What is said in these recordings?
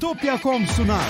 Bitopya.com sunar.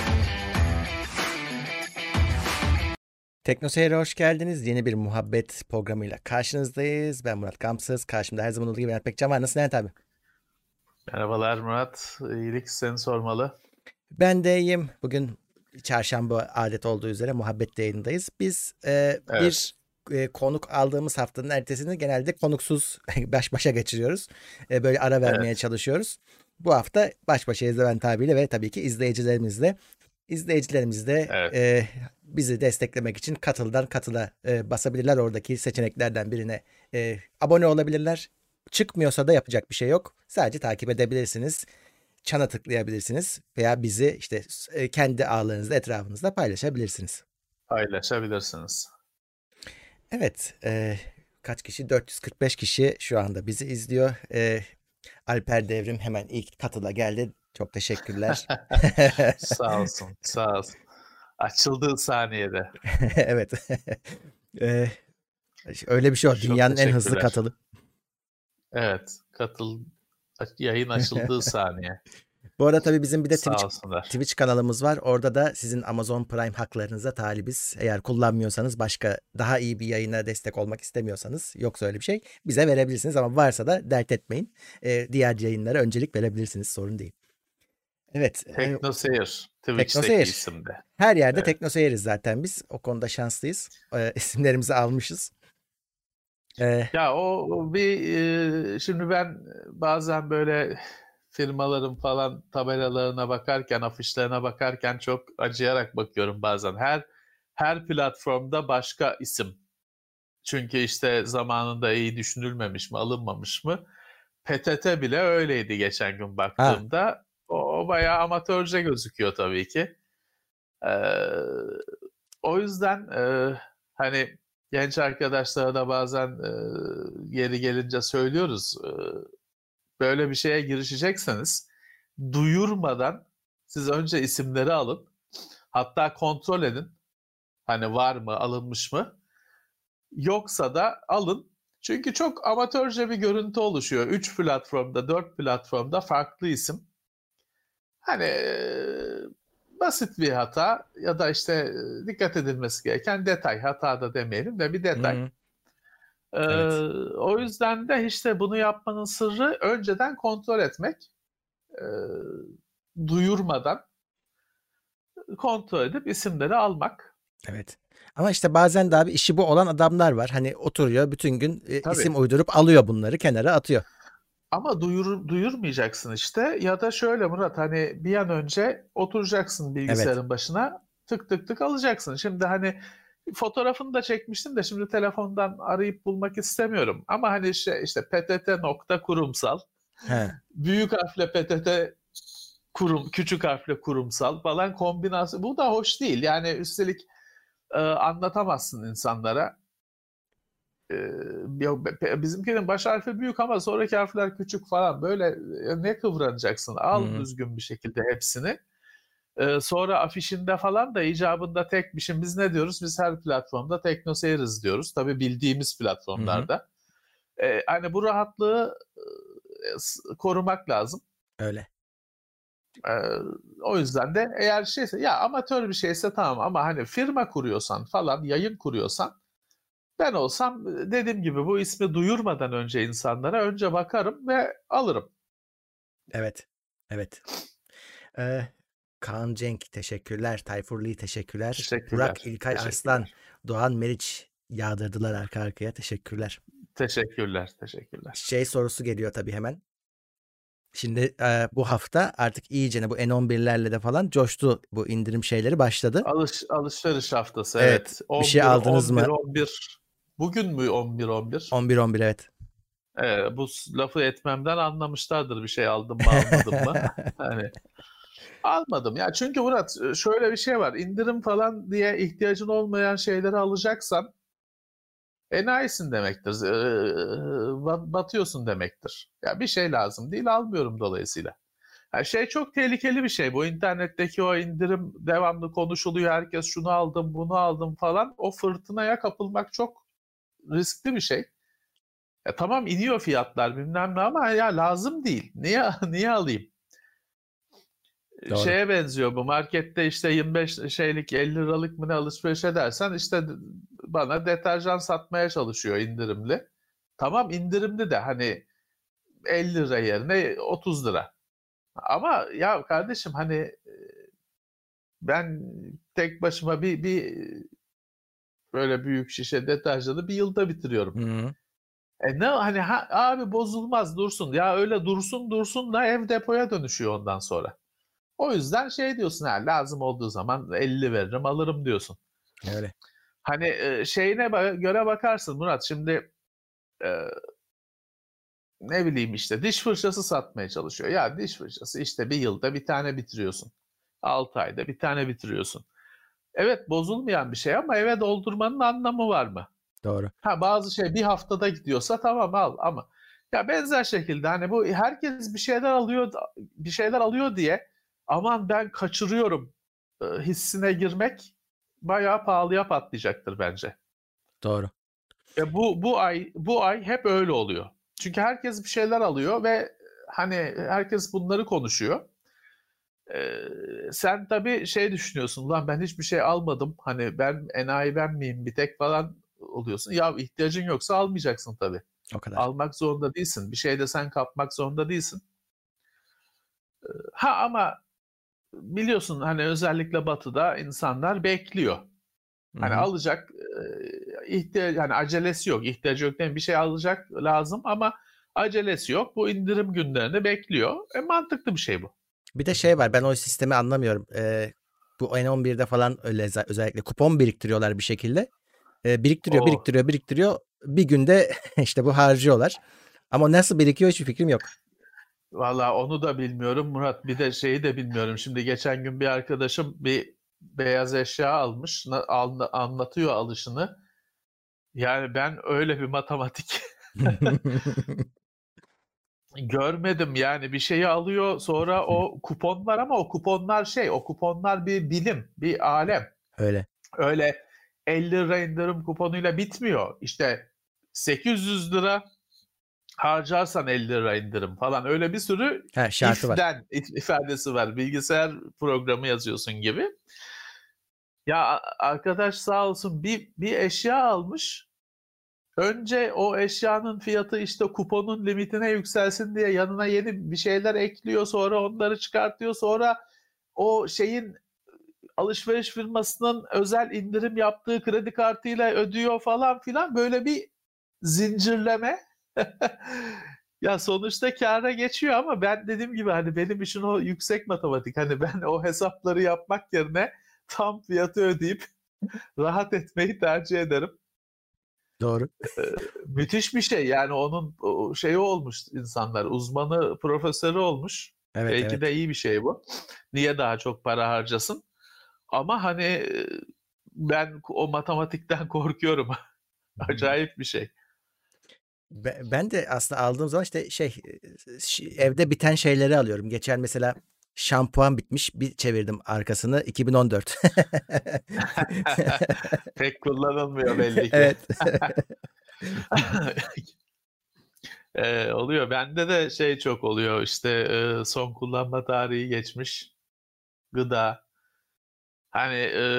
Teknoseyir'e hoş geldiniz. Yeni bir muhabbet programıyla karşınızdayız. Ben Murat Gamsız. Karşımda her zaman olduğu gibi Levent Pekcan var. Nasılsın Levent abi? Merhabalar Murat. İyilik, seni sormalı. Ben de iyiyim. Bugün çarşamba adet olduğu üzere muhabbet yayındayız. Biz bir konuk aldığımız haftanın ertesini genelde konuksuz baş başa geçiriyoruz. Böyle ara vermeye çalışıyoruz. Bu hafta baş başayız Levent abiyle ve tabii ki izleyicilerimizle. İzleyicilerimiz de bizi desteklemek için katıldan katıla basabilirler. Oradaki seçeneklerden birine abone olabilirler. Çıkmıyorsa da yapacak bir şey yok. Sadece takip edebilirsiniz. Çana tıklayabilirsiniz veya bizi işte kendi ağlarınızda, etrafınızda paylaşabilirsiniz. Paylaşabilirsiniz. Evet. Kaç kişi? 445 kişi şu anda bizi izliyor. Alper Devrim hemen ilk katıla geldi. Çok teşekkürler. Sağ olsun, sağ olsun. Açıldığı saniyede. Evet. Öyle bir şey o. Çok Dünyanın en hızlı teşekkürler. katılı. Evet, yayın açıldığı saniye. Bu arada tabii bizim bir de Sağ olsunlar. Twitch kanalımız var. Orada da sizin Amazon Prime haklarınıza talibiz. Eğer kullanmıyorsanız, başka daha iyi bir yayına destek olmak istemiyorsanız, yoksa öyle bir şey bize verebilirsiniz. Ama varsa da dert etmeyin. Diğer yayınlara öncelik verebilirsiniz. Sorun değil. Evet. Teknoseyir. Twitch'teki Teknoseyir. isimde. Her yerde Evet. Teknoseyir'iz zaten biz. O konuda şanslıyız. İsimlerimizi almışız. Ya şimdi ben bazen böyle firmaların falan tabelalarına bakarken, afişlerine bakarken çok acıyarak bakıyorum bazen. Her platformda başka isim. Çünkü işte zamanında iyi düşünülmemiş mi, alınmamış mı? PTT bile öyleydi geçen gün baktığımda. O bayağı amatörce gözüküyor tabii ki. O yüzden hani genç arkadaşlara da bazen yeri gelince söylüyoruz. Böyle bir şeye girişecekseniz duyurmadan siz önce isimleri alın. Hatta kontrol edin. Hani var mı, alınmış mı? Yoksa da alın. Çünkü çok amatörce bir görüntü oluşuyor. 3 platformda, 4 platformda farklı isim. Hani basit bir hata ya da işte dikkat edilmesi gereken detay. Hata da demeyelim de bir detay. Evet. O yüzden de işte bunu yapmanın sırrı önceden kontrol etmek. Duyurmadan kontrol edip isimleri almak. Evet. Ama işte bazen de abi işi bu olan adamlar var. Hani oturuyor bütün gün Tabii. isim uydurup alıyor, bunları kenara atıyor. Ama duyurmayacaksın işte. Ya da şöyle Murat, hani bir an önce oturacaksın bilgisayarın başına, tık tık tık alacaksın. Şimdi hani fotoğrafını da çekmiştim de şimdi telefondan arayıp bulmak istemiyorum. Ama hani işte ptt.kurumsal, büyük harfle ptt küçük harfle kurumsal falan kombinasyon. Bu da hoş değil. Yani üstelik anlatamazsın insanlara. Bizimkinin baş harfi büyük ama sonraki harfler küçük falan, böyle ne kıvranacaksın? Al düzgün bir şekilde hepsini. Sonra afişinde falan da icabında tekmişim. Biz ne diyoruz? Biz her platformda Teknoseyir'iz diyoruz. Tabii bildiğimiz platformlarda. Hani bu rahatlığı korumak lazım. Öyle. O yüzden de eğer şeyse, ya amatör bir şeyse tamam, ama hani firma kuruyorsan falan, yayın kuruyorsan, ben olsam dediğim gibi bu ismi duyurmadan önce insanlara önce bakarım ve alırım. Evet. Evet. Kaan Cenk teşekkürler. Tayfur Lee teşekkürler. Teşekkürler. Burak İlkay Arslan, Doğan Meriç yağdırdılar arka arkaya. Teşekkürler. Teşekkürler. Sorusu geliyor tabii hemen. Şimdi bu hafta artık iyicene bu N11'lerle de falan coştu, bu indirim şeyleri başladı. Alışveriş haftası, Evet. evet. Bir şey aldınız mı? 11. Bugün mü 11? 11 evet. Bu lafı etmemden anlamışlardır bir şey aldım mı almadım mı. Hani almadım ya, çünkü Murat şöyle bir şey var. İndirim falan diye ihtiyacın olmayan şeyleri alacaksan enayisin demektir. Batıyorsun demektir. Ya bir şey lazım değil, almıyorum dolayısıyla. Yani çok tehlikeli bir şey. Bu internetteki o indirim devamlı konuşuluyor. Herkes şunu aldım, bunu aldım falan. O fırtınaya kapılmak çok riskli bir şey. Tamam, iniyor fiyatlar bilmem ne, ama ya lazım değil. Niye alayım? Doğru. Şeye benziyor bu. Markette işte 25 şeylik 50 liralık mı ne alışveriş edersen işte bana deterjan satmaya çalışıyor indirimli. Tamam indirimli de hani 50 lira yerine 30 lira. Ama ya kardeşim hani ben tek başıma bir böyle büyük şişe deterjanı bir yılda bitiriyorum. Hı-hı. Ne hani abi bozulmaz dursun. Ya öyle dursun da ev depoya dönüşüyor ondan sonra. O yüzden şey diyorsun ha lazım olduğu zaman 50 veririm alırım diyorsun. Öyle. Hani şeyine göre bakarsın Murat şimdi ne bileyim işte diş fırçası satmaya çalışıyor. Ya diş fırçası işte bir yılda bir tane bitiriyorsun. 6 ayda bir tane bitiriyorsun. Evet bozulmayan bir şey ama eve doldurmanın anlamı var mı? Doğru. Bazı şey bir haftada gidiyorsa tamam al ama ya benzer şekilde hani bu herkes bir şeyler alıyor diye aman ben kaçırıyorum hissine girmek bayağı pahalıya patlayacaktır bence. Doğru. Bu ay hep öyle oluyor. Çünkü herkes bir şeyler alıyor ve hani herkes bunları konuşuyor. Sen tabii şey düşünüyorsun, lan ben hiçbir şey almadım. Hani ben enayi ben miyim bir tek falan oluyorsun. Ya ihtiyacın yoksa almayacaksın tabii. O kadar. Almak zorunda değilsin. Bir şey de sen kapmak zorunda değilsin. Ama biliyorsun hani özellikle Batı'da insanlar bekliyor. Hani Hı-hı. alacak hani acelesi yok. İhtiyacı yok değil mi? Bir şey alacak lazım ama acelesi yok. Bu indirim günlerini bekliyor. Mantıklı bir şey bu. Bir de şey var, ben o sistemi anlamıyorum. Bu N11'de falan öyle özellikle kupon biriktiriyorlar bir şekilde. Biriktiriyor, O biriktiriyor, biriktiriyor. Bir günde işte bu harcıyorlar. Ama nasıl birikiyor hiçbir fikrim yok. Valla onu da bilmiyorum Murat. Bir de şeyi de bilmiyorum. Şimdi geçen gün bir arkadaşım bir beyaz eşya almış. Anlatıyor alışını. Yani ben öyle bir matematik görmedim. Yani bir şeyi alıyor sonra o kupon var ama o kuponlar bir bilim, bir alem. Öyle. Öyle 50 lira indirim kuponuyla bitmiyor. İşte 800 lira harcarsan 50 lira indirim falan öyle bir sürü Ha, şartı var. ifadesi var. Bilgisayar programı yazıyorsun gibi. Ya arkadaş sağ olsun bir eşya almış. Önce o eşyanın fiyatı işte kuponun limitine yükselsin diye yanına yeni bir şeyler ekliyor. Sonra onları çıkartıyor. Sonra o şeyin alışveriş firmasının özel indirim yaptığı kredi kartıyla ödüyor falan filan. Böyle bir zincirleme. Ya sonuçta kâra geçiyor ama ben dediğim gibi hani benim için o yüksek matematik. Hani ben o hesapları yapmak yerine tam fiyatı ödeyip rahat etmeyi tercih ederim. Doğru. Müthiş bir şey yani onun şeyi olmuş insanlar uzmanı profesörü olmuş. Evet, Belki de evet. iyi bir şey bu. Niye daha çok para harcasın? Ama hani ben o matematikten korkuyorum. Acayip bir şey. Ben de aslında aldığım zaman işte evde biten şeyleri alıyorum. Geçen mesela şampuan bitmiş, bir çevirdim arkasını, 2014. Pek kullanılmıyor belli ki. Evet. Oluyor. Bende de şey çok oluyor işte son kullanma tarihi geçmiş gıda. Hani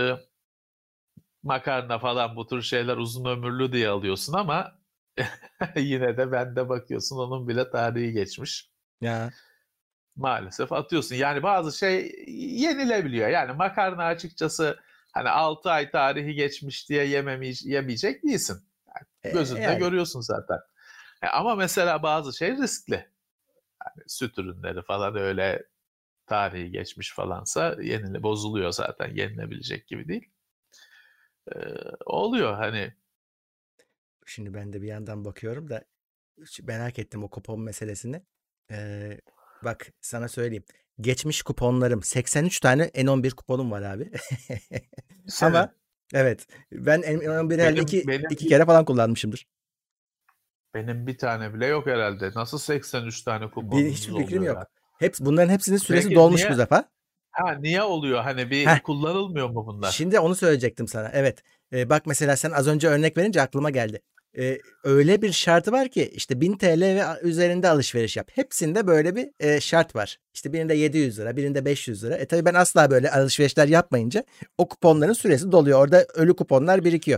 makarna falan bu tür şeyler uzun ömürlü diye alıyorsun ama yine de bende bakıyorsun onun bile tarihi geçmiş. Ya. Maalesef atıyorsun. Yani bazı şey yenilebiliyor. Yani makarna açıkçası hani 6 ay tarihi geçmiş diye yemeyecek değilsin. Yani gözünde Yani. görüyorsun zaten. Ama mesela bazı şey riskli. Yani süt ürünleri falan öyle tarihi geçmiş falansa bozuluyor zaten. Yenilebilecek gibi değil. Ee, oluyor hani. Şimdi ben de bir yandan bakıyorum da merak ettim o kupon meselesini. Ee, Bak sana söyleyeyim. Geçmiş kuponlarım 83 tane N11 kuponum var abi. Senin Ama evet, ben N11'i herhalde benim iki kere falan kullanmışımdır. benim bir tane bile yok herhalde. Nasıl 83 tane Hiçbir kuponunuz fikrim oluyor ya? yok. Bunların hepsinin süresi Peki dolmuş bu niye defa. niye oluyor? Hani Heh, bir kullanılmıyor mu bunlar? şimdi onu söyleyecektim sana. Evet. Bak mesela sen az önce örnek verince aklıma geldi. Öyle bir şartı var ki işte 1000 TL ve üzerinde alışveriş yap. Hepsinde böyle bir şart var. İşte birinde 700 lira, birinde 500 lira. Tabii ben asla böyle alışverişler yapmayınca o kuponların süresi doluyor. Orada ölü kuponlar birikiyor.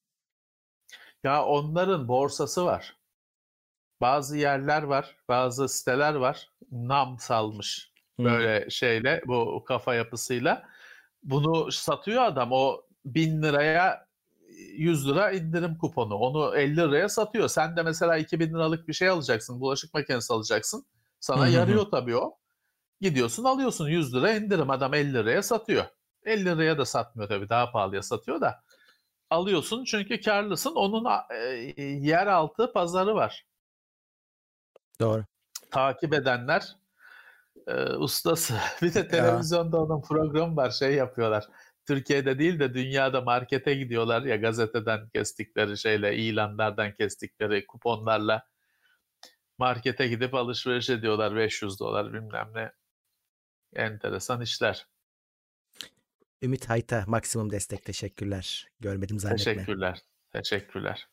Ya onların borsası var. Bazı yerler var, bazı siteler var. Nam salmış böyle şeyle, bu kafa yapısıyla. Bunu satıyor adam. O 1000 liraya 100 lira indirim kuponu. Onu 50 liraya satıyor. Sen de mesela 2000 liralık bir şey alacaksın. Bulaşık makinesi alacaksın. Sana yarıyor tabii o. Gidiyorsun alıyorsun 100 lira indirim. Adam 50 liraya satıyor. 50 liraya da satmıyor tabii. Daha pahalıya satıyor da. Alıyorsun çünkü karlısın. Onun yeraltı pazarı var. Doğru. Takip edenler ustası. Bir de Ya, televizyonda onun programı var, şey yapıyorlar. Türkiye'de değil de dünyada markete gidiyorlar ya, gazeteden kestikleri şeyle, ilanlardan kestikleri kuponlarla markete gidip alışveriş ediyorlar, 500 dolar bilmem ne. Enteresan işler. Ümit Hayta maksimum destek, teşekkürler. Görmedim zannetme. Teşekkürler. Teşekkürler.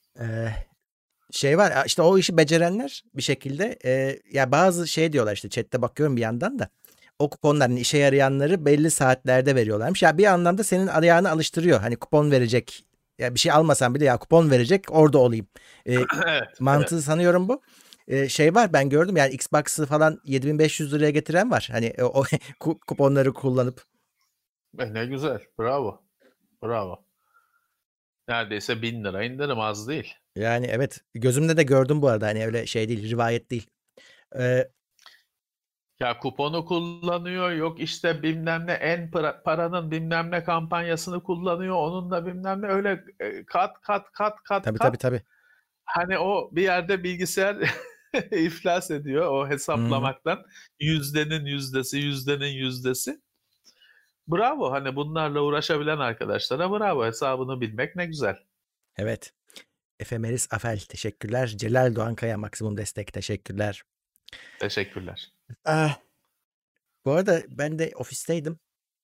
Şey var işte, o işi becerenler bir şekilde ya bazı şey diyorlar, işte chatte bakıyorum bir yandan da, o kuponların işe yarayanları belli saatlerde veriyorlarmış. Ya bir anlamda senin ayağını alıştırıyor. Hani kupon verecek, ya bir şey almasam bile ya kupon verecek, orada olayım. Evet, Mantığı evet. sanıyorum bu. Şey var, ben gördüm yani, Xbox'ı falan 7500 liraya getiren var. Hani o kuponları kullanıp. Ne güzel. Bravo. Bravo. Neredeyse 1000 lira indirim, az değil. Yani evet, gözümde de gördüm bu arada, hani öyle şey değil, rivayet değil. Ee, Ya kuponu kullanıyor, yok işte bilmem ne, paranın bilmem ne kampanyasını kullanıyor, onunla bilmem ne, öyle kat kat kat kat tabii tabii kat. tabii. Hani o bir yerde bilgisayar iflas ediyor o Hı-hı. hesaplamaktan. Yüzdenin yüzdesi, yüzdenin yüzdesi. Bravo, hani bunlarla uğraşabilen arkadaşlara bravo, hesabını bilmek ne güzel. Evet. Efemeris Afel teşekkürler. Celal Doğankaya maksimum destek, teşekkürler. Teşekkürler. Ah, bu arada ben de ofisteydim.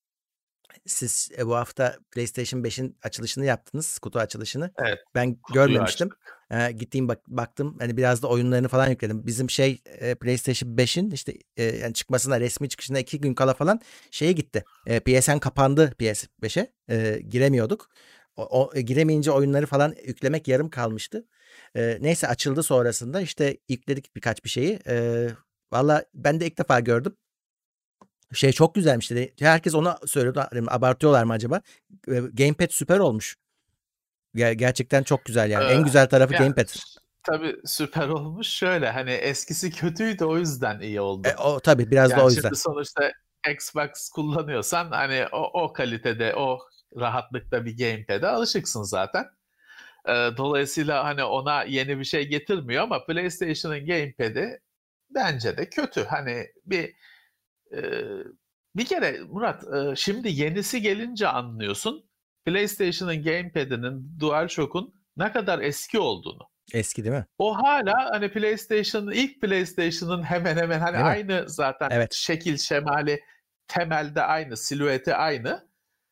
Siz bu hafta PlayStation 5'in açılışını yaptınız, kutu açılışını. Evet, Ben kutuyu görmemiştim. açtık. Gittiğim baktım, hani biraz da oyunlarını falan yükledim. Bizim şey PlayStation 5'in işte yani çıkmasına, resmi çıkışına 2 gün kala falan şeye gitti. PSN kapandı, PS5'e. Giremiyorduk. Giremeyince oyunları falan yüklemek yarım kalmıştı. Neyse, açıldı sonrasında, işte yükledik birkaç bir şeyi. Valla ben de ilk defa gördüm. Şey çok güzelmiş dedi. Herkes ona söylüyordu. Abartıyorlar mı acaba? Gamepad süper olmuş. Gerçekten çok güzel yani. Ee, En güzel tarafı yani Gamepad. tabii süper olmuş. Şöyle, hani eskisi kötüydü, o yüzden iyi oldu. O tabii biraz da Yani o yüzden. şimdi sonuçta Xbox kullanıyorsan hani o kalitede, o rahatlıkta bir gamepad'e alışıksın zaten. Dolayısıyla hani ona yeni bir şey getirmiyor ama PlayStation'ın gamepad'i bence de kötü. Hani e, bir kere Murat, şimdi yenisi gelince anlıyorsun PlayStation'ın gamepad'inin, DualShock'un ne kadar eski olduğunu. Eski değil mi? O hala hani ilk PlayStation'ın hemen hemen hani Değil mi? aynı zaten, Evet. şekil şemali temelde aynı, silüeti aynı.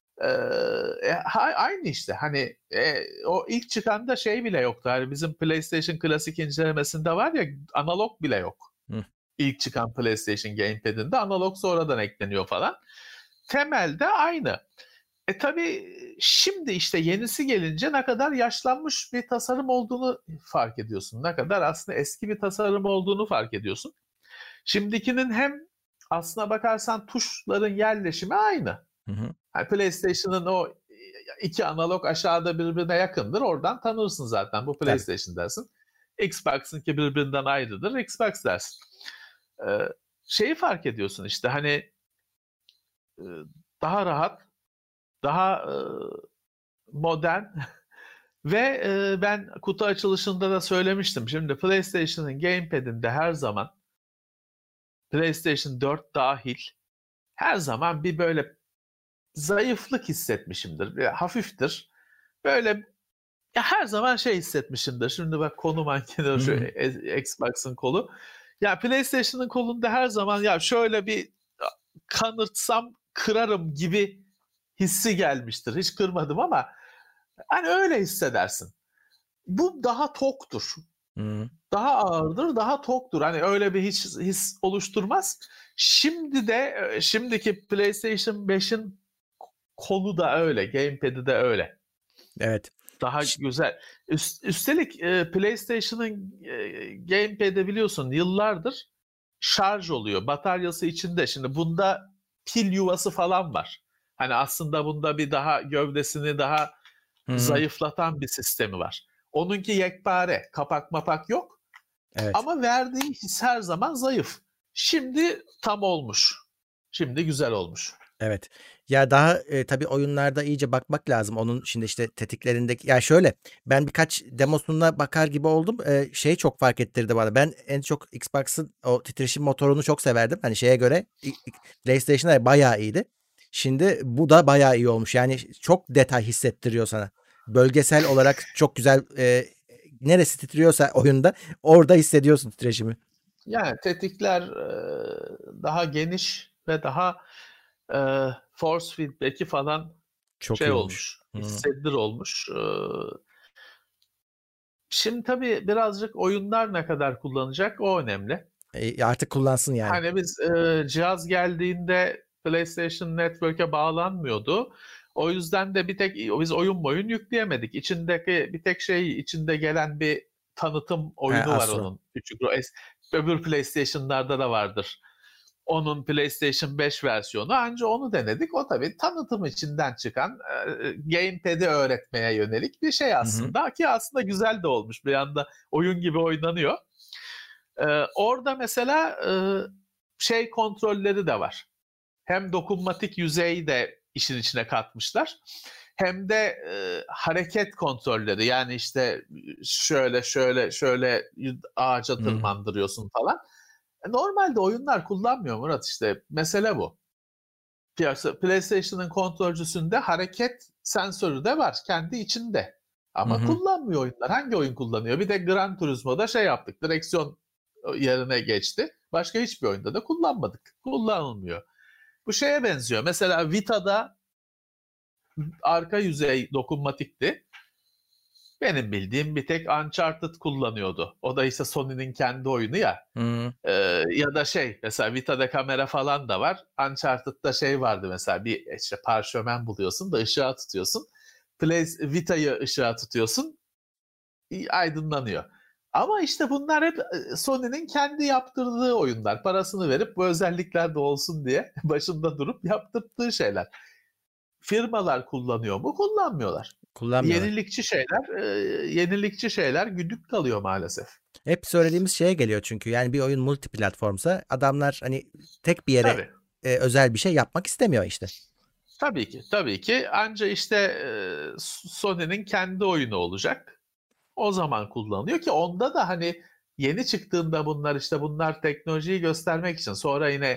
Aynı işte hani o ilk çıkanda şey bile yoktu. Hani bizim PlayStation klasik incelemesinde var ya, analog bile yok. Hı. İlk çıkan PlayStation Gamepad'inde analog sonradan ekleniyor falan. Temelde aynı. Tabii şimdi işte yenisi gelince ne kadar yaşlanmış bir tasarım olduğunu fark ediyorsun. Ne kadar aslında eski bir tasarım olduğunu fark ediyorsun. Şimdikinin hem aslına bakarsan tuşların yerleşimi aynı. Hı hı. Yani PlayStation'ın o iki analog aşağıda birbirine yakındır. Oradan tanırsın zaten. Bu Tabii. PlayStation dersin. Xbox'ınki birbirinden ayrıdır. Xbox dersin. Ee, Şeyi fark ediyorsun işte, hani e, daha rahat, daha modern ve ben kutu açılışında da söylemiştim. Şimdi PlayStation'ın Gamepad'inde her zaman, PlayStation 4 dahil, her zaman bir böyle zayıflık hissetmişimdir. Bir hafiftir. Böyle ya, her zaman şey hissetmişimdir. Şimdi bak, konu mankeni Hı şu hı. Xbox'ın kolu. Ya PlayStation'ın kolunda her zaman ya şöyle bir kanırtsam kırarım gibi hissi gelmiştir. Hiç kırmadım ama hani öyle hissedersin. Bu daha toktur. Hı. Daha ağırdır, daha toktur. Hani öyle bir his oluşturmaz. Şimdiki PlayStation 5'in kolu da öyle, gamepad'i de öyle. Evet. Daha güzel. Üstelik PlayStation'ın gamepad'i biliyorsun yıllardır şarj oluyor. Bataryası içinde. Şimdi bunda pil yuvası falan var. Hani aslında bunda bir daha gövdesini daha Hı. zayıflatan bir sistemi var. Onunki yekpare. Kapak mapak yok. Evet. Ama verdiği his her zaman zayıf. Şimdi tam olmuş. Şimdi güzel olmuş. Evet. Ya daha tabii oyunlarda iyice bakmak lazım. Onun şimdi işte tetiklerindeki ya şöyle ben birkaç demosuna bakar gibi oldum. Şeyi çok fark ettirdi bana. Ben en çok Xbox'ın o titreşim motorunu çok severdim. Hani şeye göre PlayStation'a bayağı iyiydi. Şimdi bu da bayağı iyi olmuş. Yani çok detay hissettiriyor sana. Bölgesel olarak çok güzel neresi titriyorsa oyunda orada hissediyorsun titreşimi. Yani tetikler daha geniş ve daha force feedback'i falan Çok şey iyi olmuş. olmuş, Hı. hissedilir olmuş. Şimdi tabii birazcık oyunlar ne kadar kullanacak o önemli. Artık kullansın yani. Hani biz cihaz geldiğinde PlayStation Network'e bağlanmıyordu. O yüzden de biz oyun yükleyemedik. İçindeki bir tek içinde gelen bir tanıtım Ha, oyunu var Astro. onun. Küçük öbür PlayStation'larda da vardır. Onun PlayStation 5 versiyonu. Anca onu denedik. O tabii tanıtım içinden çıkan gamepad'i öğretmeye yönelik bir şey Hı hı. aslında. Ki aslında güzel de olmuş. Bir anda oyun gibi oynanıyor. Orada mesela kontrolleri de var. Hem dokunmatik yüzeyi de işin içine katmışlar. Hem de hareket kontrolleri. Yani işte şöyle ağaca Hı. tırmandırıyorsun falan. Normalde oyunlar kullanmıyor Murat, işte mesele bu. PlayStation'ın kontrolcüsünde hareket sensörü de var kendi içinde. Hı Ama hı. kullanmıyor oyunlar. Hangi oyun kullanıyor? Bir de Gran Turismo'da şey yaptık. Direksiyon yerine geçti. Başka hiçbir oyunda da kullanmadık. Kullanılmıyor. Bu şeye benziyor. Mesela Vita'da arka yüzey dokunmatikti. Benim bildiğim bir tek Uncharted kullanıyordu. O da işte Sony'nin kendi oyunu ya. Hı. Ya da mesela Vita'da kamera falan da var. Uncharted'da vardı mesela, bir işte parşömen buluyorsun da ışığa tutuyorsun. Vita'yı ışığa tutuyorsun, aydınlanıyor. Ama işte bunlar hep Sony'nin kendi yaptırdığı oyunlar. Parasını verip bu özellikler de olsun diye başında durup yaptırdığı şeyler. Firmalar kullanıyor mu? Kullanmıyorlar. Kullanmıyorlar. Yenilikçi şeyler güdük kalıyor maalesef. Hep söylediğimiz şeye geliyor çünkü. Yani bir oyun multiplatformsa adamlar hani tek bir yere Tabii. özel bir şey yapmak istemiyor işte. Tabii ki, tabii ki. Anca işte Sony'nin kendi oyunu olacak. O zaman kullanılıyor ki onda da hani yeni çıktığında bunlar teknolojiyi göstermek için, sonra yine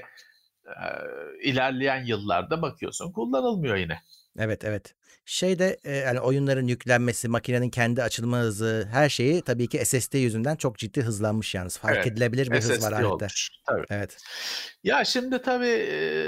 ilerleyen yıllarda bakıyorsun kullanılmıyor yine. Evet, evet. Şeyde yani oyunların yüklenmesi, makinenin kendi açılma hızı, her şeyi tabii ki SSD yüzünden çok ciddi hızlanmış yalnız. Fark Evet, edilebilir bir hız var SSD alette. olmuş. Tabii. Evet. Ya şimdi tabii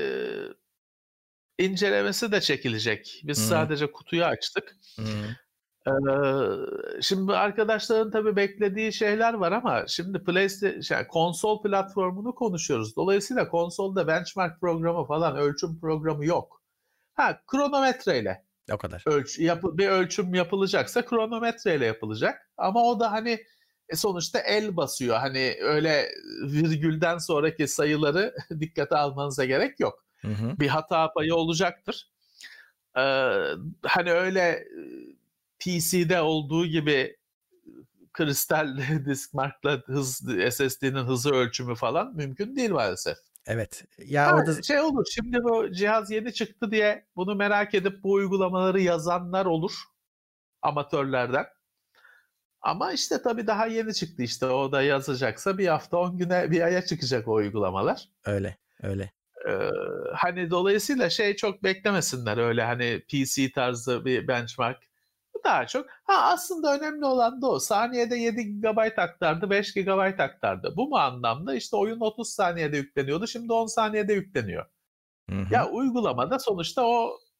incelemesi de çekilecek. Biz Hı sadece kutuyu açtık. hı. Şimdi arkadaşların tabii beklediği şeyler var ama şimdi konsol platformunu konuşuyoruz. Dolayısıyla konsolda benchmark programı falan, ölçüm programı yok. Kronometreyle O kadar. bir ölçüm yapılacaksa kronometreyle yapılacak. Ama o da hani sonuçta el basıyor. Hani öyle virgülden sonraki sayıları dikkate almanıza gerek yok. Hı hı. Bir hata payı olacaktır. Ee, Hani öyle PC'de olduğu gibi kristal disk markla SSD'nin hızı ölçümü falan mümkün değil maalesef. Evet. Ya orada Olur, şimdi bu cihaz yeni çıktı diye bunu merak edip bu uygulamaları yazanlar olur amatörlerden. Ama işte tabii daha yeni çıktı, işte o da yazacaksa bir hafta 10 güne bir aya çıkacak o uygulamalar. öyle. Öyle. Hani dolayısıyla çok beklemesinler, öyle hani PC tarzı bir benchmark. Daha çok aslında önemli olan da o. Saniyede 7 GB aktardı, 5 GB aktardı. Bu mu anlamda? İşte oyun 30 saniyede yükleniyordu. Şimdi 10 saniyede yükleniyor. Hı hı. Ya uygulamada sonuçta o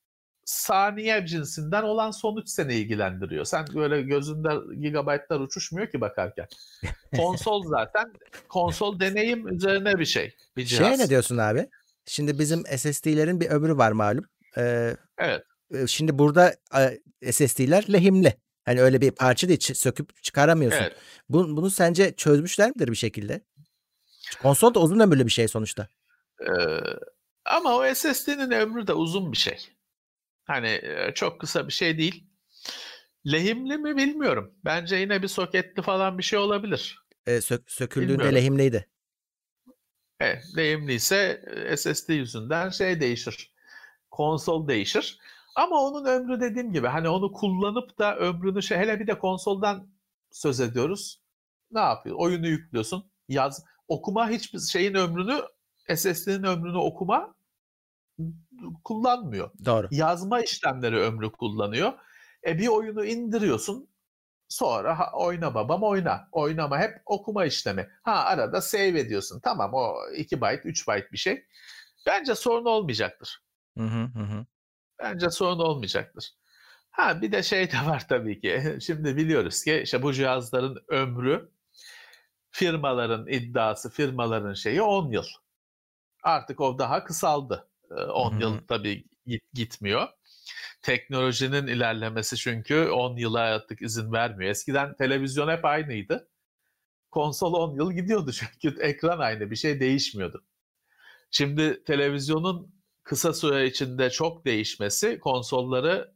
saniye cinsinden olan sonuç seni ilgilendiriyor. Sen böyle gözünde gigabaytlar uçuşmuyor ki bakarken. Konsol zaten konsol deneyim üzerine bir şey. Bir cihaz. Ne diyorsun abi? Şimdi bizim SSD'lerin bir ömrü var malum. Evet. Şimdi burada SSD'ler lehimli. Hani öyle bir parça değil, söküp çıkaramıyorsun. Evet. Bunu sence çözmüşler midir bir şekilde? Konsol da uzun ömürlü bir şey sonuçta. Ama o SSD'nin ömrü de uzun bir şey. Hani çok kısa bir şey değil. Lehimli mi bilmiyorum. Bence yine bir soketli falan bir şey olabilir. Söküldüğünde Bilmiyorum. lehimliydi. Evet, lehimliyse SSD yüzünden şey değişir. Konsol değişir. Ama onun ömrü dediğim gibi hani onu kullanıp da ömrünü hele bir de konsoldan söz ediyoruz. Ne yapıyor? Oyunu yüklüyorsun. Okuma hiçbir şeyin ömrünü, SSD'nin ömrünü okuma kullanmıyor. Doğru. Yazma işlemleri ömrü kullanıyor. Bir oyunu indiriyorsun. Sonra oyna babam oyna. Oynama hep okuma işlemi. Arada save ediyorsun. Tamam o 2 byte 3 byte bir şey. Bence sorun olmayacaktır. Hı. Bence sorun olmayacaktır. Bir de şey de var tabii ki. Şimdi biliyoruz ki işte bu cihazların ömrü firmaların iddiası, firmaların şeyi 10 yıl. Artık o daha kısaldı. 10 yıl tabii gitmiyor. Teknolojinin ilerlemesi çünkü 10 yıla artık izin vermiyor. Eskiden televizyon hep aynıydı. Konsol 10 yıl gidiyordu çünkü ekran aynı, bir şey değişmiyordu. Şimdi televizyonun kısa süre içinde çok değişmesi konsolları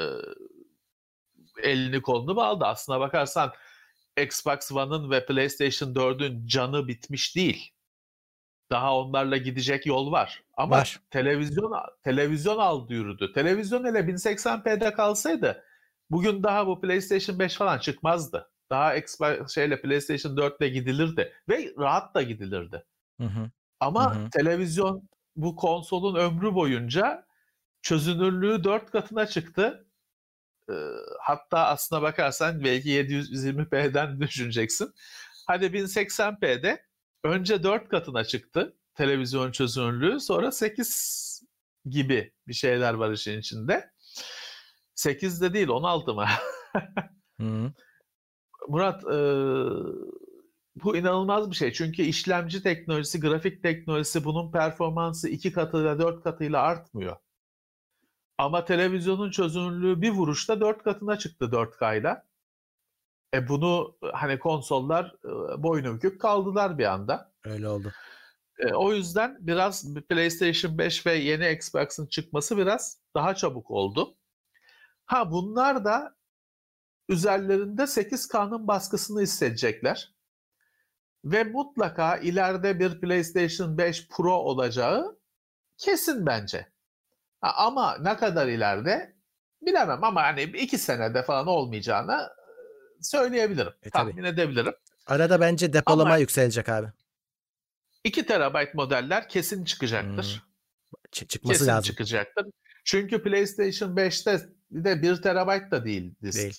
elini kolunu bağladı. Aslına bakarsan Xbox One'ın ve PlayStation 4'ün canı bitmiş değil. Daha onlarla gidecek yol var. Ama var. televizyon aldı yürüdü. Televizyon hele 1080p'de kalsaydı bugün daha bu PlayStation 5 falan çıkmazdı. Daha PlayStation 4'le gidilirdi ve rahat da gidilirdi. Ama televizyon bu konsolun ömrü boyunca çözünürlüğü 4 katına çıktı. Hatta aslına bakarsan belki 720p'den düşüneceksin. Hadi 1080p'de önce 4 katına çıktı televizyon çözünürlüğü, sonra 8 gibi bir şeyler var işin içinde. 8 de değil 16 mı? Murat bu inanılmaz bir şey. Çünkü işlemci teknolojisi, grafik teknolojisi bunun performansı 2 katıyla 4 katıyla artmıyor. Ama televizyonun çözünürlüğü bir vuruşta 4 katına çıktı 4K'yla. Bunu hani konsollar boynu bükük kaldılar bir anda. Öyle oldu. O yüzden biraz PlayStation 5 ve yeni Xbox'ın çıkması biraz daha çabuk oldu. Bunlar da üzerlerinde 8K'nın baskısını hissedecekler. Ve mutlaka ileride bir PlayStation 5 Pro olacağı kesin bence. Ama ne kadar ileride bilemem ama hani 2 senede falan olmayacağını söyleyebilirim. Tahmin edebilirim. Arada bence depolama yükselecek abi. 2 TB modeller kesin çıkacaktır. Çıkması kesin lazım. çıkacaktır. Çünkü PlayStation 5'te de 1 TB da değil disk. Değil.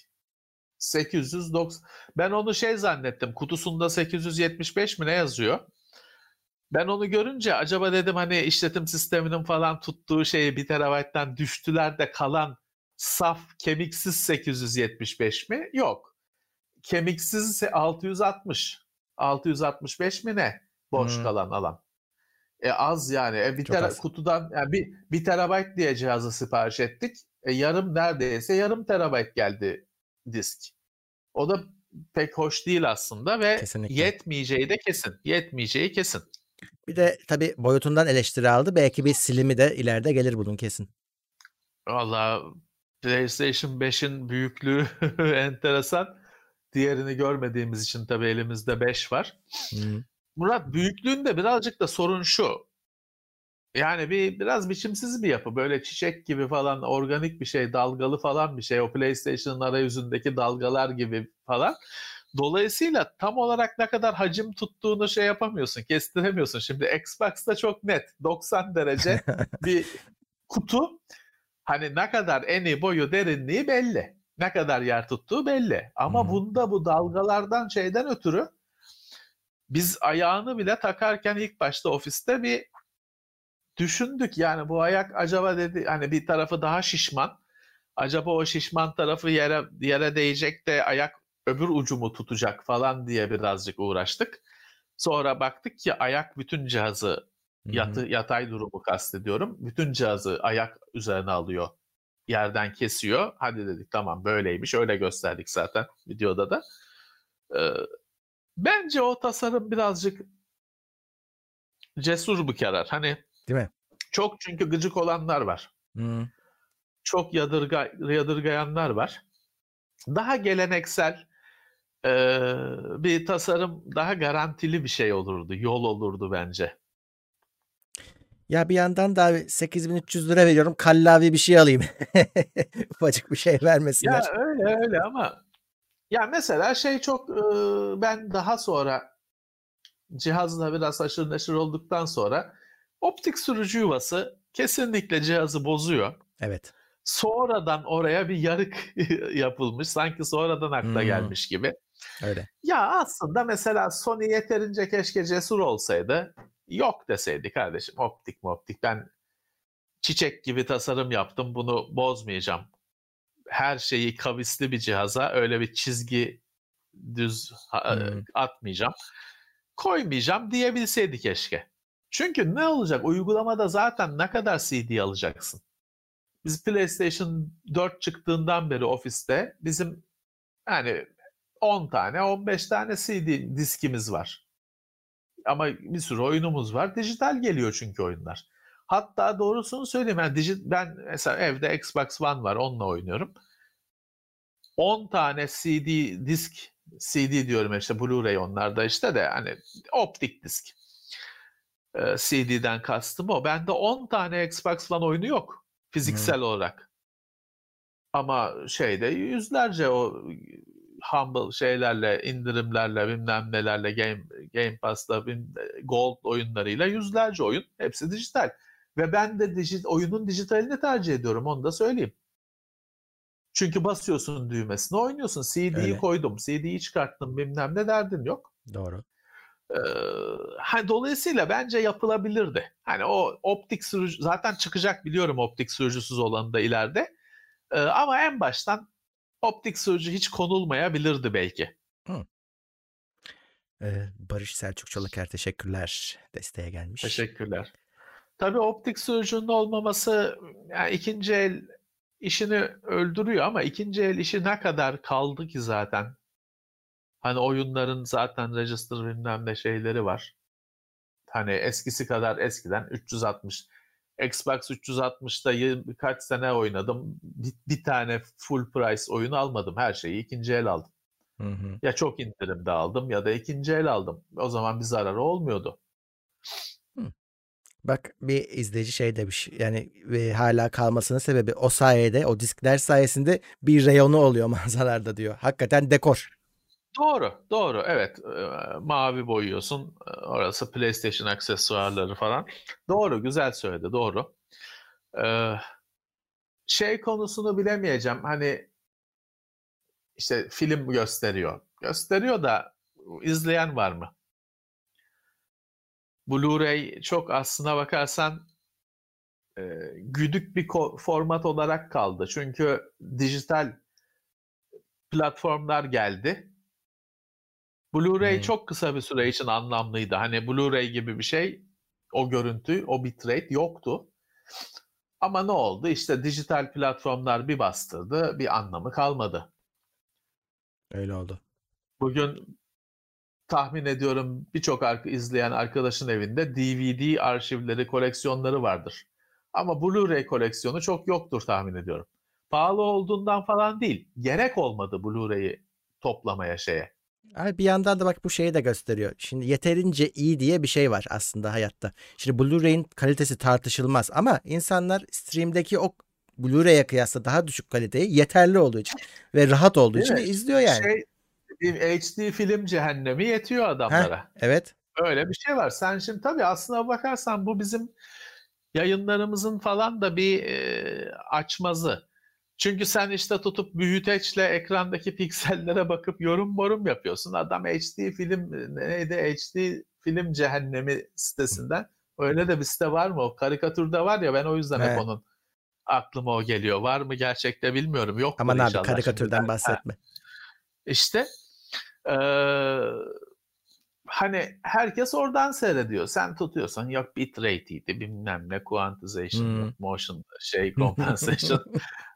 890. Ben onu zannettim. Kutusunda 875 mi ne yazıyor? Ben onu görünce acaba dedim hani işletim sisteminin falan tuttuğu şeyi 1 TB'den düştüler de kalan saf kemiksiz 875 mi? Yok. Kemiksiz 660. 665 mi ne? Boş kalan alan. Az yani. Kutudan yani 1 TB diye cihazı sipariş ettik. Neredeyse yarım terabayt geldi disk. O da pek hoş değil aslında ve kesinlikle yetmeyeceği kesin. Bir de tabii boyutundan eleştiri aldı. Belki bir silimi de ileride gelir bunun kesin. Vallahi PlayStation 5'in büyüklüğü enteresan. Diğerini görmediğimiz için tabii elimizde 5 var. Murat, büyüklüğünde birazcık da sorun şu. Yani biraz biçimsiz bir yapı. Böyle çiçek gibi falan, organik bir şey, dalgalı falan bir şey. O PlayStation'ın arayüzündeki dalgalar gibi falan. Dolayısıyla tam olarak ne kadar hacim tuttuğunu yapamıyorsun, kestiremiyorsun. Şimdi Xbox'ta çok net 90 derece bir kutu. Hani ne kadar eni, boyu, derinliği belli. Ne kadar yer tuttuğu belli. Ama bunda bu dalgalardan ötürü biz ayağını bile takarken ilk başta ofiste bir düşündük yani bu ayak acaba dedi hani bir tarafı daha şişman. Acaba o şişman tarafı yere değecek de ayak öbür ucu mu tutacak falan diye birazcık uğraştık. Sonra baktık ki ayak bütün cihazı yatay durumu kastediyorum. Bütün cihazı ayak üzerine alıyor. Yerden kesiyor. Hadi dedik tamam böyleymiş. Öyle gösterdik zaten videoda da. Bence o tasarım birazcık cesur bir karar. Hani değil mi? çok çünkü gıcık olanlar var. Çok yadırgayanlar var. Daha geleneksel bir tasarım, daha garantili bir şey olurdu. Yol olurdu bence. Ya bir yandan da 8.300 lira veriyorum. Kallavi bir şey alayım. Ufacık bir şey vermesinler. Ya öyle ama ya mesela şey çok ben daha sonra cihazla biraz haşır neşir olduktan sonra optik sürücü yuvası kesinlikle cihazı bozuyor. Evet. Sonradan oraya bir yarık yapılmış. Sanki sonradan akla gelmiş gibi. Öyle. Ya aslında mesela Sony yeterince keşke cesur olsaydı. Yok deseydi kardeşim optik ben çiçek gibi tasarım yaptım bunu bozmayacağım. Her şeyi kavisli bir cihaza öyle bir çizgi düz atmayacağım. Koymayacağım diyebilseydi keşke. Çünkü ne olacak? Uygulamada zaten ne kadar CD alacaksın? Biz PlayStation 4 çıktığından beri ofiste bizim yani 10 tane 15 tane CD diskimiz var. Ama bir sürü oyunumuz var. Dijital geliyor çünkü oyunlar. Hatta doğrusunu söyleyeyim. Yani ben mesela evde Xbox One var. Onunla oynuyorum. 10 tane CD diyorum işte Blu-ray onlarda işte de hani optik disk. CD'den kastım o. Bende 10 tane Xbox One oyunu yok fiziksel olarak. Ama şeyde yüzlerce o Humble şeylerle, indirimlerle, bilmem nelerle, Game Pass'la, Gold oyunlarıyla yüzlerce oyun. Hepsi dijital. Ve ben de oyunun dijitalini tercih ediyorum. Onu da söyleyeyim. Çünkü basıyorsun düğmesine oynuyorsun. CD'yi koydum, CD'yi çıkarttım bilmem ne derdin yok. Doğru. Dolayısıyla bence yapılabilirdi. Hani o optik sürücü zaten çıkacak biliyorum optik sürücüsüz olanı da ileride. Ama en baştan optik sürücü hiç konulmayabilirdi belki. Barış Selçuk Çolaker teşekkürler. Desteğe gelmiş. Teşekkürler. Tabii optik sürücünün olmaması yani ikinci el işini öldürüyor ama ikinci el işi ne kadar kaldı ki zaten? Hani oyunların zaten register bilmem ne şeyleri var. Hani eskisi kadar eskiden 360 Xbox 360'da birkaç sene oynadım. Bir tane full price oyun almadım. Her şeyi ikinci el aldım. Ya çok indirimde aldım ya da ikinci el aldım. O zaman bir zararı olmuyordu. Bak bir izleyici şey demiş yani hala kalmasının sebebi o sayede o diskler sayesinde bir reyonu oluyor mağazalarda diyor. Hakikaten dekor. Doğru evet mavi boyuyorsun orası PlayStation aksesuarları falan. Doğru güzel söyledi doğru. Şey konusunu bilemeyeceğim hani işte film gösteriyor. Gösteriyor da izleyen var mı? Blu-ray çok aslına bakarsan güdük bir format olarak kaldı. Çünkü dijital platformlar geldi. Blu-ray çok kısa bir süre için anlamlıydı. Hani Blu-ray gibi bir şey, o görüntü, o bitrate yoktu. Ama ne oldu? İşte dijital platformlar bir bastırdı, bir anlamı kalmadı. Öyle oldu. Bugün tahmin ediyorum birçok izleyen arkadaşın evinde DVD arşivleri, koleksiyonları vardır. Ama Blu-ray koleksiyonu çok yoktur tahmin ediyorum. Pahalı olduğundan falan değil. Gerek olmadı Blu-ray'i toplamaya şeye. Abi bir yandan da bak bu şeyi de gösteriyor. Şimdi yeterince iyi diye bir şey var aslında hayatta. Şimdi Blu-ray'in kalitesi tartışılmaz ama insanlar stream'deki o Blu-ray'e kıyasla daha düşük kaliteyi yeterli olduğu için ve rahat olduğu Değil için mi? izliyor yani. HD film cehennemi yetiyor adamlara. Evet. Öyle bir şey var. Sen şimdi tabii aslına bakarsan bu bizim yayınlarımızın falan da bir açmazı. Çünkü sen işte tutup büyüteçle ekrandaki piksellere bakıp yorum yapıyorsun. Adam HD film neydi HD film cehennemi sitesinden Öyle de bir site var mı? O karikatürde var ya, ben o yüzden hep He. onun aklıma o geliyor. Var mı gerçekte bilmiyorum. Yoktur Aman abi inşallah karikatürden şimdiden. bahsetme. İşte hani herkes oradan seyrediyor. Sen tutuyorsan yok bitrate'iydi, bilmem ne, quantization, yok motion compensation.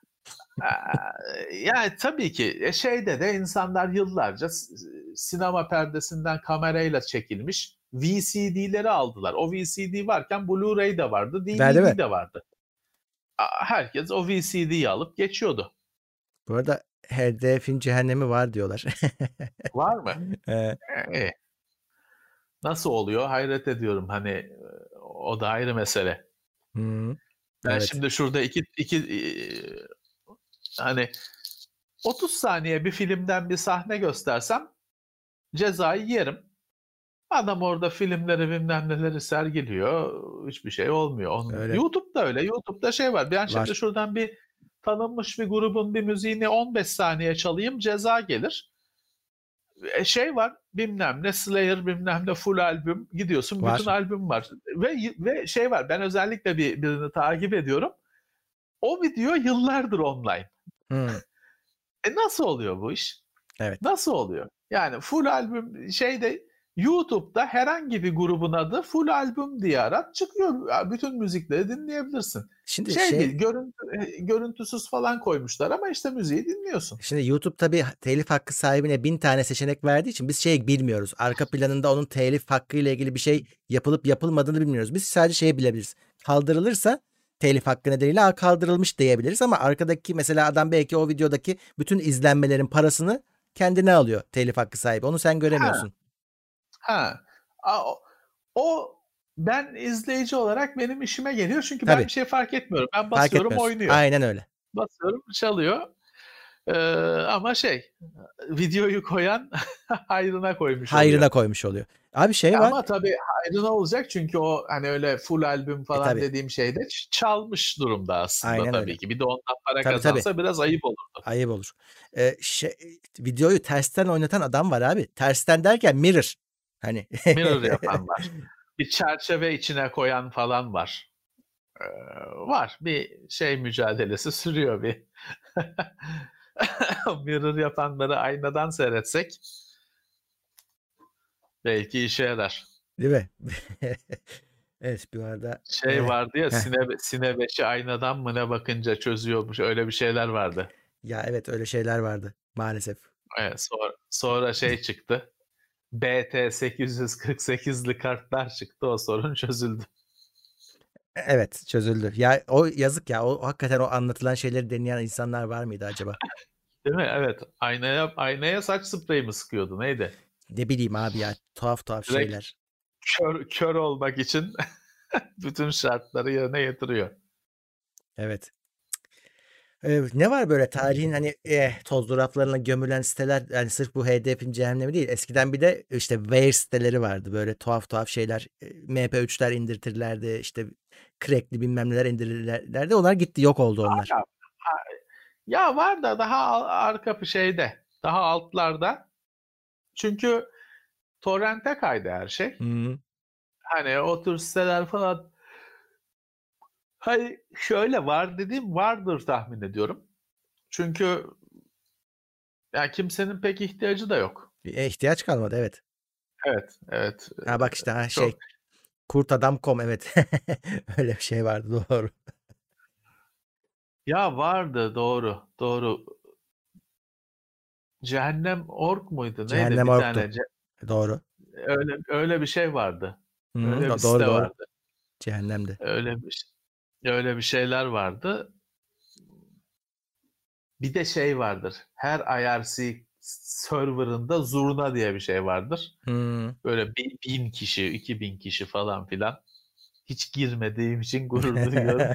Yani tabii ki şeyde de insanlar yıllarca sinema perdesinden kamerayla çekilmiş VCD'leri aldılar. O VCD varken Blu-ray de vardı, Değil mi? DVD de vardı. Herkes o VCD'yi alıp geçiyordu. Bu arada HDF'in cehennemi var diyorlar. Var mı? Ee, Nasıl oluyor? Hayret ediyorum. Hani o da ayrı mesele. Ben evet. şimdi şurada hani 30 saniye bir filmden bir sahne göstersem cezayı yerim. Adam orada filmleri bilmem neleri sergiliyor. Hiçbir şey olmuyor. Öyle. YouTube'da öyle. YouTube'da şey var. Ben şimdi Var. şuradan bir tanınmış bir grubun bir müziğini 15 saniye çalayım, ceza gelir. Şey var, bilmem ne Slayer, bilmem ne full albüm, gidiyorsun bütün Var. albüm var. Ve şey var, ben özellikle birini takip ediyorum. O video yıllardır online. Nasıl oluyor bu iş? Evet. Nasıl oluyor? Yani full albüm şeyde, YouTube'da herhangi bir grubun adı full albüm diye arat çıkıyor. Bütün müzikleri dinleyebilirsin. Şimdi Şey değil, görüntüsüz falan koymuşlar ama işte müziği dinliyorsun. Şimdi YouTube tabii telif hakkı sahibine 1000 tane seçenek verdiği için biz bilmiyoruz. Arka planında onun telif hakkı ile ilgili bir şey yapılıp yapılmadığını bilmiyoruz. Biz sadece şeyi bilebiliriz. Kaldırılırsa telif hakkı nedeniyle kaldırılmış diyebiliriz ama arkadaki mesela adam belki o videodaki bütün izlenmelerin parasını kendine alıyor telif hakkı sahibi. Onu sen Ha, göremiyorsun. ha. O ben izleyici olarak benim işime geliyor çünkü ben Tabii. bir şey fark etmiyorum. Ben Fark basıyorum, etmiyorsun. oynuyor. Aynen öyle. Basıyorum, çalıyor. Ama videoyu koyan hayrına koymuş oluyor. Hayrına koymuş oluyor. Abi şey var. Ama tabii hayrına olacak çünkü o hani öyle full albüm falan Tabii. dediğim şeyde çalmış durumda aslında Aynen öyle. tabii ki. Bir de ondan para Tabii. kazansa biraz ayıp olurdu. Ayıp olur. Videoyu tersten oynatan adam var abi. Tersten derken mirror. Hani Mirror yapan var. Bir çerçeve içine koyan falan var. Var. Bir mücadelesi sürüyor bir. Mirror yapanları aynadan seyretsek belki işe yarar. değil mi? Evet bu arada Vardı ya, Sine 5'i aynadan mı ne bakınca çözüyormuş. Öyle bir şeyler vardı. ya evet öyle şeyler vardı maalesef. Evet, sonra çıktı. BT848'li kartlar çıktı. O sorun çözüldü. Evet çözüldü. Ya o yazık ya. O hakikaten o anlatılan şeyleri deneyen insanlar var mıydı acaba? Değil mi? Evet. Aynaya saç spreyi mi sıkıyordu? Neydi? Ne bileyim abi ya tuhaf tuhaf Direkt şeyler. kör olmak için bütün şartları yerine getiriyor. Evet. Ne var böyle tarihin hani tozlu raflarına gömülen siteler yani sırf bu HDP'nin cehennemi değil. Eskiden bir de işte Ware siteleri vardı böyle tuhaf tuhaf şeyler. MP3'ler indirtirlerdi işte crackli bilmem neler indirirlerdi. Onlar gitti yok oldu onlar. Hala, ya var da daha arka bir şeyde. Daha altlarda. Çünkü torrente kaydı her şey. Hı. Hani o tür siteler falan, hani şöyle var dediğim vardır tahmin ediyorum. Çünkü yani kimsenin pek ihtiyacı da yok. İhtiyaç kalmadı evet. Evet, evet. Ha bak işte ha Çok. kurtadam.com evet. Öyle bir şey vardı doğru. Ya vardı, doğru, doğru. Cehennem.org muydu? Neydi? Cehennem Bir orktu. tane Doğru. öyle bir şey vardı. Hı, Öyle bir doğru site doğru. vardı. Cehennemdi. Öyle bir şeyler vardı. Bir de vardır. Her IRC serverında zurna diye bir şey vardır. Hı. Böyle 1000 kişi, 2000 kişi falan filan. Hiç girmediğim için gurur duyuyorum.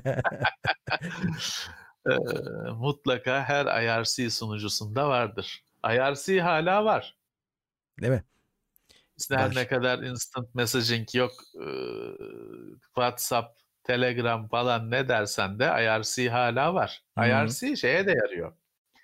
Mutlaka her IRC sunucusunda vardır. IRC hala var. Değil mi? Her ne Var. kadar instant messaging yok, WhatsApp, Telegram falan ne dersen de IRC hala var. Hı. IRC şeye de yarıyor.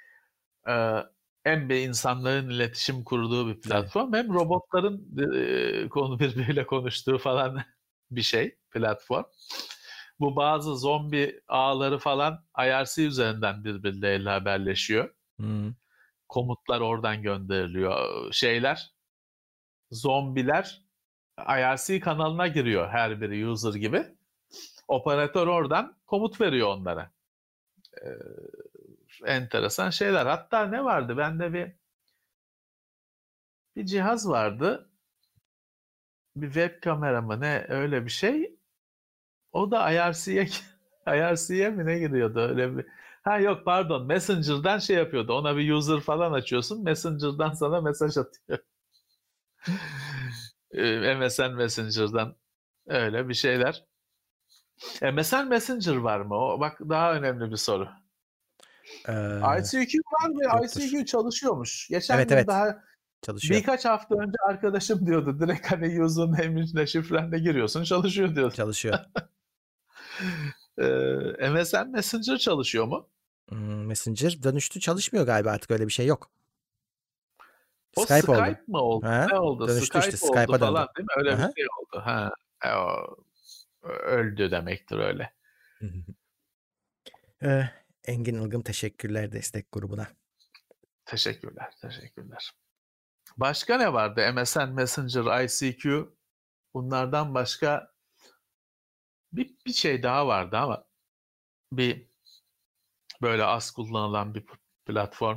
Hem bir insanların iletişim kurduğu bir Tabii. platform, hem robotların birbiriyle konuştuğu falan bir şey, platform. Bu bazı zombi ağları falan IRC üzerinden birbirleriyle haberleşiyor. Komutlar oradan gönderiliyor. Zombiler IRC kanalına giriyor her biri user gibi. Operatör oradan komut veriyor onlara. Enteresan şeyler. Hatta ne vardı? Bende bir cihaz vardı. Bir web kamera mı ne öyle bir şey. O da IRC'ye mi ne giriyordu öyle bir. Ha yok pardon, Messenger'dan şey yapıyordu. Ona bir user falan açıyorsun. Messenger'dan sana mesaj atıyor. MSN Messenger'dan öyle bir şeyler. MSN Messenger var mı? O bak daha önemli bir soru. ICQ var ve yoktur. ICQ çalışıyormuş. Geçen Evet, gün evet. daha Çalışıyor. birkaç hafta önce arkadaşım diyordu. Direkt hani username'inle şifrenle giriyorsun çalışıyor diyordu. Çalışıyor. MSN Messenger çalışıyor mu? Messenger dönüştü, çalışmıyor galiba, artık öyle bir şey yok. O Skype oldu. Skype mı oldu? Ha? Ne oldu? Dönüştü Skype işte, oldu Skype'a döndü. falan değil mi? Öyle Aha. bir şey oldu. Ha. O öldü demektir öyle. Engin Ilgım teşekkürler destek grubuna. Teşekkürler. Başka ne vardı? MSN Messenger, ICQ. Bunlardan başka bir şey daha vardı ama bir böyle az kullanılan bir platform.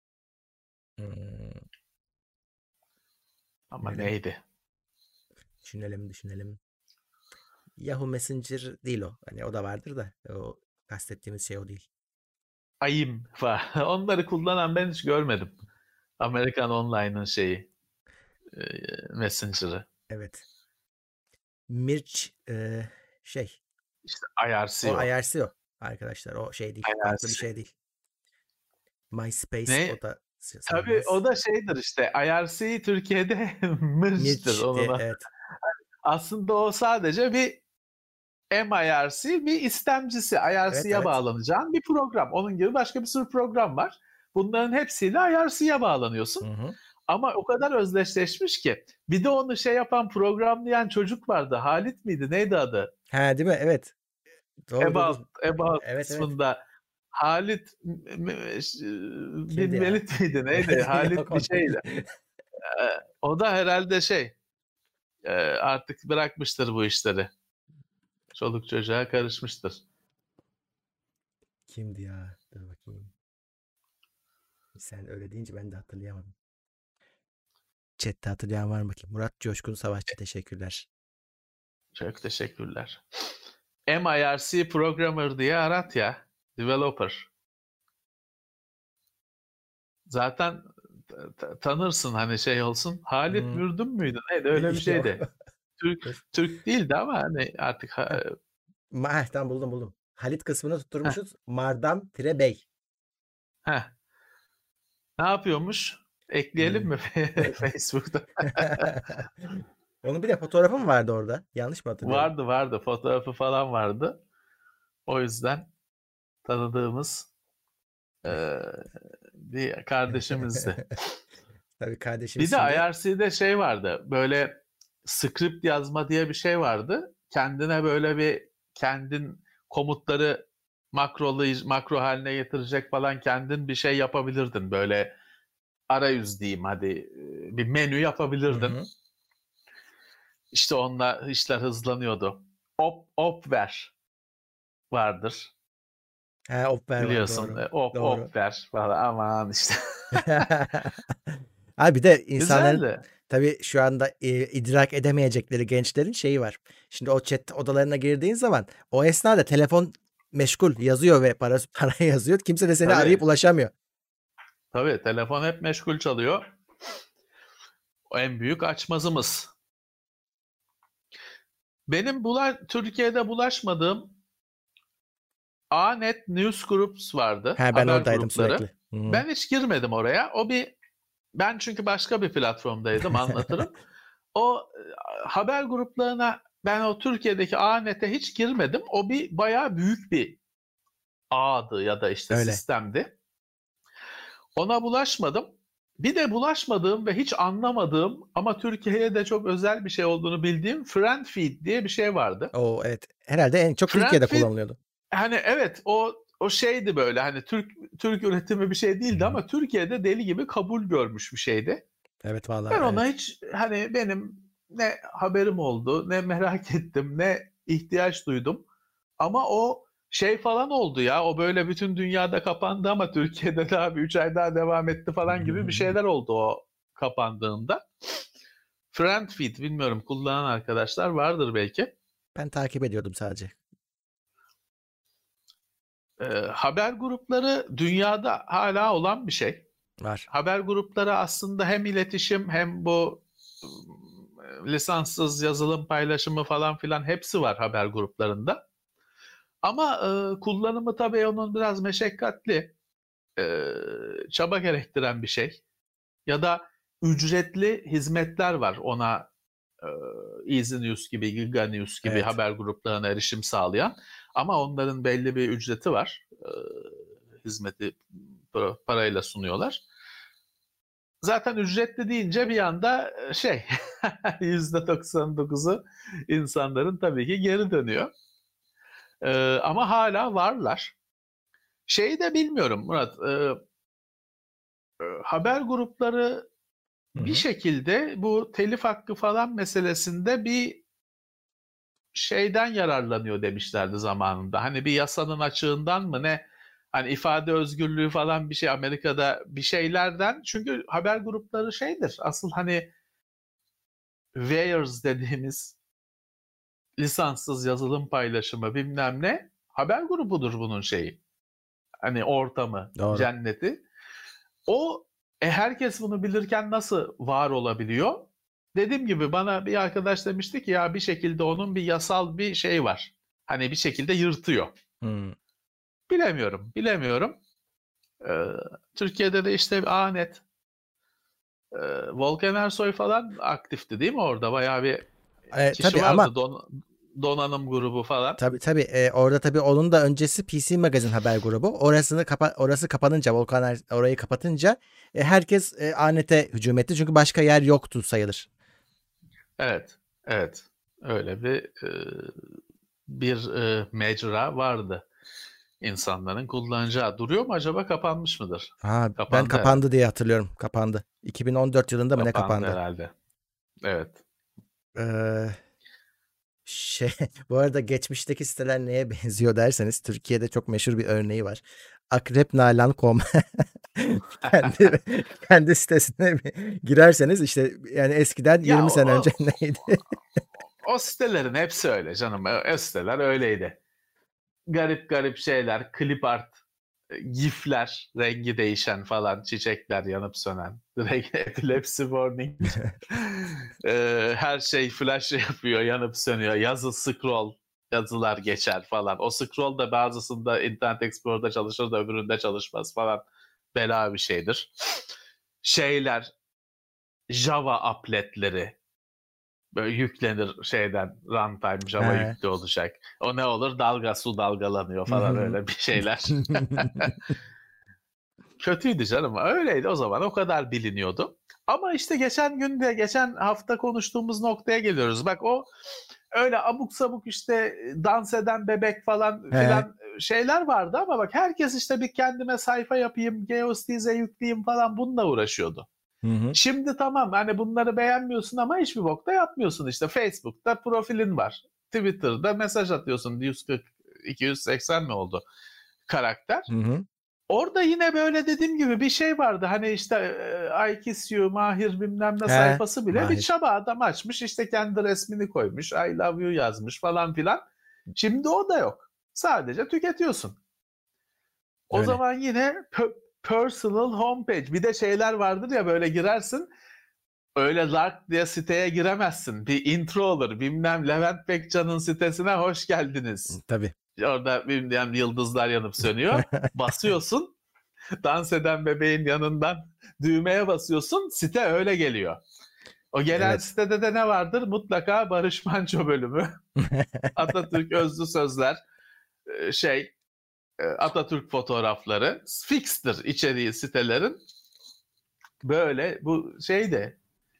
Ama neydi? Düşünelim. Yahoo Messenger değil o. Hani o da vardır da o kastettiğimiz şey o değil. AIM var. Onları kullanan ben hiç görmedim. Amerikan Online'ın Messenger'ı. Evet. Mirç İşte IRC o IRC o arkadaşlar, o şey değil. IRC. Farklı bir şey değil. MySpace o da sayılmaz. Tabii o da şeydir işte. IRC Türkiye'de Mirç'tir onun. Evet. Aslında o sadece bir MIRC, bir istemcisi. IRC'ye Evet. bağlanacağın bir program. Onun gibi başka bir sürü program var. Bunların hepsiyle IRC'ye bağlanıyorsun. Hı. Ama o kadar özdeşleşmiş ki. Bir de onu yapan, programlayan çocuk vardı. Halit miydi? Neydi adı? Ha, değil mi? Evet. Doğru. About Evet. kısmında. Halit Kimdi ya? Melit miydi? Neydi? Halit bir şeydi. O da herhalde artık bırakmıştır bu işleri. Çoluk çocuğa karışmıştır. Kimdi ya? Dur bakayım. Sen öyle deyince ben de hatırlayamadım. Chat'te hatırlayan var mı bakayım? Murat Coşkun Savaşçı teşekkürler. Çok teşekkürler. MIRC Programmer diye arat ya. Developer. Zaten tanırsın hani olsun. Halit Mürdüm müydü? Neydi? Öyle bir şeydi. Türk değildi ama hani artık Tamam, buldum. Halit kısmını tutturmuşuz. Mardam-Bey. Ne yapıyormuş? Ekleyelim mi Facebook'ta? Onun bir de fotoğrafı mı vardı orada? Yanlış mı hatırlıyorum? Vardı. Fotoğrafı falan vardı. O yüzden tanıdığımız bir kardeşimizdi. Tabii kardeşimiz. Bir de IRC'de vardı. Böyle script yazma diye bir şey vardı. Kendine böyle kendin komutları makro haline getirecek falan kendin bir şey yapabilirdin. Böyle arayüz diyeyim hadi, bir menü yapabilirdin. Hı. İşte onunla işler hızlanıyordu. Opver vardır. Opver biliyorsun. var, doğru. Opver falan, aman işte. Abi bir de insanların Güzeldi. tabii şu anda idrak edemeyecekleri gençlerin şeyi var. Şimdi o chat odalarına girdiğin zaman o esnada telefon meşgul yazıyor ve para yazıyor. Kimse de seni arayıp ulaşamıyor. Tabii telefon hep meşgul çalıyor. O en büyük açmazımız. Benim Türkiye'de bulaşmadığım A-Net News Groups vardı. Ben haber oradaydım grupları. sürekli. Hı-hı. Ben hiç girmedim oraya. Ben çünkü başka bir platformdaydım, anlatırım. O haber gruplarına, ben o Türkiye'deki A-Net'e hiç girmedim. O bayağı büyük bir ağdı ya da işte sistemdi. Ona bulaşmadım. Bir de bulaşmadığım ve hiç anlamadığım ama Türkiye'ye de çok özel bir şey olduğunu bildiğim Friendfeed diye bir şey vardı. O evet. Herhalde en çok Türkiye'de Friendfeed kullanılıyordu. hani evet o şeydi böyle hani Türk üretimi bir şey değildi ama Türkiye'de deli gibi kabul görmüş bir şeydi. Evet vallahi Ben ona evet. hiç hani benim ne haberim oldu, ne merak ettim, ne ihtiyaç duydum. Ama o şey falan oldu ya, o böyle bütün dünyada kapandı ama Türkiye'de daha bir 3 ay daha devam etti falan gibi bir şeyler oldu o kapandığında. Friendfeed bilmiyorum, kullanan arkadaşlar vardır belki. Ben takip ediyordum sadece. Haber grupları dünyada hala olan bir şey. Var. Haber grupları aslında hem iletişim hem bu lisanssız yazılım paylaşımı falan filan hepsi var haber gruplarında. Ama kullanımı tabii onun biraz meşakkatli, çaba gerektiren bir şey. Ya da ücretli hizmetler var ona, Easy News gibi, Giga News gibi Evet. haber gruplarına erişim sağlayan. Ama onların belli bir ücreti var. Hizmeti parayla sunuyorlar. Zaten ücretli deyince bir anda %99'u insanların tabii ki geri dönüyor. Ama hala varlar. Şeyi de bilmiyorum Murat. Haber grupları bir şekilde bu telif hakkı falan meselesinde bir şeyden yararlanıyor demişlerdi zamanında. Hani bir yasanın açığından mı ne? Hani ifade özgürlüğü falan bir şey Amerika'da bir şeylerden. Çünkü haber grupları şeydir. Asıl hani wires dediğimiz lisanssız yazılım paylaşımı bilmem ne haber grubudur bunun şeyi. Hani ortamı, Doğru. cenneti. O herkes bunu bilirken nasıl var olabiliyor? Dediğim gibi bana bir arkadaş demişti ki ya bir şekilde onun bir yasal bir şey var. Hani bir şekilde yırtıyor. Hmm. Bilemiyorum. Türkiye'de de işte Anet, Volkan Ersoy falan aktifti değil mi orada? Bayağı bir kişi Tabii ama vardı, donanım grubu falan. tabii orada tabii onun da öncesi PC Magazine haber grubu. Orası kapanınca orayı kapatınca herkes Anet'e hücum etti. Çünkü başka yer yoktu sayılır. Evet. Öyle bir mecra vardı. İnsanların kullanacağı. Duruyor mu acaba, kapanmış mıdır? Ben Kapandı herhalde. kapandı diye hatırlıyorum. Kapandı. 2014 yılında mı ne Kapandı kapandı? herhalde. Evet. Ee, Şey, bu arada geçmişteki siteler neye benziyor derseniz Türkiye'de çok meşhur bir örneği var. Akrepnalan.com kendi kendi sitesine girerseniz işte yani eskiden Ya 20 sene önce neydi? o sitelerin hepsi öyle canım. O siteler öyleydi. Garip garip şeyler, clip art, gifler, rengi değişen falan, çiçekler yanıp sönen. Direkt epilepsy warning. Her şey flash yapıyor, yanıp sönüyor. Yazı scroll, yazılar geçer falan. O scroll da bazısında Internet Explorer'da çalışır da öbüründe çalışmaz falan. Bela bir şeydir. Şeyler, Java appletleri böyle yüklenir şeyden, runtime Java He. yüklü olacak. O ne olur? Su dalgalanıyor Hı falan, hı. öyle bir şeyler. Kötüydü canım. Öyleydi o zaman. O kadar biliniyordu. Ama işte geçen hafta konuştuğumuz noktaya geliyoruz. Bak o öyle abuk sabuk işte dans eden bebek falan He. filan şeyler vardı ama bak herkes işte bir kendime sayfa yapayım, GeoCities yükleyeyim falan bununla uğraşıyordu. Hı hı. Şimdi tamam hani bunları beğenmiyorsun ama hiçbir bokta yapmıyorsun işte. Facebook'ta profilin var. Twitter'da mesaj atıyorsun. 140 280 mi oldu karakter? Hı hı. Orada yine böyle dediğim gibi bir şey vardı. Hani işte I Kiss You, Mahir bilmem ne He. sayfası bile bir Mahir. çaba, adam açmış işte kendi resmini koymuş. I love you yazmış falan filan. Şimdi o da yok. Sadece tüketiyorsun. O Öyle. zaman yine personal homepage. Bir de şeyler vardır ya, böyle girersin. Öyle lark diye siteye giremezsin. Bir intro olur. Bilmem Levent Bekcan'ın sitesine hoş geldiniz. Tabii. Orada bilmem yıldızlar yanıp sönüyor. Basıyorsun. Dans eden bebeğin yanından düğmeye basıyorsun. Site öyle geliyor. O gelen Evet. sitede de ne vardır? Mutlaka Barış Manço bölümü. Atatürk özlü sözler. Atatürk fotoğrafları. Fixtir içeriği sitelerin. Böyle bu şeydi,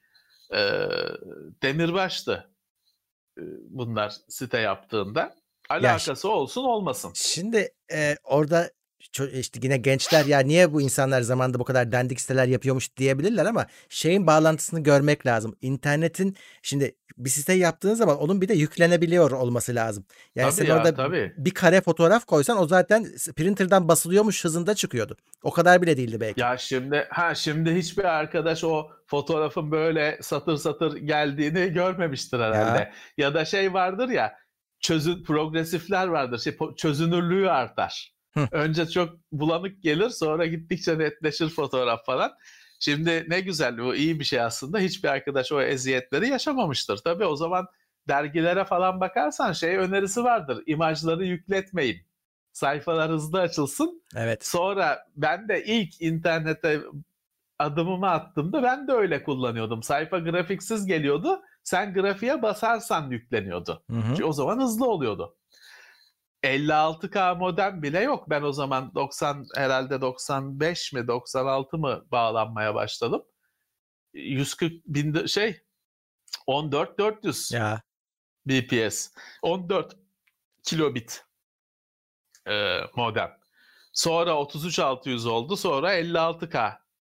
Demirbaş'tı bunlar site yaptığında. Ya Alakası olsun olmasın. şimdi orada işte yine gençler ya niye bu insanlar zamanında bu kadar dandik siteler yapıyormuş diyebilirler ama şeyin bağlantısını görmek lazım. İnternetin şimdi bir site yaptığın zaman onun bir de yüklenebiliyor olması lazım. Yani Tabii sen ya, orada tabii. bir kare fotoğraf koysan o zaten printer'dan basılıyormuş hızında çıkıyordu. O kadar bile değildi belki. Ya şimdi hiçbir arkadaş o fotoğrafın böyle satır satır geldiğini görmemiştir herhalde. Ya. Ya da şey vardır ya, progresifler vardır. Çözünürlüğü artar. Hı. Önce çok bulanık gelir, sonra gittikçe netleşir fotoğraf falan. Şimdi ne güzel, bu iyi bir şey aslında. Hiçbir arkadaş o eziyetleri yaşamamıştır. Tabii o zaman dergilere falan bakarsan şey önerisi vardır. İmajları yükletmeyin. Sayfalar hızlı açılsın. Evet. Sonra ben de ilk internete adımımı attığımda ben de öyle kullanıyordum. Sayfa grafiksiz geliyordu. Sen grafiğe basarsan yükleniyordu. Hı hı. Çünkü o zaman hızlı oluyordu. 56K modem bile yok. Ben o zaman herhalde 95 mi 96 mı bağlanmaya başladım. 140 bin 14400 Ya. bps. 14 kilobit modem. Sonra 33600 oldu. Sonra 56K.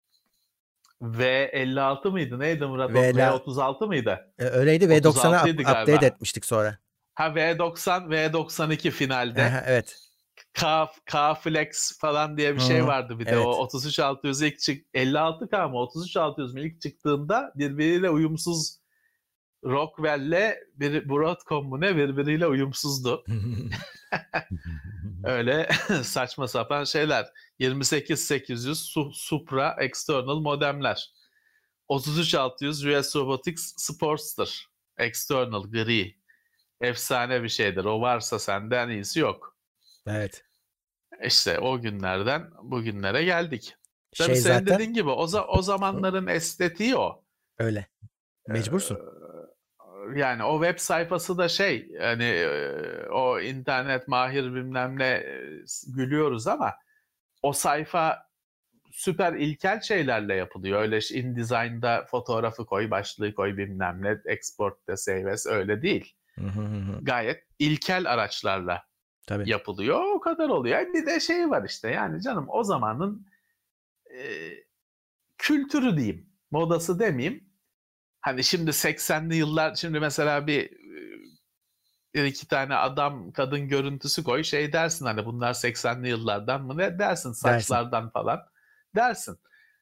V56 mıydı? Neydi Murat? V36 mıydı? Öyleydi. V90'a 36'ydı update galiba. etmiştik sonra. Ha, V90, V92 finalde. Aha, evet. K Flex falan diye bir şey vardı bir de. Evet. O 33600 ilk 56K mı 33600 mi ilk çıktığında birbiriyle uyumsuz, Rockwell'le Broadcom mu ne birbiriyle uyumsuzdu. Öyle saçma sapan şeyler. 28800 Supra external modemler. 33600 US Robotics Sportster external gri. Efsane bir şeydir. O varsa senden iyisi yok. Evet. İşte o günlerden bugünlere geldik. Tabii Şey senin zaten dediğin gibi o zamanların estetiği o. öyle. Mecbursun. Yani o web sayfası da hani o internet mahir bilmem ne gülüyoruz ama o sayfa süper ilkel şeylerle yapılıyor. Öyle InDesign'da fotoğrafı koy, başlığı koy bilmem ne, export'ta save as, öyle değil. Gayet ilkel araçlarla Tabii. yapılıyor. O kadar oluyor. Bir de şey var işte, yani canım o zamanın kültürü diyeyim. Modası demeyeyim. Hani şimdi 80'li yıllar, şimdi mesela bir iki tane adam kadın görüntüsü koy, şey dersin hani bunlar 80'li yıllardan mı ne dersin, saçlardan falan dersin.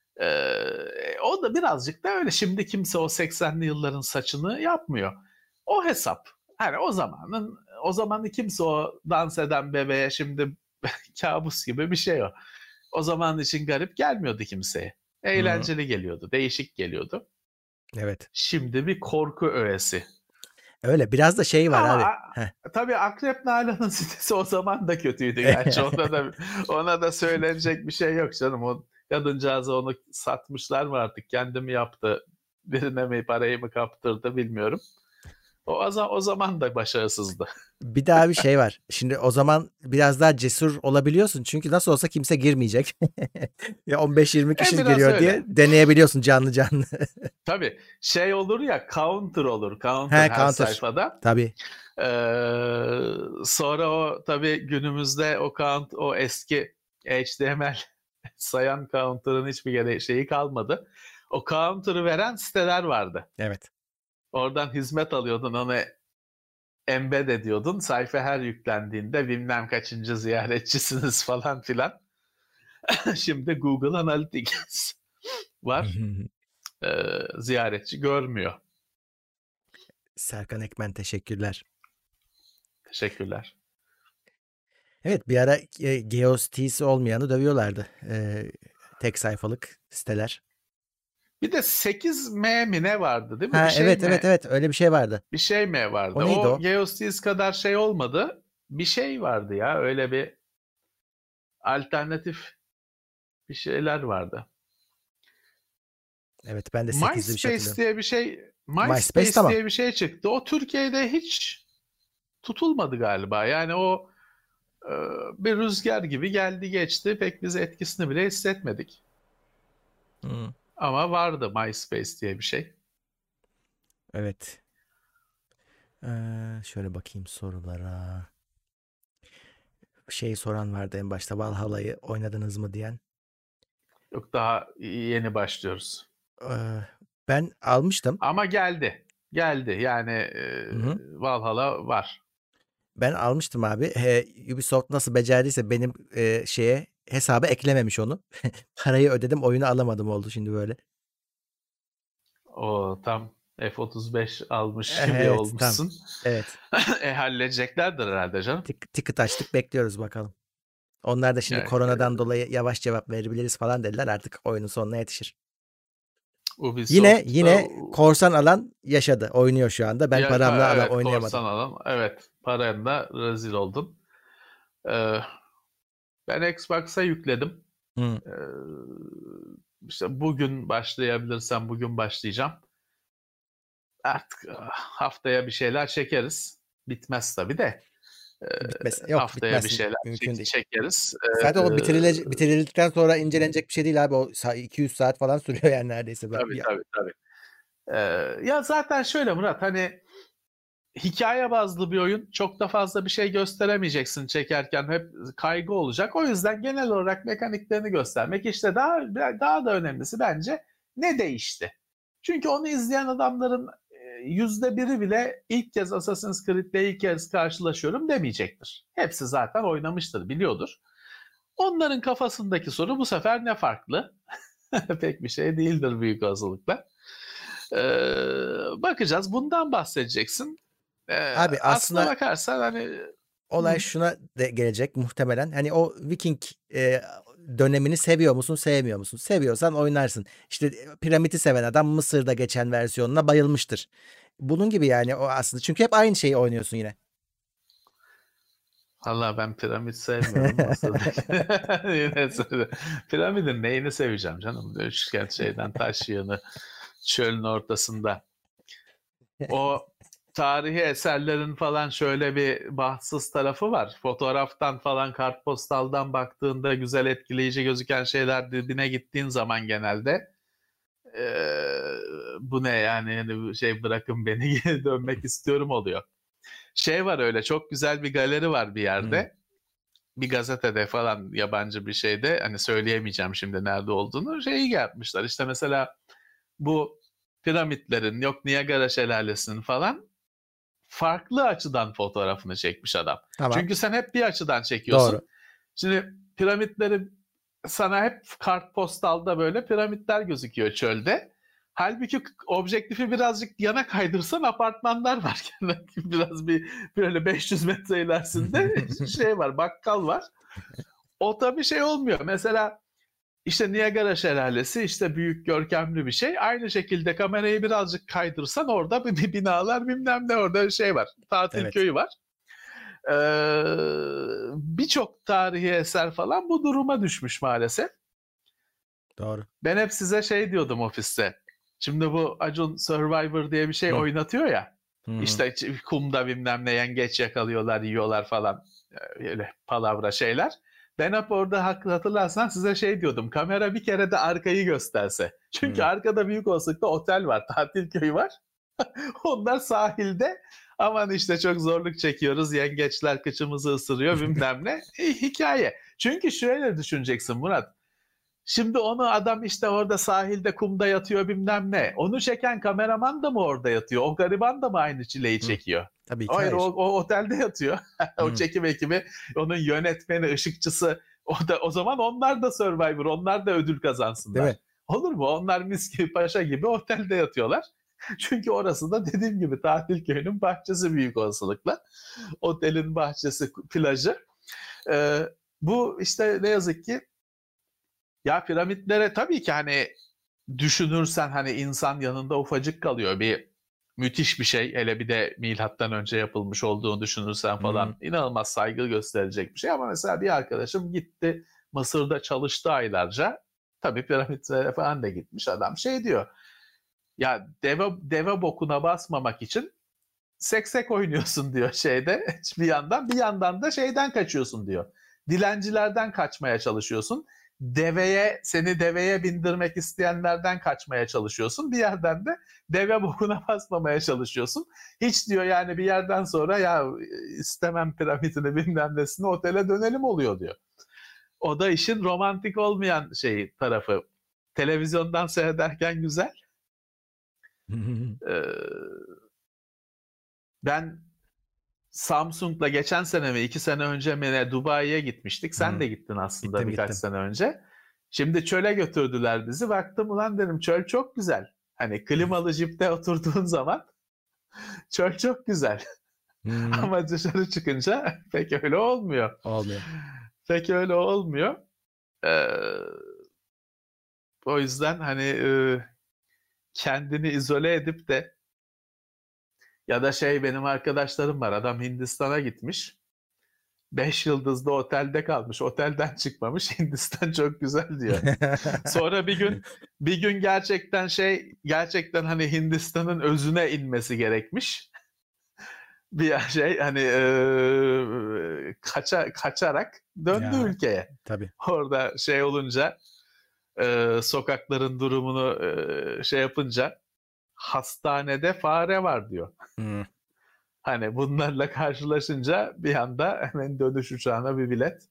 O da birazcık da öyle. Şimdi kimse o 80'li yılların saçını yapmıyor. O hesap. Hani o zamanı kimse o dans eden bebeğe şimdi kabus gibi bir şey o. O zaman için garip gelmiyordu kimseye. Eğlenceli geliyordu, değişik geliyordu. Evet. Şimdi bir korku öğesi. Öyle. Biraz da şey var abi. Tabii Akrep Nalan'ın sitesi o zaman da kötüydü gerçi. Ona da söylenecek bir şey yok canım. O kadıncağızı onu satmışlar mı artık? Kendi mi yaptı? Birine mi parayı mı kaptırdı bilmiyorum. O zaman da başarısızdı. Bir daha bir şey var. Şimdi o zaman biraz daha cesur olabiliyorsun. Çünkü nasıl olsa kimse girmeyecek. Ya 15-20 kişi giriyor diye deneyebiliyorsun canlı canlı. Tabii şey olur ya, counter olur. Counter her sayfada. Tabii. Sonra o tabii günümüzde o eski HTML sayan counter'ın hiçbir şeyi kalmadı. O counter'ı veren siteler vardı. Evet. Oradan hizmet alıyordun, onu embed ediyordun. Sayfa her yüklendiğinde bilmem kaçıncı ziyaretçisiniz falan filan. Şimdi Google Analytics var. Ziyaretçi görmüyor. Serkan Ekmen teşekkürler. Teşekkürler. Evet, bir ara GeoCities olmayanı dövüyorlardı. Tek sayfalık siteler. Bir de 8M mi ne vardı değil mi? Ha, bir şey evet mi? evet öyle bir şey vardı. Bir şey mi vardı? O neydi o? GeoCities kadar şey olmadı. Bir şey vardı ya, öyle bir alternatif bir şeyler vardı. Evet, ben de 8'li bir şey hatırlıyorum. diye bir şey, MySpace tamam. diye bir şey çıktı. O Türkiye'de hiç tutulmadı galiba. Yani o bir rüzgar gibi geldi geçti. Pek biz etkisini bile hissetmedik. Ama vardı MySpace diye bir şey. Evet. Şöyle bakayım sorulara. Şeyi soran vardı en başta, Valhalla'yı oynadınız mı diyen. Yok, daha yeni başlıyoruz. Ee, Ben almıştım. Ama geldi. Geldi. Yani Hı hı. Valhalla var. Ben almıştım abi. Ubisoft nasıl becerdiyse benim şeye hesaba eklememiş onu. Parayı ödedim, oyunu alamadım oldu şimdi böyle. O tam F-35 almış gibi Evet, tam. olmuşsun. Evet. Halledeceklerdir herhalde canım. Ticket açtık, bekliyoruz bakalım. Onlar da şimdi Yani, koronadan dolayı yavaş cevap verebiliriz falan dediler. Artık oyunun sonuna yetişir. Yine Ubisoft yine korsan alan yaşadı. Oynuyor şu anda. Ben paramla evet, oynayamadım. korsan alan. Evet, parayla rezil oldun. Ee, Ben Xbox'a yükledim. Hı. Ee, işte bugün başlayabilirsem bugün başlayacağım. Artık haftaya bir şeyler çekeriz. Bitmez tabii de. Bitmez. Yok, Haftaya bir bitmez. şeyler Mümkün değil. çekeriz. Zaten o bitirildikten sonra incelenecek bir şey değil abi. O 200 saat falan sürüyor yani neredeyse. Tabii, tabii, tabii. Ya zaten şöyle Murat, hani hikaye bazlı bir oyun, çok da fazla bir şey gösteremeyeceksin çekerken, hep kaygı olacak. O yüzden genel olarak mekaniklerini göstermek, işte daha da önemlisi bence ne değişti. Çünkü onu izleyen adamların %1'i bile ilk kez Assassin's Creed'le ilk kez karşılaşıyorum demeyecektir. Hepsi zaten oynamıştır, biliyordur. Onların kafasındaki soru bu sefer ne farklı? Pek bir şey değildir büyük olasılıkla. Bakacağız. Bundan bahsedeceksin. Abi Aslına aslında bakarsan hani olay şuna de gelecek muhtemelen. Hani o Viking dönemini seviyor musun, sevmiyor musun? Seviyorsan oynarsın. İşte piramidi seven adam Mısır'da geçen versiyonuna bayılmıştır. Bunun gibi yani o aslında. Çünkü hep aynı şeyi oynuyorsun yine. valla ben piramit sevmiyorum. Mısır'daki yine söyle. Piramidin neyini seveceğim canım? Üçgen şeyden, taş yığını, çölün ortasında. O tarihi eserlerin falan şöyle bir bahtsız tarafı var. Fotoğraftan falan, kartpostaldan baktığında güzel, etkileyici gözüken şeyler dibine gittiğin zaman genelde bu ne yani, şey, bırakın beni geri dönmek istiyorum oluyor. Şey var, öyle çok güzel bir galeri var bir Hmm. yerde. Bir gazetede falan, yabancı bir şeyde, hani söyleyemeyeceğim şimdi nerede olduğunu, şeyi yapmışlar. İşte mesela bu piramitlerin, yok Niagara Şelalesi'nin falan farklı açıdan fotoğrafını çekmiş adam. Tamam. Çünkü sen hep bir açıdan çekiyorsun. Doğru. Şimdi piramitleri sana hep kartpostalda böyle piramitler gözüküyor çölde. Halbuki objektifi birazcık yana kaydırsan apartmanlar var. Biraz böyle 500 metre ilerisinde şey var, bakkal var. O tabii şey olmuyor. Mesela işte Niagara Şelalesi, işte büyük, görkemli bir şey. Aynı şekilde kamerayı birazcık kaydırsan orada bir binalar, bilmem ne, orada şey var. Tatil Evet. köyü var. Birçok tarihi eser falan bu duruma düşmüş maalesef. Doğru. Ben hep size şey diyordum ofiste. Şimdi bu Acun Survivor diye bir şey Hı. oynatıyor ya. Hı hı. İşte kumda bilmem ne yengeç yakalıyorlar, yiyorlar falan. Öyle palavra şeyler. Ben hep orada, hatırlarsan, size şey diyordum. Kamera bir kere de arkayı gösterse. Çünkü Hı. arkada büyük olasılıkla otel var, tatil köyü var. Onlar sahilde, aman işte çok zorluk çekiyoruz, yengeçler kıçımızı ısırıyor bilmem ne. Hikaye. Çünkü şöyle düşüneceksin Murat. Şimdi onu adam işte orada sahilde kumda yatıyor bilmem ne. Onu çeken kameraman da mı orada yatıyor? O gariban da mı aynı çileyi Hı. çekiyor? Tabii ki Hayır, hayır. o otelde yatıyor. O Hı. çekim ekibi, onun yönetmeni, ışıkçısı. O zaman onlar da Survivor, onlar da ödül Değil kazansınlar. mi? Olur mu? Onlar mis gibi, paşa gibi otelde yatıyorlar. Çünkü orası da dediğim gibi tatil köyünün bahçesi büyük olasılıkla. Otelin bahçesi, plajı. Ee, Bu işte ne yazık ki, ya piramitlere tabii ki hani düşünürsen, hani insan yanında ufacık kalıyor. Bir müthiş bir şey. Hele bir de milattan önce yapılmış olduğunu düşünürsen Hı. falan, inanılmaz saygı gösterecek bir şey. Ama mesela bir arkadaşım gitti, Mısır'da çalıştı aylarca. Tabii piramitlere falan da gitmiş adam, şey diyor. Ya deve bokuna basmamak için seksek oynuyorsun diyor şeyde bir yandan da şeyden kaçıyorsun diyor. Dilencilerden kaçmaya çalışıyorsun. seni deveye bindirmek isteyenlerden kaçmaya çalışıyorsun. Bir yerden de deve bokuna basmamaya çalışıyorsun. Hiç diyor yani bir yerden sonra ya istemem piramidini bilmem nesini, otele dönelim oluyor diyor. O da işin romantik olmayan tarafı. Televizyondan seyrederken güzel. Ben Samsung'la geçen sene mi 2 sene önce mi Dubai'ye gitmiştik. Sen de gittin aslında birkaç sene önce. Şimdi çöle götürdüler bizi. Baktım ulan dedim çöl çok güzel. Hani klimalı jipte oturduğun zaman çöl çok güzel. Ama dışarı çıkınca pek öyle olmuyor. Pek öyle olmuyor. O yüzden hani kendini izole edip de ya da benim arkadaşlarım var. Adam Hindistan'a gitmiş. 5 yıldızlı otelde kalmış. Otelden çıkmamış. Hindistan çok güzel diyor. Sonra bir gün gerçekten hani Hindistan'ın özüne inmesi gerekmiş. Bir hani kaçarak döndü ülkeye. Tabii. Orada olunca sokakların durumunu yapınca hastanede fare var diyor. Hani bunlarla karşılaşınca bir anda hemen dönüş uçağına bir bilet.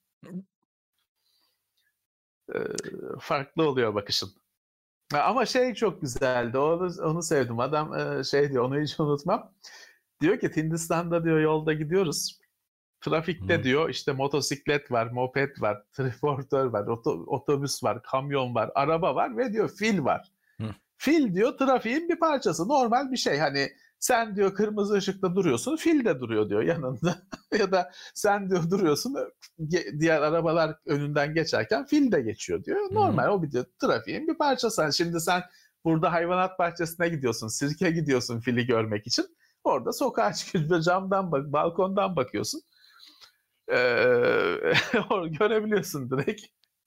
Farklı oluyor bakışın. Ama çok güzeldi. Onu sevdim. Adam diyor, onu hiç unutmam. Diyor ki Hindistan'da diyor yolda gidiyoruz. Trafikte diyor işte motosiklet var, moped var, triportör var, otobüs var, kamyon var, araba var ve diyor fil var. Fil diyor trafiğin bir parçası. Normal bir şey. Hani sen diyor kırmızı ışıkta duruyorsun, fil de duruyor diyor yanında. Ya da sen diyor duruyorsun, diğer arabalar önünden geçerken fil de geçiyor diyor. Normal o bir diyor trafiğin bir parçası. Şimdi sen burada hayvanat bahçesine gidiyorsun, sirke gidiyorsun fili görmek için. Orada sokağa çıkınca camdan balkondan bakıyorsun. Görebiliyorsun direkt.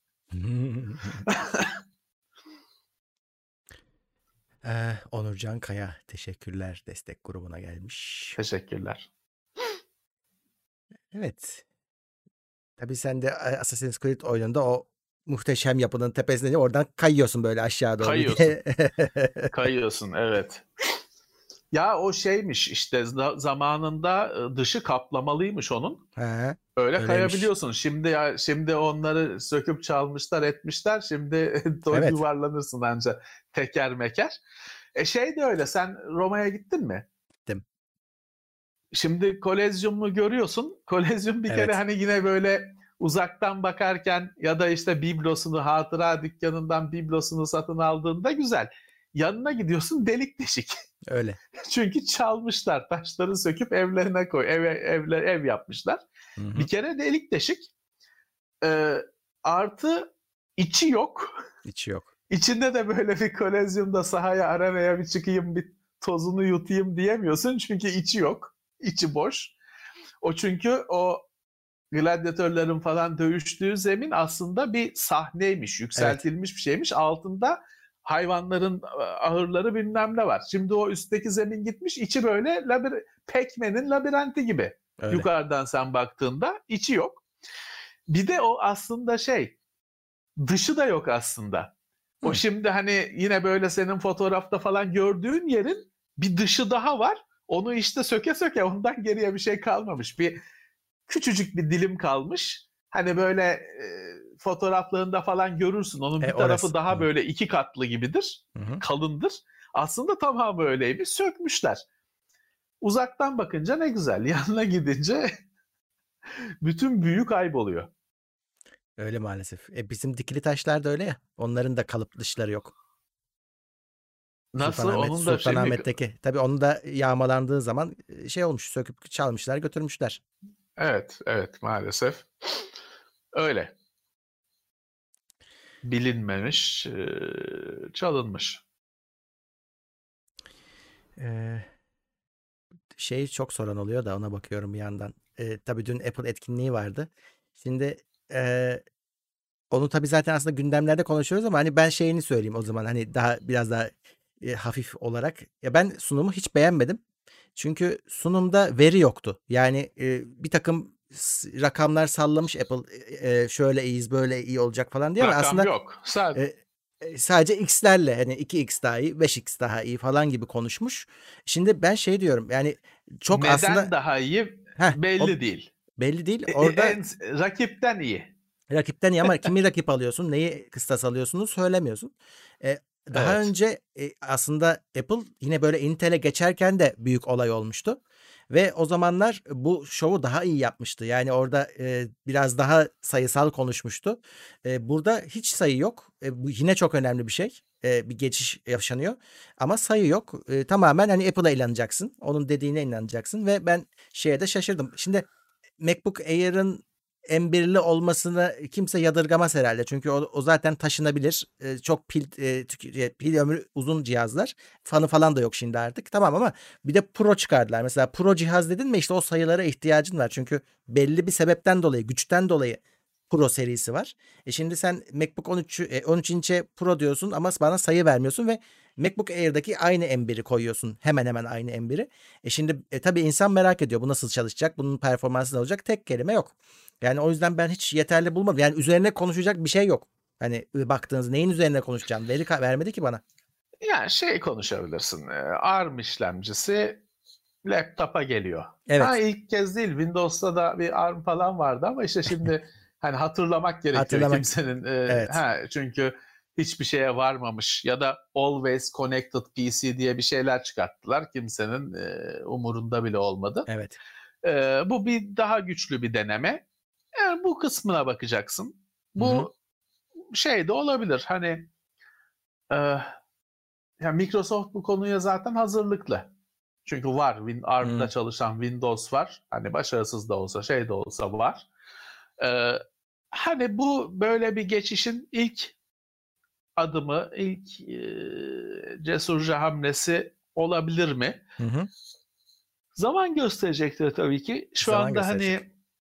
Onurcan Kaya teşekkürler, destek grubuna gelmiş. Teşekkürler. Evet. Tabii sen de Assassin's Creed oyununda o muhteşem yapının tepesinde oradan kayıyorsun böyle aşağı doğru. Kayıyorsun evet. Ya o işte zamanında dışı kaplamalıymış onun. Öyle kayabiliyorsun. Şimdi onları söküp çalmışlar etmişler. Şimdi yuvarlanırsın ancak teker meker. De öyle. Sen Roma'ya gittin mi? Gittim. Şimdi Kolezyum'u görüyorsun. Kolezyum bir kere hani yine böyle uzaktan bakarken ya da işte biblosunu, hatıra dükkanından biblosunu satın aldığında güzel. Yanına gidiyorsun delik deşik. Öyle. Çünkü çalmışlar. Taşları söküp evlerine ev yapmışlar. Hı-hı. Bir kere delik deşik. Artı içi yok. İçi yok. İçinde de böyle bir Kolezyum'da sahaya arenaya bir çıkayım bir tozunu yutayım diyemiyorsun. Çünkü içi yok. İçi boş. Çünkü o gladyatörlerin falan dövüştüğü zemin aslında bir sahneymiş. Yükseltilmiş bir şeymiş. Altında hayvanların ahırları bilmem ne var. Şimdi o üstteki zemin gitmiş. İçi böyle Pac-Man'in labirenti gibi. Öyle. Yukarıdan sen baktığında içi yok. Bir de o aslında dışı da yok aslında. O şimdi hani yine böyle senin fotoğrafta falan gördüğün yerin bir dışı daha var. Onu işte söke söke ondan geriye bir şey kalmamış. Bir küçücük bir dilim kalmış. Hani böyle fotoğraflarında falan görürsün. Onun bir tarafı daha böyle 2 katlı gibidir. Hı-hı. Kalındır. Aslında tamamı öyleymiş. Sökmüşler. Uzaktan bakınca ne güzel. Yanına gidince bütün büyü kayboluyor. Öyle maalesef. Bizim dikili taşlar da öyle ya. Onların da kalıp dışları yok. Nasıl? Onun da Sultanahmet'teki. Tabii onun da yağmalandığı zaman olmuş. Söküp çalmışlar, götürmüşler. Evet maalesef. Öyle. Bilinmemiş, çalınmış. Çok soran oluyor da ona bakıyorum bir yandan. Tabii dün Apple etkinliği vardı. Şimdi onu tabii zaten aslında gündemlerde konuşuyoruz ama hani ben şeyini söyleyeyim o zaman hani biraz daha hafif olarak. Ya ben sunumu hiç beğenmedim. Çünkü sunumda veri yoktu. Yani bir takım rakamlar sallamış Apple, şöyle iyiyiz böyle iyi olacak falan diye, ama Rakam aslında yok. Sadece sadece x'lerle hani 2x daha iyi, 5x daha iyi falan gibi konuşmuş. Şimdi ben şey diyorum yani, çok neden aslında daha iyi o belli değil. belli değil. Orada Rakipten iyi. rakipten iyi, ama kimi rakip alıyorsun, neyi kıstas alıyorsunuz söylemiyorsun. E, Daha Evet. önce aslında Apple yine böyle Intel'e geçerken de büyük olay olmuştu. Ve o zamanlar bu şovu daha iyi yapmıştı. Yani orada biraz daha sayısal konuşmuştu. Burada hiç sayı yok. Bu yine çok önemli bir şey. Bir geçiş yaşanıyor. Ama sayı yok. Tamamen hani Apple'a inanacaksın. Onun dediğine inanacaksın. Ve ben şeye de şaşırdım. Şimdi MacBook Air'ın M1'li olmasını kimse yadırgamaz herhalde. Çünkü o zaten taşınabilir. Çok pil ömrü uzun cihazlar. Fanı falan da yok şimdi artık. Tamam, ama bir de Pro çıkardılar. Mesela Pro cihaz dedin mi, işte o sayılara ihtiyacın var. Çünkü belli bir sebepten dolayı, güçten dolayı Pro serisi var. Şimdi sen MacBook 13 inç'e Pro diyorsun ama bana sayı vermiyorsun ve MacBook Air'daki aynı M1'i koyuyorsun. Hemen hemen aynı M1'i. Şimdi tabii insan merak ediyor. Bu nasıl çalışacak? Bunun performansı ne olacak? Tek kelime yok. Yani o yüzden ben hiç yeterli bulmadım. Yani üzerine konuşacak bir şey yok. Hani baktığınız neyin üzerine konuşacağım? Veri vermedi ki bana. Yani şey konuşabilirsin. ARM işlemcisi laptopa geliyor. Ha, Evet. ilk kez değil. Windows'ta da bir ARM falan vardı ama işte şimdi hani hatırlamak gerekiyor Hatırlamak. kimsenin. Evet. Çünkü hiçbir şeye varmamış ya da Always Connected PC diye bir şeyler çıkarttılar. Kimsenin umurunda bile olmadı. Evet. Bu bir daha güçlü bir deneme. Yani bu kısmına bakacaksın. Hı hı. Bu şey de olabilir. Hani e, yani Microsoft bu konuya zaten hazırlıklı. Çünkü var. ARM'da Hı çalışan Windows var. Hani başarısız da olsa şey de olsa var. Ee, Hani bu böyle bir geçişin ilk adımı, ilk cesurca hamlesi olabilir mi? hı. Hı. Zaman gösterecektir tabii ki. Şu Zaman anda gösterecek. hani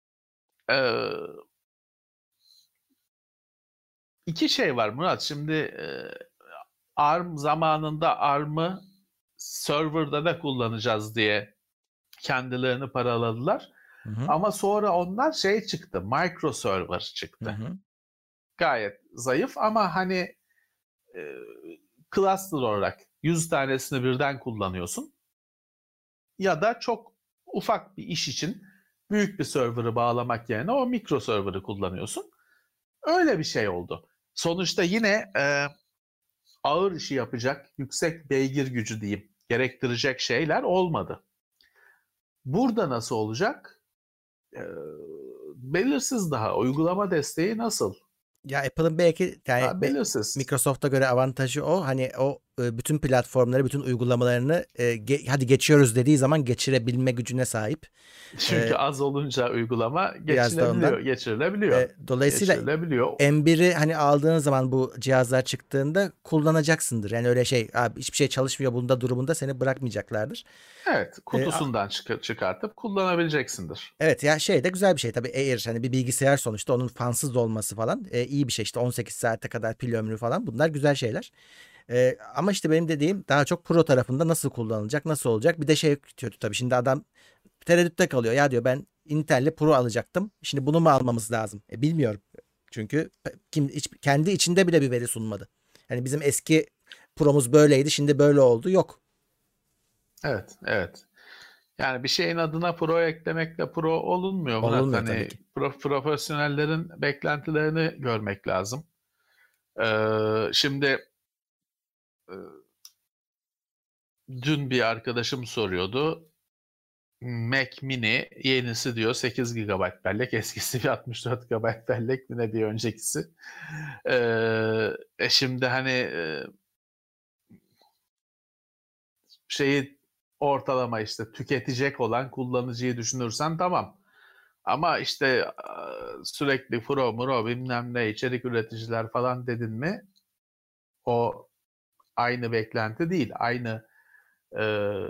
iki şey var Murat. Şimdi ARM zamanında ARM'ı serverda da kullanacağız diye kendilerini paraladılar. Hı hı. Ama sonra onlar şey çıktı, microserver Hı çıktı. hı. Gayet zayıf ama hani e, cluster olarak 100 tanesini birden kullanıyorsun. Ya da çok ufak bir iş için büyük bir server'ı bağlamak yerine o mikro server'ı kullanıyorsun. Öyle bir şey oldu. Sonuçta yine ağır işi yapacak, yüksek beygir gücü diyeyim, gerektirecek şeyler olmadı. Burada nasıl olacak? E, Belirsiz daha. Uygulama desteği nasıl? Ya Apple'ın belki yani Ha, belirsiz. Microsoft'a göre avantajı o. Hani o bütün platformları, bütün uygulamalarını hadi geçiyoruz dediği zaman geçirebilme gücüne sahip. Çünkü E, az olunca uygulama Biraz da ondan. geçirilebiliyor. Dolayısıyla Geçirilebiliyor. M1'i hani aldığın zaman, bu cihazlar çıktığında kullanacaksındır. Yani öyle şey, abi hiçbir şey çalışmıyor bunda durumunda seni bırakmayacaklardır. Evet, E, kutusundan çıkartıp kullanabileceksindir. Evet ya, şey de güzel bir şey tabii, Air hani bir bilgisayar sonuçta, onun fansız olması falan iyi bir şey, işte 18 saate kadar pil ömrü falan, bunlar güzel şeyler. Ama işte benim dediğim daha çok Pro tarafında nasıl kullanılacak, nasıl olacak, bir de şey kötü tabii, şimdi adam tereddütte kalıyor, ya diyor ben Intel'li Pro alacaktım, şimdi bunu mu almamız lazım, bilmiyorum çünkü kendi içinde bile bir veri sunmadı. Yani bizim eski Pro'muz böyleydi, şimdi böyle oldu, yok. Evet, evet. Yani bir şeyin adına pro eklemekle pro olunmuyor Murat. Olmuyor tabii Hani ki. profesyonellerin beklentilerini görmek lazım. Şimdi e, dün bir arkadaşım soruyordu. Mac Mini yenisi diyor 8 GB bellek, eskisi bir 64 GB bellek mi ne bir öncekisi. Şimdi hani şeyi ortalama işte tüketecek olan kullanıcıyı düşünürsen tamam. Ama işte sürekli pro muro bilmem ne içerik üreticiler falan dedin mi o aynı beklenti değil. Aynı e,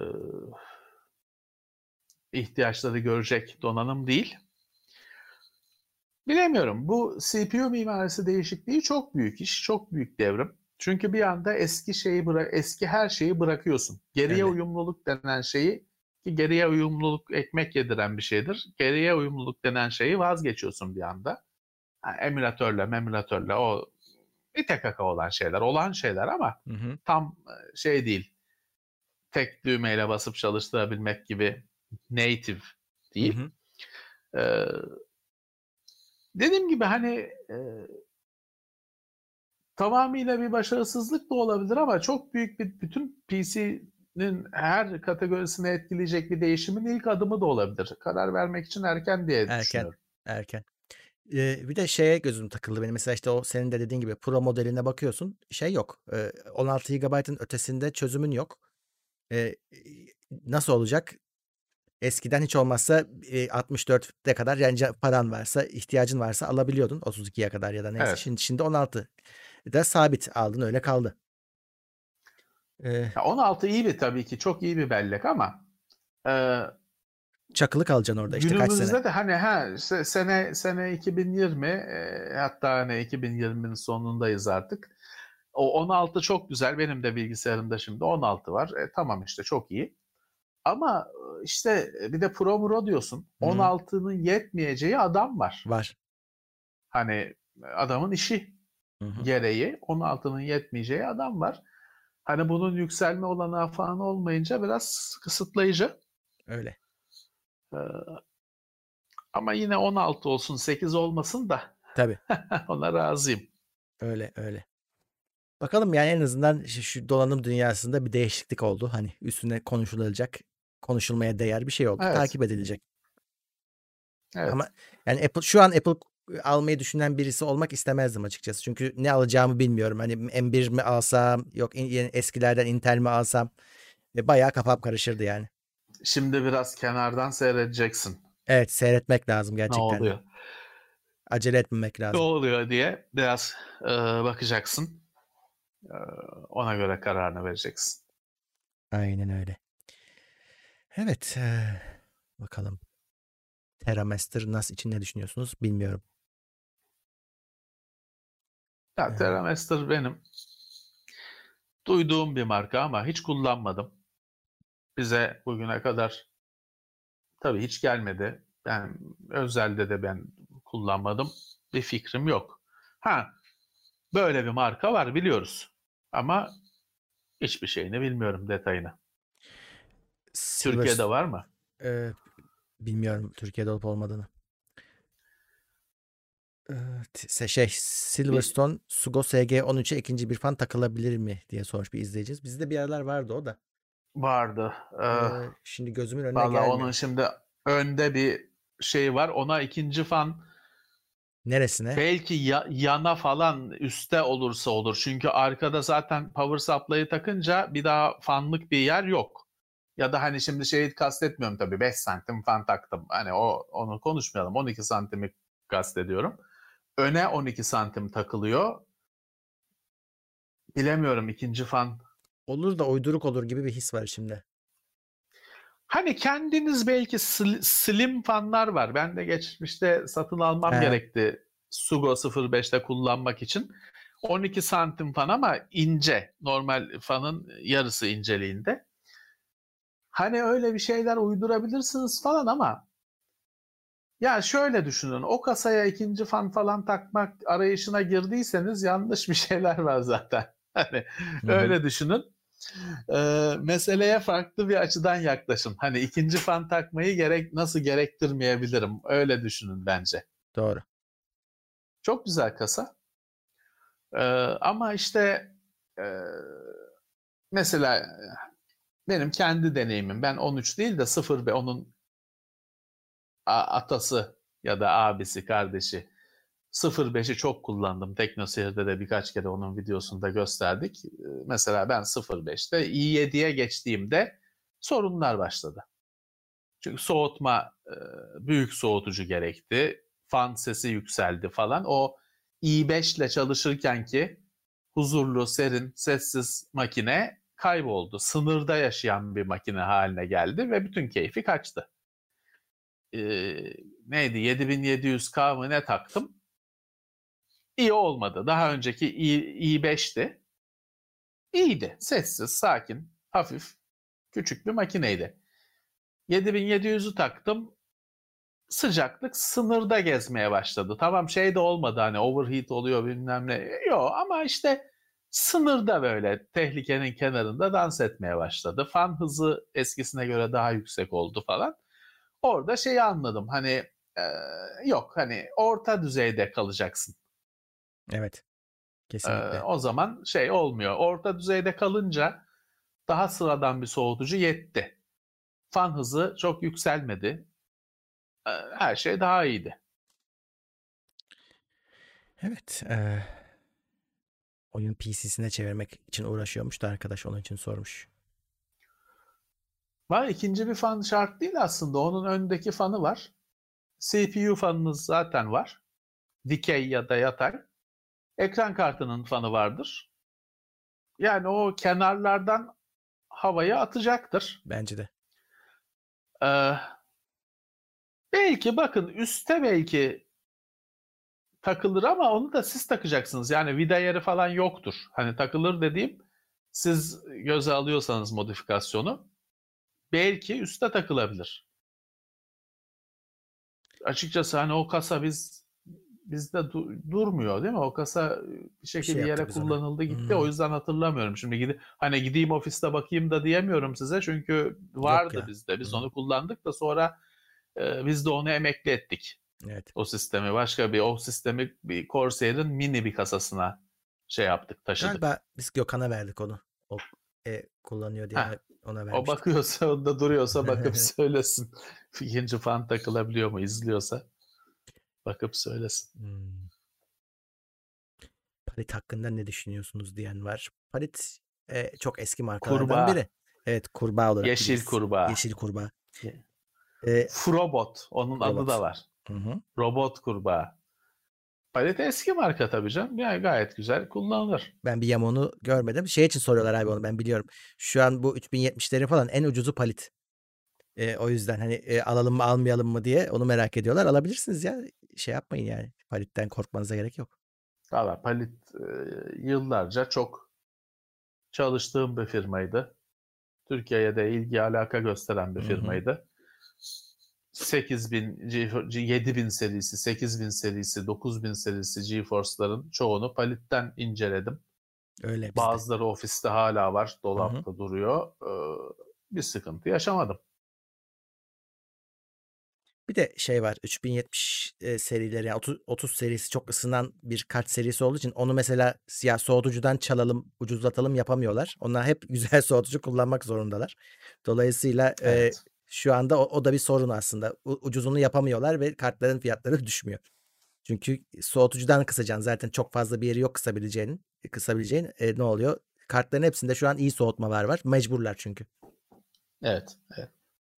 ihtiyaçları görecek donanım değil. Bilemiyorum. Bu CPU mimarisi değişikliği çok büyük iş, çok büyük devrim. Çünkü bir anda eski her şeyi bırakıyorsun. Geriye Öyle. uyumluluk denen şeyi ki geriye uyumluluk ekmek yediren bir şeydir. Geriye uyumluluk denen şeyi vazgeçiyorsun bir anda. Ha, emülatörle o ite kaka olan şeyler ama Hı hı. tam şey değil. Tek düğmeyle basıp çalıştırabilmek gibi native Hı değil. hı. Ee, Dediğim gibi hani tamamıyla bir başarısızlık da olabilir ama çok büyük bir bütün PC'nin her kategorisini etkileyecek bir değişimin ilk adımı da olabilir. Karar vermek için erken diye Erken. düşünüyorum. Erken. Bir de şeye gözüm takıldı benim. Mesela işte o senin de dediğin gibi Pro modeline bakıyorsun. Şey yok. 16 GB'ın ötesinde çözümün yok. Ee, Nasıl olacak? Eskiden hiç olmazsa 64'e kadar yani paran varsa, ihtiyacın varsa alabiliyordun 32'ye kadar ya da neyse. Evet. Şimdi 16 da sabit aldın öyle kaldı. Ee, Ya 16 iyi bir tabii ki çok iyi bir bellek ama e, Çakılı kalacaksın orada işte kaç sene. günümüzde de hani sene 2020 hatta hani 2020'nin sonundayız artık. O 16 çok güzel. Benim de bilgisayarımda şimdi 16 var. Tamam işte çok iyi. Ama işte bir de Pro diyorsun. Hı, 16'nın yetmeyeceği adam var. var. Hani adamın işi Hı hı, gereği 16'nın yetmeyeceği adam var. Hani bunun yükselme olanağı falan olmayınca biraz kısıtlayıcı. öyle. Ee, Ama yine 16 olsun 8 olmasın da Tabii. ona razıyım. Öyle öyle. Bakalım yani en azından şu donanım dünyasında bir değişiklik oldu. Hani üstüne konuşulacak, konuşulmaya değer bir şey oldu. Evet, Takip edilecek. Ama evet. yani şu an Apple almayı düşünen birisi olmak istemezdim açıkçası. Çünkü ne alacağımı bilmiyorum. Hani M1 mi alsam, yok eskilerden Intel mi alsam. Bayağı kafam karışırdı yani. Şimdi biraz kenardan seyredeceksin. Evet, seyretmek lazım Ne gerçekten de. oluyor? Acele etmemek Ne lazım. oluyor diye biraz bakacaksın. E, Ona göre kararını vereceksin. Aynen öyle. Evet, bakalım. TerraMaster NAS için ne düşünüyorsunuz bilmiyorum. Ya Eee, TerraMaster benim duyduğum bir marka ama hiç kullanmadım. Bize bugüne kadar tabii hiç gelmedi. Ben özelde de ben kullanmadım. Bir fikrim yok. Ha, böyle bir marka var biliyoruz. Ama hiçbir şeyini bilmiyorum detayını. Türkiye'de Silver, var mı? eee, bilmiyorum Türkiye'de olup olmadığını. Bir Silverstone Sugo SG13'e ikinci bir fan takılabilir mi diye sormuş bir izleyicimiz. Bizde bir aralar vardı o da. vardı. Şimdi gözümün önüne Valla onun gelmiyor. şimdi önde bir şey var. Ona ikinci fan Neresine? belki yana falan üste olursa olur. Çünkü arkada zaten power supply'ı takınca bir daha fanlık bir yer yok. Ya da hani şimdi şeyi kastetmiyorum tabii 5 santim fan taktım. Hani onu konuşmayalım. 12 santimi kastediyorum. Öne 12 santim takılıyor. Bilemiyorum ikinci fan. Olur da uyduruk olur gibi bir his var şimdi. Hani kendiniz belki slim fanlar var. Ben de geçmişte satın almam He, gerekti Sugo 05'te kullanmak için. 12 santim fan ama ince. Normal fanın yarısı inceliğinde. Hani öyle bir şeyler uydurabilirsiniz falan ama ya şöyle düşünün. O kasaya ikinci fan falan takmak arayışına girdiyseniz yanlış bir şeyler var zaten. Hani hı hı, öyle düşünün. Meseleye farklı bir açıdan yaklaşın. Hani ikinci fan takmayı nasıl gerektirmeyebilirim? Öyle düşünün bence. doğru. Çok güzel kasa. Ee, Ama işte e, mesela benim kendi deneyimim. Ben 13 değil de 0 ve onun atası ya da abisi, kardeşi 05'i çok kullandım. TeknoSeyir'de de birkaç kere onun videosunu da gösterdik. Mesela ben 05'te i7'ye geçtiğimde sorunlar başladı. Çünkü soğutma büyük soğutucu gerekti. Fan sesi yükseldi falan. O i5 ile çalışırken ki huzurlu, serin, sessiz makine kayboldu. Sınırda yaşayan bir makine haline geldi ve bütün keyfi kaçtı. E, Neydi? 7700K mı ne taktım? İyi olmadı. Daha önceki i5'ti. İyiydi. Sessiz, sakin, hafif, küçük bir makineydi. 7700'ü taktım. Sıcaklık sınırda gezmeye başladı. Tamam şey de olmadı hani overheat oluyor bilmem ne. Yok ama işte sınırda böyle tehlikenin kenarında dans etmeye başladı. Fan hızı eskisine göre daha yüksek oldu falan. Orada şeyi anladım hani e, yok hani orta düzeyde kalacaksın. Evet. Kesinlikle. O zaman şey olmuyor. Orta düzeyde kalınca daha sıradan bir soğutucu yetti. Fan hızı çok yükselmedi. Her şey daha iyiydi. Evet. Oyun PC'sine çevirmek için uğraşıyormuş da arkadaş onun için sormuş. Var ikinci bir fan şart değil aslında. Onun önündeki fanı var. CPU fanınız zaten var. Dikey ya da yatay. Ekran kartının fanı vardır. Yani o kenarlardan havaya atacaktır. Bence de. Ee, belki bakın üstte belki takılır ama onu da siz takacaksınız. Yani vida yeri falan yoktur. Hani takılır dediğim siz göze alıyorsanız modifikasyonu belki üstte takılabilir. Açıkçası hani o kasa bizde durmuyor değil mi? O kasa bir Bir şey şekilde yaptık yere biz ona. kullanıldı gitti. O yüzden hatırlamıyorum. Şimdi hani gideyim ofiste bakayım da diyemiyorum size. Çünkü Yok vardı ya. bizde. Biz Hı. onu kullandık da sonra biz de onu emekli ettik. Evet. O sistemi o sistemi bir Corsair'in mini bir kasasına şey yaptık, taşıdık. Galiba biz Gökhan'a verdik onu. O kullanıyor diye Heh, ona o vermiştik. bakıyorsa, onda duruyorsa bakıp söylesin. İkinci fan takılabiliyor mu, izliyorsa bakıp söylesin. Hmm. Palit hakkında ne düşünüyorsunuz diyen var. Palit çok eski markalardan biri. Kurbağa, Evet, kurbağa olarak yeşil biliriz. kurbağa. Yeşil kurbağa. E, Frobot, onun adı da robot. var. Hı hı. Robot kurbağa. Palette eski marka tabii canım. Yani gayet güzel kullanılır. Ben bir yamuğunu görmedim. Şey için soruyorlar abi onu ben biliyorum. Şu an bu 3070'lerin falan en ucuzu palit. O yüzden hani alalım mı almayalım mı diye onu merak ediyorlar. Alabilirsiniz ya. Şey yapmayın yani. Palitten korkmanıza gerek yok. Valla Palit yıllarca çok çalıştığım bir firmaydı. Türkiye'ye de ilgi alaka gösteren bir Hı hı. firmaydı. 8000, 7000 serisi, 8000 serisi, 9000 serisi GeForce'ların çoğunu Palit'ten inceledim. Öyle bizde. Bazıları ofiste hala var, Hı hı. dolapta duruyor. Bir sıkıntı yaşamadım. Bir de şey var 3070 serileri yani 30 serisi çok ısınan bir kart serisi olduğu için onu mesela siyah soğutucudan çalalım ucuzlatalım yapamıyorlar. Onlar hep güzel soğutucu kullanmak zorundalar. Dolayısıyla Evet. şu anda o da bir sorun aslında. Ucuzunu yapamıyorlar ve kartların fiyatları düşmüyor. Çünkü soğutucudan kısacaksın zaten çok fazla bir yeri yok kısabileceğin ne oluyor? Kartların hepsinde şu an iyi soğutmalar var. Mecburlar çünkü. Evet. Evet.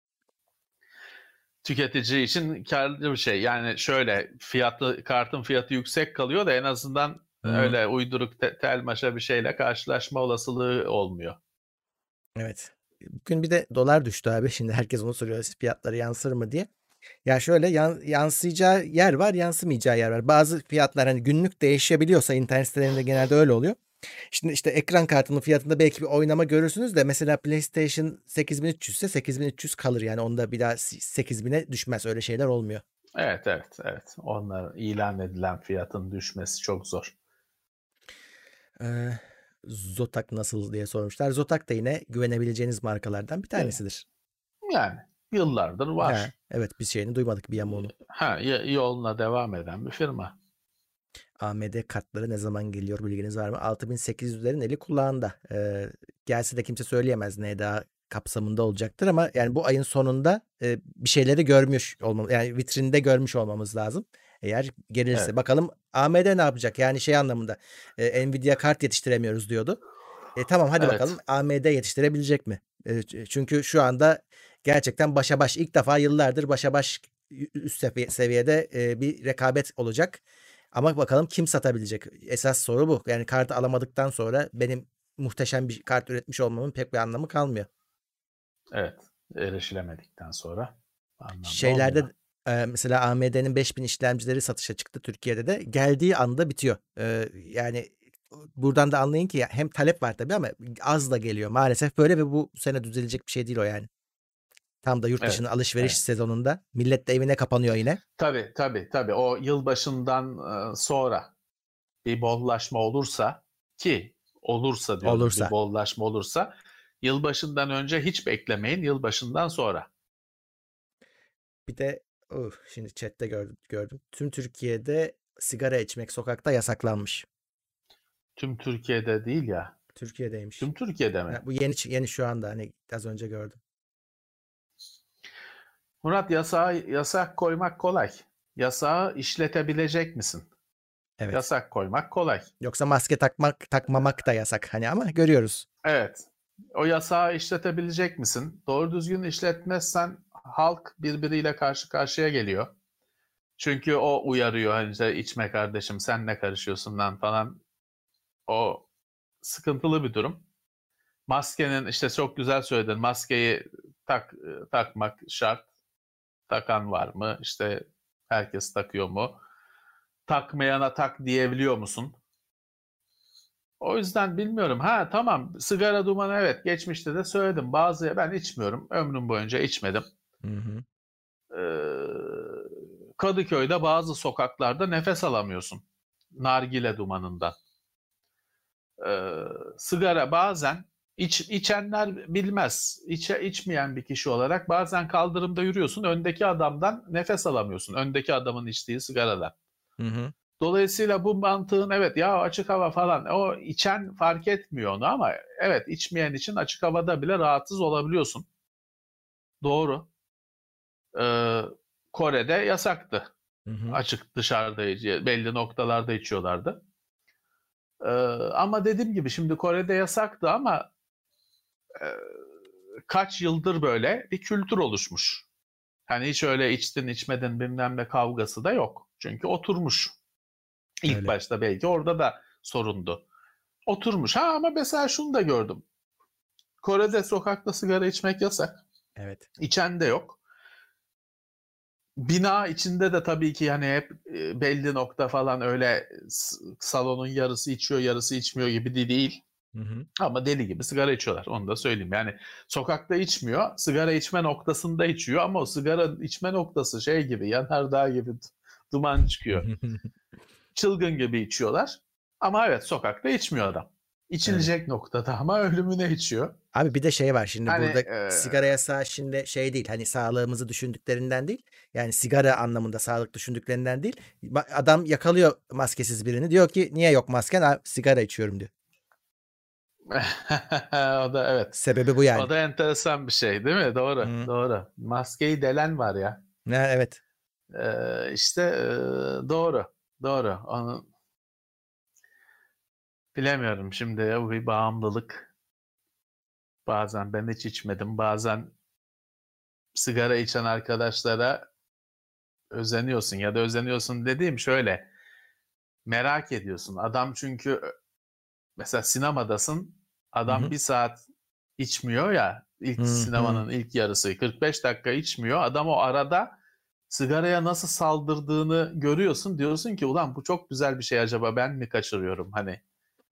Tüketici için karlı bir şey. Yani şöyle kartın fiyatı yüksek kalıyor da en azından Hmm. öyle uyduruk tel maşa bir şeyle karşılaşma olasılığı olmuyor. Evet. Bugün bir de dolar düştü abi. Şimdi herkes onu soruyor. Fiyatları yansır mı diye. Ya şöyle yansıyacağı yer var, yansımayacağı yer var. Bazı fiyatlar hani günlük değişebiliyorsa internet sitelerinde genelde öyle oluyor. Şimdi işte ekran kartının fiyatında belki bir oynama görürsünüz de mesela PlayStation 8300 ise 8300 kalır yani onda bir daha 8000'e düşmez. Öyle şeyler olmuyor. Evet, evet, evet. Onlar ilan edilen fiyatın düşmesi çok zor. Ee, Zotac nasıl diye sormuşlar. Zotac da yine güvenebileceğiniz markalardan bir Evet. tanesidir. Yani yıllardır Ha, var. evet biz şeyini duymadık bir yamuğunu. Yoluna devam eden bir firma. AMD kartları ne zaman geliyor bilginiz var mı? 6800'lerin eli kulağında. Gelse de kimse söyleyemez ne daha kapsamında olacaktır ama yani bu ayın sonunda bir şeyleri görmüş olmamız yani vitrinde görmüş olmamız lazım. Eğer gelirse Evet, bakalım AMD ne yapacak? Yani şey anlamında Nvidia kart yetiştiremiyoruz diyordu. Tamam hadi bakalım evet, AMD yetiştirebilecek mi? Çünkü şu anda gerçekten başa baş ilk defa yıllardır başa baş üst seviyede bir rekabet olacak. Ama bakalım kim satabilecek? Esas soru bu. Yani kartı alamadıktan sonra benim muhteşem bir kart üretmiş olmamın pek bir anlamı kalmıyor. evet. Erişilemedikten sonra anlamlı olmuyor. Şeylerde mesela AMD'nin 5000 işlemcileri satışa çıktı Türkiye'de de. Geldiği anda bitiyor. Yani buradan da anlayın ki hem talep var tabii ama az da geliyor. Maalesef böyle ve bu sene düzelecek bir şey değil o yani. Tam da yurt Evet, dışının alışveriş evet. sezonunda. Millet de evine kapanıyor yine. Tabii. O yılbaşından sonra bir bollaşma olursa, ki olursa diyorum, bir Olursa. bollaşma olursa, yılbaşından önce hiç beklemeyin, yılbaşından sonra. Bir de şimdi chatte gördüm. Tüm Türkiye'de sigara içmek sokakta yasaklanmış. Tüm Türkiye'de değil ya. Türkiye'deymiş. Tüm Türkiye'de mi? Ha, bu yeni şu anda, hani az önce gördüm. Murat, yasak koymak kolay. Yasağı işletebilecek misin? Evet. Yasak koymak kolay. Yoksa maske takmamak da yasak hani, ama görüyoruz. Evet. O yasağı işletebilecek misin? Doğru düzgün işletmezsen halk birbiriyle karşı karşıya geliyor. Çünkü o uyarıyor, hani işte içme kardeşim, sen ne karışıyorsun lan falan. O sıkıntılı bir durum. Maskenin, işte çok güzel söyledin, maskeyi takmak şart. Takan var mı? İşte herkes takıyor mu? Takmayana tak diyebiliyor musun? O yüzden bilmiyorum. Ha tamam, sigara dumanı, evet, geçmişte de söyledim. Ben içmiyorum. Ömrüm boyunca içmedim. Hı hı. Kadıköy'de bazı sokaklarda nefes alamıyorsun nargile dumanından. Sigara bazen içenler bilmez. İçmeyen bir kişi olarak bazen kaldırımda yürüyorsun, öndeki adamdan nefes alamıyorsun. Öndeki adamın içtiği sigaradan. Hı hı. Dolayısıyla bu mantığın, evet ya açık hava falan, o içen fark etmiyor onu, ama evet, içmeyen için açık havada bile rahatsız olabiliyorsun. Doğru. Kore'de yasaktı. Hı hı. Açık dışarıda belli noktalarda içiyorlardı. Ama dediğim gibi şimdi Kore'de yasaktı, ama e, kaç yıldır böyle bir kültür oluşmuş. Hani hiç öyle içtin içmedin bilmem ne kavgası da yok. Çünkü oturmuş. İlk Öyle. başta belki orada da sorundu. Oturmuş. Ha ama mesela şunu da gördüm. Kore'de sokakta sigara içmek yasak. Evet. İçen de yok. Bina içinde de tabii ki yani hep belli nokta falan, öyle salonun yarısı içiyor yarısı içmiyor gibi de değil. Hı hı. Ama deli gibi sigara içiyorlar. Onu da söyleyeyim. Yani sokakta içmiyor, sigara içme noktasında içiyor, ama o sigara içme noktası şey gibi, yanardağ gibi duman çıkıyor. Çılgın gibi içiyorlar. Ama evet, sokakta içmiyor adam. Öyle. İçilecek noktada ama ölümüne içiyor. Abi bir de şey var şimdi, Hani burada sigara yasağı şimdi şey değil, hani sağlığımızı düşündüklerinden değil, yani sigara anlamında sağlık düşündüklerinden değil. Adam yakalıyor maskesiz birini, diyor ki niye yok masken? Sigara içiyorum diyor. o da evet. Sebebi bu O yani. da enteresan bir şey değil mi? Doğru, Hı. doğru. Maskeyi delen var ya. Evet. İşte doğru, doğru. Onu bilemiyorum şimdi, ya bir bağımlılık. Bazen ben hiç içmedim. Bazen sigara içen arkadaşlara özeniyorsun, ya da özeniyorsun dediğim şöyle, merak ediyorsun. Adam çünkü mesela sinemadasın, Hı adam hı. bir saat içmiyor ya, Hı ilk hı. sinemanın ilk yarısı 45 dakika içmiyor. Adam o arada sigaraya nasıl saldırdığını görüyorsun, diyorsun ki ulan bu çok güzel bir şey, acaba ben mi kaçırıyorum hani.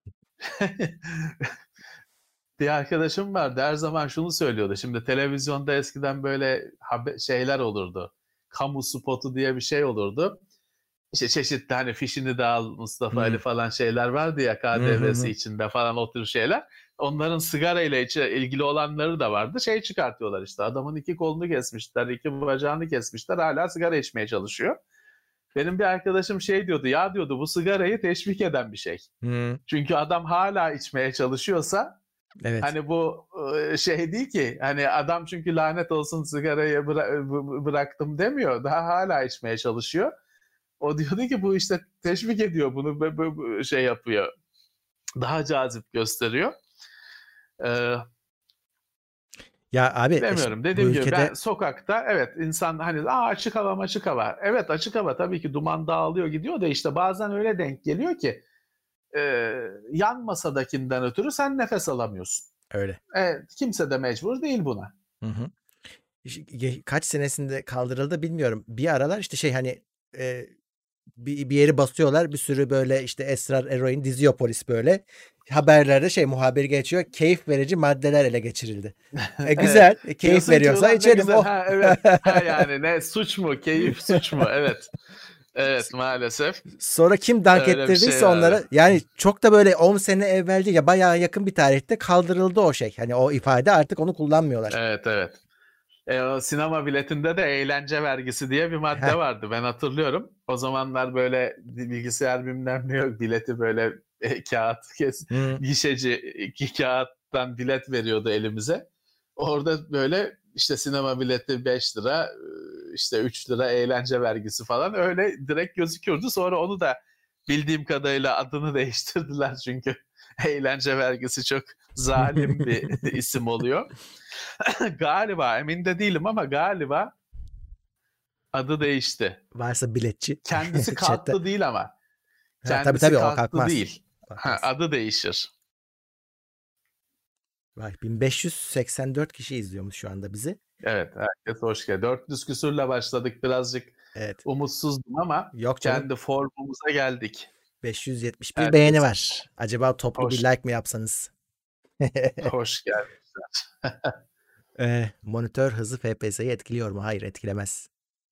Bir arkadaşım vardı, her zaman şunu söylüyordu. Şimdi televizyonda eskiden böyle şeyler olurdu. Kamu spotu diye bir şey olurdu. İşte çeşitli, hani fişini de al Mustafa Ali Hı falan şeyler vardı ya, hı. KDV'si Hı. içinde falan, o tür şeyler. Onların sigara ile ilgili olanları da vardı. Şey çıkartıyorlar işte, adamın iki kolunu kesmişler, iki bacağını kesmişler, hala sigara içmeye çalışıyor. Benim bir arkadaşım şey diyordu, ya diyordu, bu sigarayı teşvik eden bir şey. Hı. Çünkü adam hala içmeye çalışıyorsa, Evet. hani bu şey değil ki, hani adam çünkü lanet olsun sigarayı bıraktım demiyor. Daha hala içmeye çalışıyor. O diyordu ki bu işte teşvik ediyor bunu, şey yapıyor. Daha cazip gösteriyor. Ee, Ya abi Bilemiyorum. bu Dediğim gibi ben ülkede sokakta, evet, insan hani açık hava açık hava. Evet, açık hava tabii ki duman dağılıyor gidiyor da, işte bazen öyle denk geliyor ki e, yan masadakinden ötürü sen nefes alamıyorsun. öyle. Kimse de mecbur değil buna. Hı hı. Kaç senesinde kaldırıldı bilmiyorum. Bir aralar işte şey, hani bir yeri basıyorlar, bir sürü böyle işte esrar eroin diziyor polis böyle. haberlerde muhabir geçiyor. Keyif verici maddeler ele geçirildi. Güzel. Keyif Diyorsun ki, veriyorsa "Ulan ne içerim. güzel." Oh. Ha, evet. Ha, yani ne suç mu? Keyif suç mu? Evet. Evet, maalesef Sonra kim dank öyle bir şey ettirdiyse vardı. onlara, yani çok da böyle 10 sene evvel değil ya, bayağı yakın bir tarihte kaldırıldı o şey. Hani o ifade, artık onu kullanmıyorlar. Evet, evet. O sinema biletinde de eğlence vergisi diye bir madde vardı. Ben hatırlıyorum. O zamanlar böyle bilgisayar bilmem ne yok. Bileti böyle kağıt gişeci kağıttan bilet veriyordu elimize. Orada böyle işte sinema bileti 5 lira, işte 3 lira eğlence vergisi falan, öyle direkt gözüküyordu. Sonra onu da bildiğim kadarıyla adını değiştirdiler çünkü eğlence vergisi çok zalim bir isim oluyor. Galiba, emin de değilim ama galiba adı değişti. Varsa biletçi. Kendisi Chatte. kalktı değil ama. Tabii Kendisi o kalktı kalkmaz. değil. Adı değişir. Vay, 1584 kişi izliyormuş şu anda bizi. Evet, herkes hoş geldin. 400 küsürle başladık, birazcık umutsuzdum ama yok canım, kendi formumuza geldik. 571 herkes beğeni var. Acaba toplu bir like mi yapsanız? Hoş gelmişler. Monitör hızı FPS'yi etkiliyor mu? Hayır, etkilemez.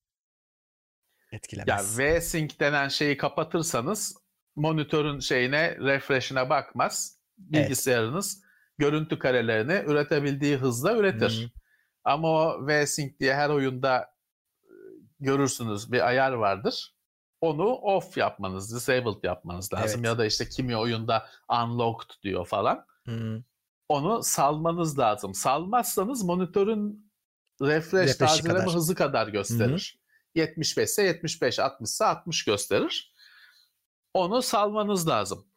Etkilemez. Ya V-Sync denen şeyi kapatırsanız monitörün refresh'ine bakmaz. Bilgisayarınız görüntü karelerini üretebildiği hızla üretir. Ama o V-Sync diye her oyunda görürsünüz bir ayar vardır. Onu off yapmanız, disabled yapmanız lazım. Ya da işte kimi oyunda unlocked diyor falan. Onu salmanız lazım. Salmazsanız monitörün refresh tazeleme hızı kadar gösterir. 75 ise 75, 60 ise 60 gösterir. Onu salmanız lazım.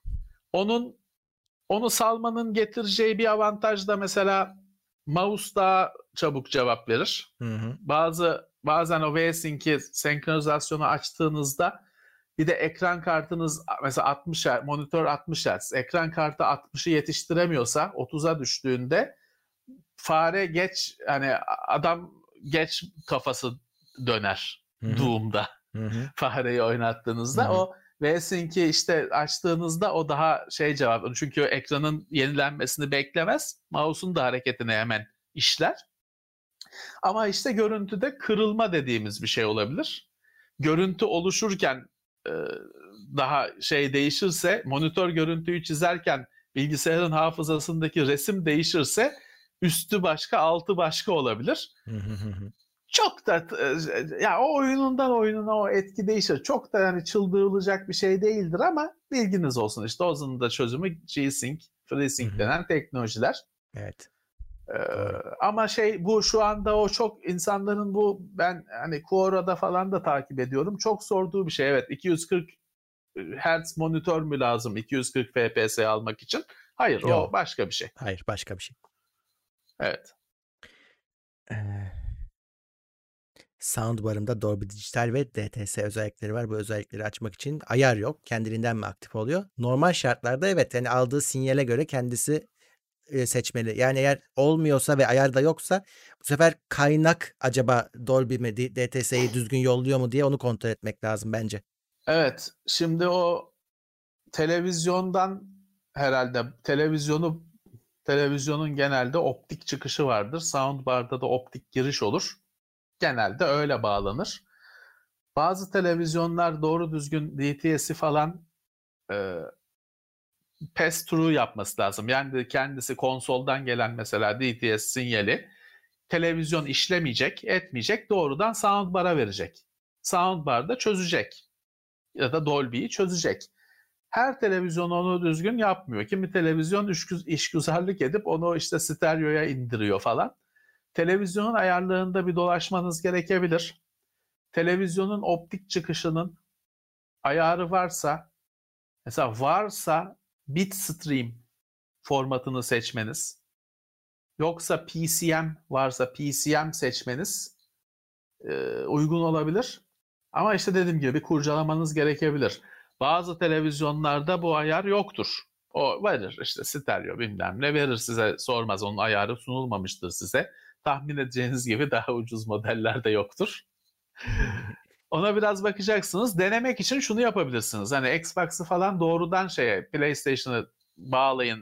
Onu salmanın getireceği bir avantaj da mesela mouse daha çabuk cevap verir. Bazen o V-Sync'i senkronizasyonu açtığınızda bir de ekran kartınız mesela 60 Hz, monitör 60 Hz, ekran kartı 60'ı yetiştiremiyorsa 30'a düştüğünde fare geç, hani adam geç kafası döner Doom'da. Fareyi oynattığınızda o V-Sync'i işte açtığınızda o daha cevap. Çünkü ekranın yenilenmesini beklemez. Mouse'un da hareketini hemen işler. Ama işte görüntüde kırılma dediğimiz bir şey olabilir. Görüntü oluşurken daha değişirse, monitör görüntüyü çizerken bilgisayarın hafızasındaki resim değişirse üstü başka, altı başka olabilir. Çok da ya o oyunundan oyununa o etki değişir. Çok da yani çıldırılacak bir şey değildir ama bilginiz olsun. İşte onun da çözümü G-Sync, FreeSync denen teknolojiler. Evet. Ama bu şu anda o çok insanların ben hani Quora'da falan da takip ediyorum. Çok sorduğu bir şey. Evet, 240 Hz monitör mü lazım 240 FPS almak için? Hayır, o başka bir şey. Hayır, başka bir şey. Evet. Soundbar'ımda Dolby Digital ve DTS özellikleri var. Bu özellikleri açmak için ayar yok. Kendiliğinden mi aktif oluyor? Normal şartlarda evet. Yani aldığı sinyale göre kendisi seçmeli. Yani eğer olmuyorsa ve ayar da yoksa bu sefer kaynak acaba Dolby mi, DTS'yi düzgün yolluyor mu diye onu kontrol etmek lazım bence. Evet. Şimdi o televizyondan herhalde televizyonun genelde optik çıkışı vardır. Soundbar'da da optik giriş olur. Genelde öyle bağlanır. Bazı televizyonlar doğru düzgün DTS'i falan pass-through yapması lazım. Yani kendisi konsoldan gelen mesela DTS sinyali televizyon işlemeyecek, etmeyecek, doğrudan soundbar'a verecek. Soundbar da çözecek ya da Dolby'yi çözecek. Her televizyon onu düzgün yapmıyor. Kimi televizyon işgüzarlık edip onu işte stereoya indiriyor falan. Televizyonun ayarlarında bir dolaşmanız gerekebilir. Televizyonun optik çıkışının ayarı varsa, mesela bitstream formatını seçmeniz, yoksa PCM varsa PCM seçmeniz uygun olabilir. Ama işte dediğim gibi bir kurcalamanız gerekebilir. Bazı televizyonlarda bu ayar yoktur. O verir işte stereo bilmem ne verir size, sormaz, onun ayarı sunulmamıştır size. Tahmin edeceğiniz gibi daha ucuz modeller de yoktur. Ona biraz bakacaksınız. Denemek için şunu yapabilirsiniz. Hani Xbox'ı falan doğrudan PlayStation'ı bağlayın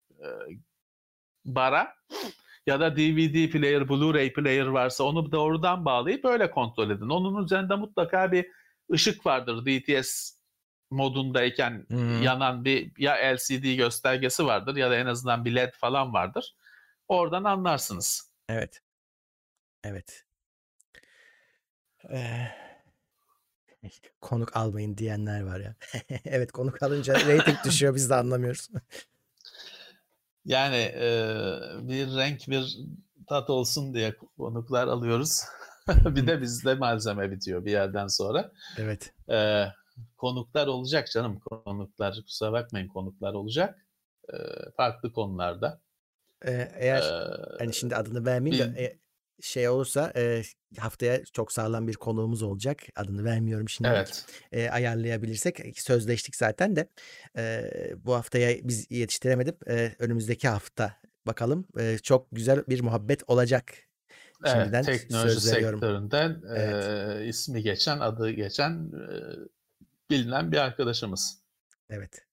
bara ya da DVD player, Blu-ray player varsa onu doğrudan bağlayıp öyle kontrol edin. Onun üzerinde mutlaka bir ışık vardır. DTS modundayken yanan bir ya LCD göstergesi vardır ya da en azından bir LED falan vardır. Oradan anlarsınız. Evet. Evet. Konuk almayın diyenler var ya. Evet, konuk alınca rating düşüyor, biz de anlamıyoruz. Yani bir renk, bir tat olsun diye konuklar alıyoruz. Bir de bizde malzeme bitiyor bir yerden sonra. Evet. Konuklar olacak canım. Konuklar, kusura bakmayın, konuklar olacak. Farklı konularda. Eğer hani şimdi adını vermeyeyim de şey olursa haftaya çok sağlam bir konuğumuz olacak. Adını vermiyorum şimdi. Evet. Ayarlayabilirsek, sözleştik zaten de bu haftaya biz yetiştiremedim. Önümüzdeki hafta bakalım. Çok güzel bir muhabbet olacak. Şimdiden evet, teknoloji söz veriyorum. sektöründen ismi geçen, adı geçen bilinen bir arkadaşımız. Evet.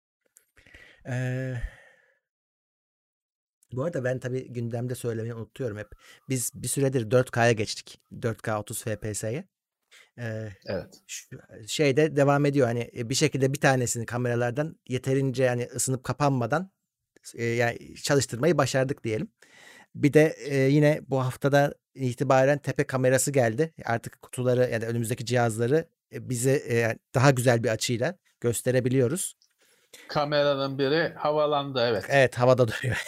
Bu arada ben tabii gündemde söylemeyi unutuyorum hep. Biz bir süredir 4K'ya geçtik. 4K 30 FPS'ye. Evet. Şeyde devam ediyor. Hani bir şekilde bir tanesini kameralardan yeterince yani ısınıp kapanmadan yani çalıştırmayı başardık diyelim. Bir de yine bu haftada itibaren tepe kamerası geldi. Artık kutuları yani önümüzdeki cihazları bize daha güzel bir açıyla gösterebiliyoruz. Kameranın biri havalandı, evet. Evet, havada duruyor.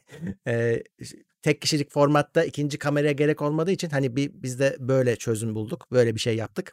Tek kişilik formatta ikinci kameraya gerek olmadığı için hani biz de böyle çözüm bulduk. Böyle bir şey yaptık.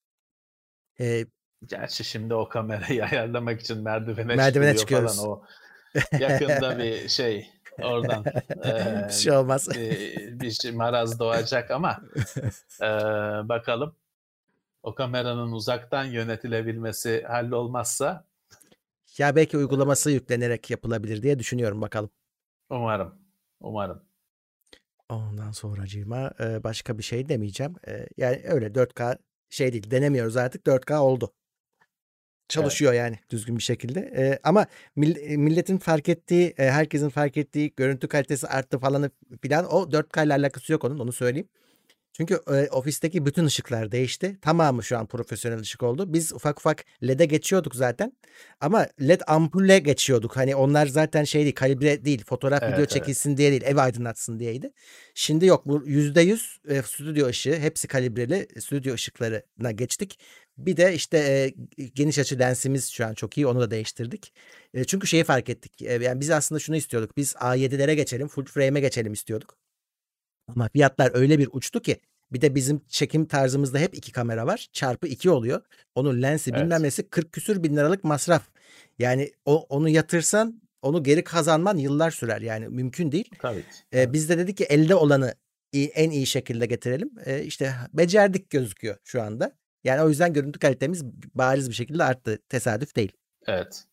Gerçi şimdi o kamerayı ayarlamak için merdivene Merdivene çıkılıyor falan. çıkıyoruz. O yakında bir şey oradan Bir şey olmaz. bir maraz doğacak ama bakalım, o kameranın uzaktan yönetilebilmesi hallolmazsa Ya belki uygulaması yüklenerek yapılabilir diye düşünüyorum, bakalım. umarım. Ondan sonracığıma başka bir şey demeyeceğim. Yani öyle 4K şey değil, denemiyoruz artık, 4K oldu. Çalışıyor yani düzgün bir şekilde. Ama milletin fark ettiği, herkesin fark ettiği görüntü kalitesi arttı falan filan, o 4K ile alakası yok onun, onu söyleyeyim. Çünkü ofisteki bütün ışıklar değişti. Tamamı şu an profesyonel ışık oldu. Biz ufak ufak LED'e geçiyorduk zaten. Ama LED ampulle geçiyorduk. Hani onlar zaten şey değil, kalibre değil. Fotoğraf, video çekilsin diye değil, ev aydınlatsın diyeydi. Şimdi yok, bu %100 stüdyo ışığı, hepsi kalibreli stüdyo ışıklarına geçtik. Bir de işte geniş açı lensimiz şu an çok iyi. Onu da değiştirdik. Çünkü şeyi fark ettik. Yani biz aslında şunu istiyorduk. Biz A7'lere geçelim, full frame'e geçelim istiyorduk. Ama fiyatlar öyle bir uçtu ki, bir de bizim çekim tarzımızda hep 2 kamera var. Çarpı 2 oluyor. Onun lensi bilmem nesi 40 küsür bin liralık masraf. Yani onu yatırsan onu geri kazanman yıllar sürer. Yani mümkün değil. Tabii. Biz de dedik ki elde olanı en iyi şekilde getirelim. İşte becerdik gözüküyor şu anda. Yani o yüzden görüntü kalitemiz bariz bir şekilde arttı. Tesadüf değil. Evet.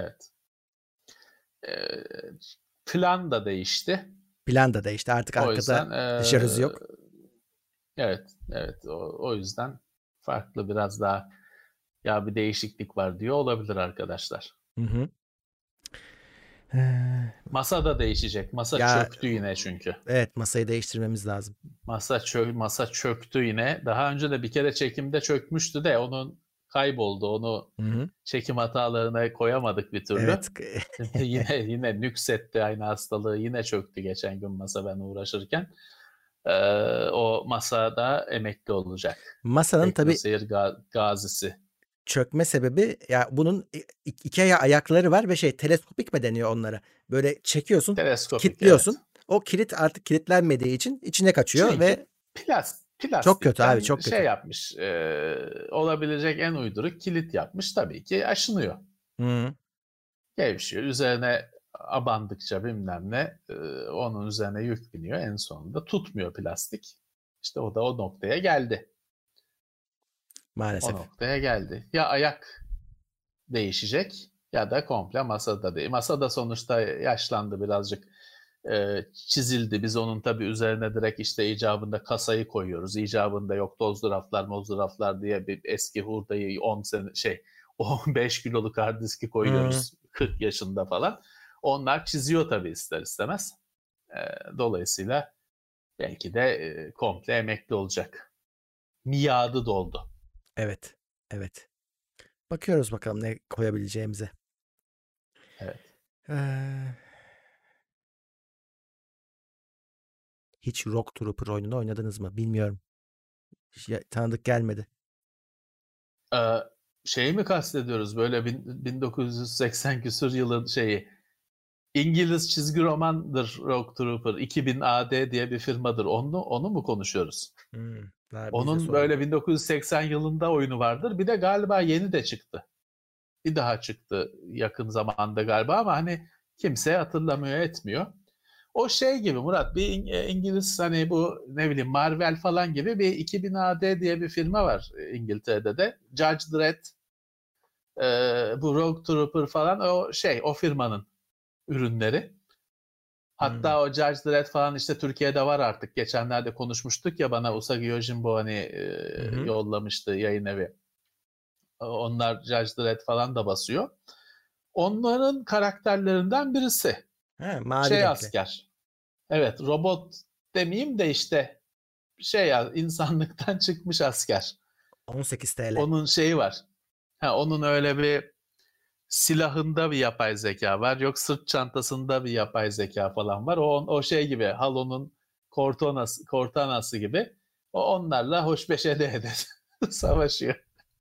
Plan da değişti. Plan da değişti. Artık arkada yüzden, dışarısı yok. Evet. O yüzden farklı, biraz daha ya bir değişiklik var diyor olabilir arkadaşlar. Hı. Masa da değişecek. Masa çöktü yine çünkü. Evet, masayı değiştirmemiz lazım. Masa çöktü yine. Daha önce de bir kere çekimde çökmüştü de onun kayboldu. Onu çekim hatalarına koyamadık bir türlü. Evet. yine nüksetti aynı hastalığı. Yine çöktü geçen gün masa ben uğraşırken. O masa da emekli olacak. Masanın tabii Teknoseyir gazisi. çökme sebebi, ya bunun iki ayakları var ve teleskopik mi deniyor onlara? Böyle çekiyorsun, kilitliyorsun. Evet. O kilit artık kilitlenmediği için içine kaçıyor. Çünkü ve plastikten çok kötü abi, çok kötü. Yapmış. Olabilecek en uyduruk kilit yapmış, tabii ki aşınıyor. Gevşiyor. Üzerine abandıkça bilmem ne onun üzerine yük biniyor. En sonunda tutmuyor plastik. İşte o da o noktaya geldi. Maalesef. O noktaya geldi. Ya ayak değişecek ya da komple masada değil. Masada sonuçta yaşlandı birazcık, çizildi. Biz onun tabii üzerine direkt işte icabında kasayı koyuyoruz. İcabında yok tozlu raflar diye bir eski hurdayı 15 kiloluk hard diski koyuyoruz. 40 yaşında falan. Onlar çiziyor tabii ister istemez. Dolayısıyla belki de komple emekli olacak. Miadı doldu. Evet. Evet. Bakıyoruz bakalım ne koyabileceğimize. Evet. Hiç Rock Trooper oyununu oynadınız mı? Bilmiyorum. Hiç tanıdık gelmedi. Şeyi mi kastediyoruz? Böyle 1980 küsur yılın şeyi. İngiliz çizgi romandır Rock Trooper. 2000 AD diye bir firmadır. Onu mu konuşuyoruz? Biz de Onun sorun. böyle 1980 yılında oyunu vardır. Bir de galiba yeni de çıktı. Bir daha çıktı yakın zamanda galiba ama hani kimse hatırlamıyor etmiyor. O şey gibi Murat, bir İngiliz hani bu ne bileyim Marvel falan gibi bir 2000 AD diye bir firma var İngiltere'de de. Judge Dredd, bu Rogue Trooper falan o firmanın ürünleri. Hatta o Judge Dredd falan işte Türkiye'de var artık. Geçenlerde konuşmuştuk ya, bana Usagi Yojimbo hani yollamıştı yayın evi. Onlar Judge Dredd falan da basıyor. Onların karakterlerinden birisi. Mavi renkli. Asker. Evet, robot demeyeyim de işte insanlıktan çıkmış asker. 18 TL. Onun şeyi var. Onun öyle bir silahında bir yapay zeka var. Yok sırt çantasında bir yapay zeka falan var. O şey gibi Halo'nun Cortana'sı gibi. Onlarla hoşbeş ede savaşıyor.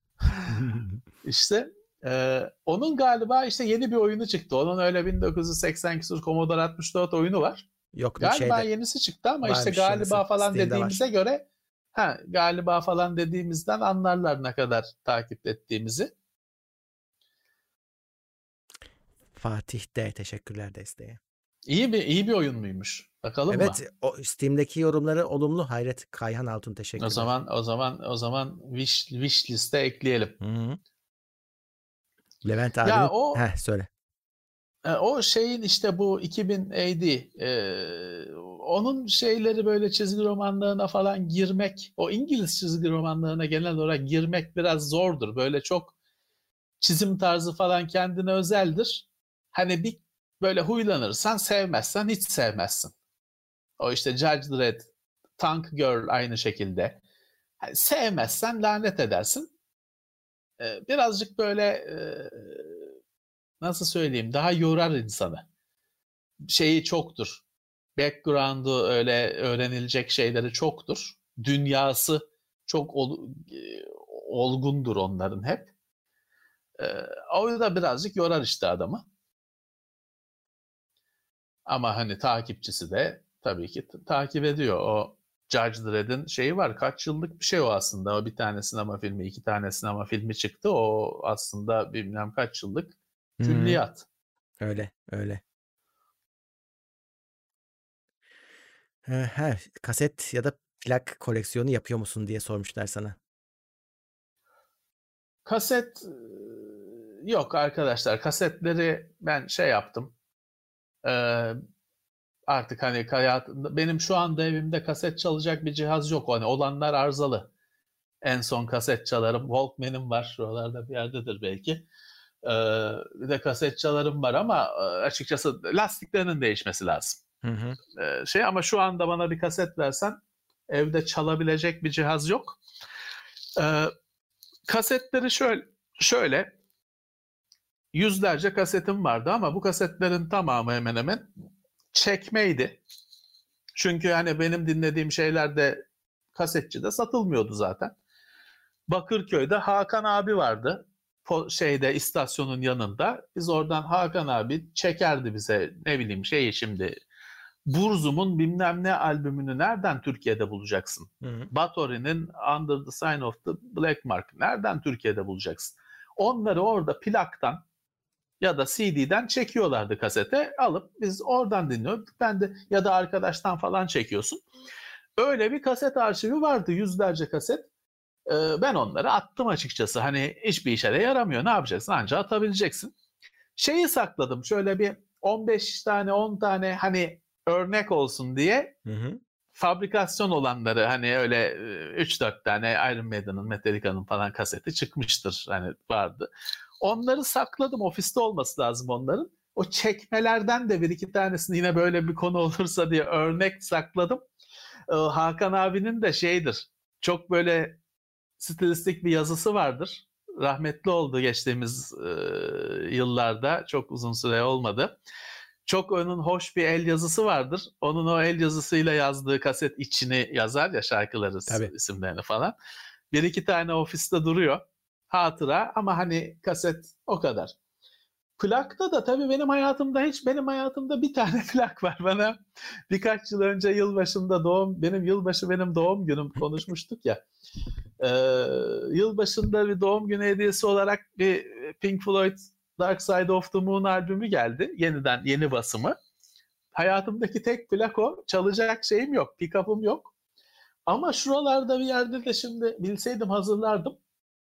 İşte onun galiba işte yeni bir oyunu çıktı. Onun öyle 1980 küsur Commodore 64 oyunu var. Yok Galiba şeyde yenisi çıktı ama işte varmış yenisi. galiba falan Steam'de var. dediğimize göre galiba falan dediğimizden anlarlar ne kadar takip ettiğimizi. Fatih D. Teşekkürler desteğe. İyi bir oyun muymuş? Bakalım mı? Evet, o Steam'deki yorumları olumlu. Hayret Kayhan Altun O teşekkürler. zaman wish liste ekleyelim. Hı-hı. Levent Ya abinin söyle. o şeyin işte bu 2000 AD onun şeyleri böyle çizgi romanlarına falan girmek, o İngiliz çizgi romanlarına genel olarak girmek biraz zordur. Böyle çok çizim tarzı falan kendine özeldir. Hani bir böyle huylanırsan sevmezsen hiç sevmezsin. O işte Judge Dredd, Tank Girl aynı şekilde. Hani sevmezsen lanet edersin. Birazcık böyle nasıl söyleyeyim, daha yorar insanı. Şeyi çoktur. Background'u öyle öğrenilecek şeyleri çoktur. Dünyası çok olgundur onların hep. E, O da birazcık yorar işte adamı. Ama hani takipçisi de tabii ki takip ediyor. O Judge Dredd'in şeyi var. Kaç yıllık bir şey o aslında. O bir tane sinema filmi, 2 tane sinema filmi çıktı. O aslında bilmem kaç yıllık Hı-hı. külliyat. Öyle, öyle. Kaset ya da plak koleksiyonu yapıyor musun diye sormuşlar sana. Kaset yok arkadaşlar. Kasetleri ben yaptım. Artık hani hayatımda benim şu anda evimde kaset çalacak bir cihaz yok. Hani olanlar arızalı. En son kaset çalarım. Walkman'im var. Şuralarda bir yerdedir belki. Bir de kaset çalarım var ama açıkçası lastiklerinin değişmesi lazım. Hı hı. Ama şu anda bana bir kaset versen evde çalabilecek bir cihaz yok. Kasetleri şöyle yüzlerce kasetim vardı ama bu kasetlerin tamamı hemen hemen çekmeydi. Çünkü hani benim dinlediğim şeyler de kasetçide satılmıyordu zaten. Bakırköy'de Hakan abi vardı. İstasyonun yanında. Biz oradan Hakan abi çekerdi bize ne bileyim şimdi Burzum'un bilmem ne albümünü nereden Türkiye'de bulacaksın? Hı hı. Bathory'nin Under the Sign of the Black Mark nereden Türkiye'de bulacaksın? Onları orada plaktan ya da CD'den çekiyorlardı kasete, alıp biz oradan dinliyorduk. Ben de ya da arkadaştan falan çekiyorsun. Öyle bir kaset arşivi vardı, yüzlerce kaset. Ben onları attım açıkçası. Hani hiçbir işe de yaramıyor. Ne yapacaksın? Anca atabileceksin. Sakladım. Şöyle bir 15 tane 10 tane hani örnek olsun diye Hı hı. fabrikasyon olanları, hani öyle 3-4 tane Iron Maiden'ın, Metallica'nın falan kaseti çıkmıştır. Hani vardı. Onları sakladım. Ofiste olması lazım onların. O çekmelerden de bir iki tanesini yine böyle bir konu olursa diye örnek sakladım. Hakan abinin de şeydir. Çok böyle stilistik bir yazısı vardır. Rahmetli oldu geçtiğimiz yıllarda. Çok uzun süre olmadı. Çok onun hoş bir el yazısı vardır. Onun o el yazısıyla yazdığı kaset içini yazar ya, şarkıları, isimlerini falan. Bir iki tane ofiste duruyor. Hatıra ama hani kaset o kadar. Plakta da tabii benim hayatımda bir tane plak var. Bana birkaç yıl önce yılbaşında benim doğum günüm konuşmuştuk ya. Yılbaşında bir doğum günü hediyesi olarak bir Pink Floyd Dark Side of the Moon albümü geldi. Yeni basımı. Hayatımdaki tek plak o. Çalacak şeyim yok. Pick-up'ım yok. Ama şuralarda bir yerde de şimdi bilseydim hazırlardım.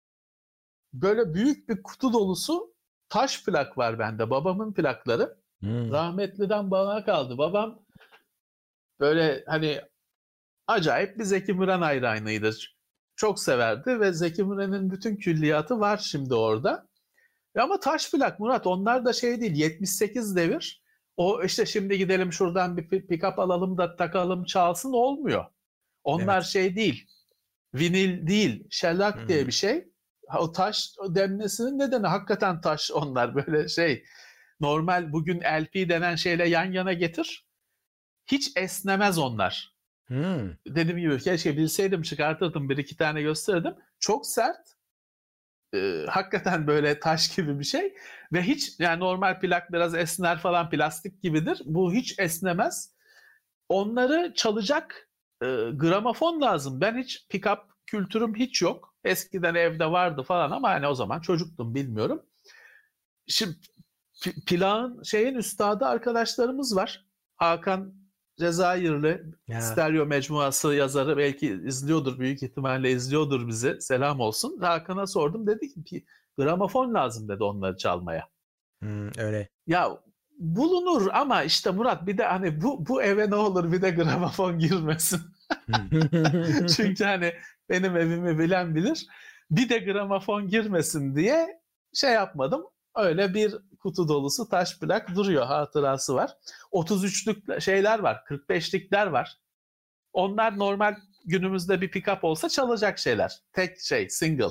Böyle büyük bir kutu dolusu taş plak var bende. Babamın plakları. Rahmetliden bana kaldı. Babam böyle hani acayip bir Zeki Müren hayranıydı. Çok severdi ve Zeki Müren'in bütün külliyatı var şimdi orada. Ama taş plak Murat, onlar da şey değil, 78 devir. O işte şimdi gidelim şuradan bir pick-up alalım da takalım çalsın olmuyor. Onlar şey değil, vinil değil, shellac diye bir şey. O taş denmesinin nedeni hakikaten taş, onlar böyle şey. Normal bugün LP denen şeyle yan yana getir. Hiç esnemez onlar. Dediğim gibi keşke bilseydim çıkartırdım, bir iki tane gösterirdim. Çok sert. Hakikaten böyle taş gibi bir şey ve hiç, yani normal plak biraz esner falan, plastik gibidir. Bu hiç esnemez. Onları çalacak gramofon lazım. Ben hiç pick-up kültürüm hiç yok. Eskiden evde vardı falan ama hani o zaman çocuktum, bilmiyorum. Şimdi plağın üstadı arkadaşlarımız var. Hakan Cezayirli, Stereo Mecmuası yazarı, belki izliyordur, büyük ihtimalle izliyordur bizi. Selam olsun. Hakan'a sordum, dedi ki gramofon lazım dedi onları çalmaya. Öyle. Ya bulunur ama işte Murat, bir de hani bu eve ne olur bir de gramofon girmesin. Çünkü hani benim evimi bilen bilir. Bir de gramofon girmesin diye şey yapmadım. Öyle bir kutu dolusu taş plak duruyor, hatırası var. 33'lük şeyler var, 45'likler var. Onlar normal günümüzde bir pick-up olsa çalacak şeyler. Tek şey, single.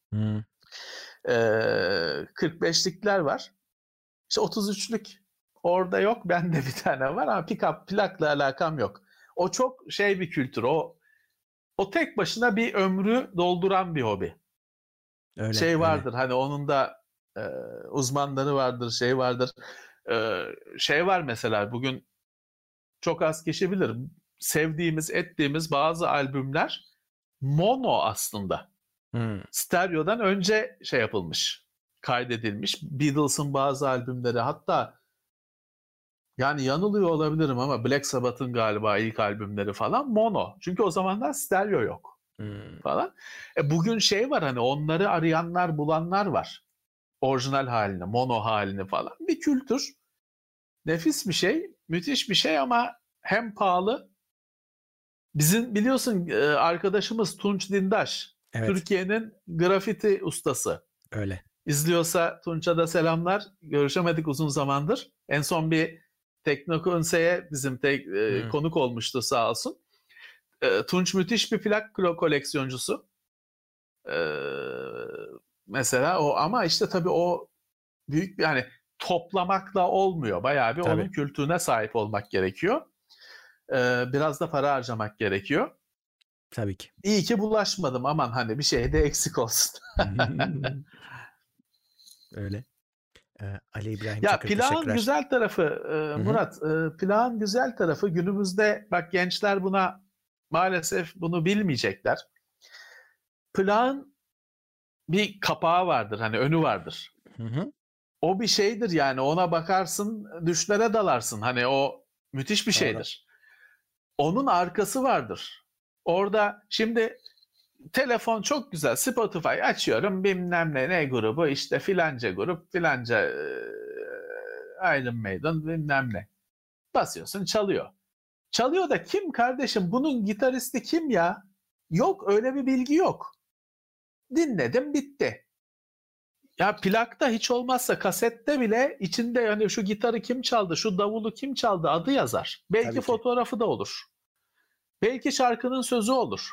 45'likler var. İşte 33'lük orada yok, bende bir tane var ama pick-up plakla alakam yok. O çok şey bir kültür. O tek başına bir ömrü dolduran bir hobi. Öyle, vardır öyle. Hani onun da uzmanları vardır, şey vardır. Şey var mesela, bugün çok az kişi bilir. Sevdiğimiz, ettiğimiz bazı albümler mono aslında. Stereo'dan önce şey yapılmış, kaydedilmiş. Beatles'ın bazı albümleri, hatta yani yanılıyor olabilirim ama Black Sabbath'ın galiba ilk albümleri falan mono. Çünkü o zamanlar stereo yok falan. Bugün şey var, hani onları arayanlar, bulanlar var. Orijinal halini, mono halini falan. Bir kültür. Nefis bir şey, müthiş bir şey ama hem pahalı. Bizim biliyorsun arkadaşımız Tunç Dindaş. Evet. Türkiye'nin grafiti ustası. Öyle. İzliyorsa Tunç'a da selamlar. Görüşemedik uzun zamandır. En son bir Teknokonse'ye bizim konuk olmuştu, sağ olsun. Tunç müthiş bir plak koleksiyoncusu. Mesela o, ama işte tabii o büyük bir, yani toplamakla olmuyor. Bayağı bir onun kültürüne sahip olmak gerekiyor. Biraz da para harcamak gerekiyor. Tabii ki. İyi ki bulaşmadım, aman hani bir şey de eksik olsun. Öyle. Ali İbrahim ya Çakır, plağın güzel tarafı Murat, plağın güzel tarafı, günümüzde bak gençler buna maalesef bunu bilmeyecekler. Plağın bir kapağı vardır, hani önü vardır. O bir şeydir yani, ona bakarsın düşlere dalarsın, hani o müthiş bir şeydir. Onun arkası vardır. Orada şimdi telefon çok güzel, Spotify açıyorum, bilmem ne grubu, işte filanca grup, filanca Iron Maiden, bilmem ne. Basıyorsun, çalıyor. Çalıyor da kim kardeşim, bunun gitaristi kim ya? Yok, öyle bir bilgi yok. Dinledim, bitti. Ya plakta hiç olmazsa kasette bile içinde yani şu gitarı kim çaldı, şu davulu kim çaldı adı yazar. Belki Tabii ki. fotoğrafı da olur. Belki şarkının sözü olur.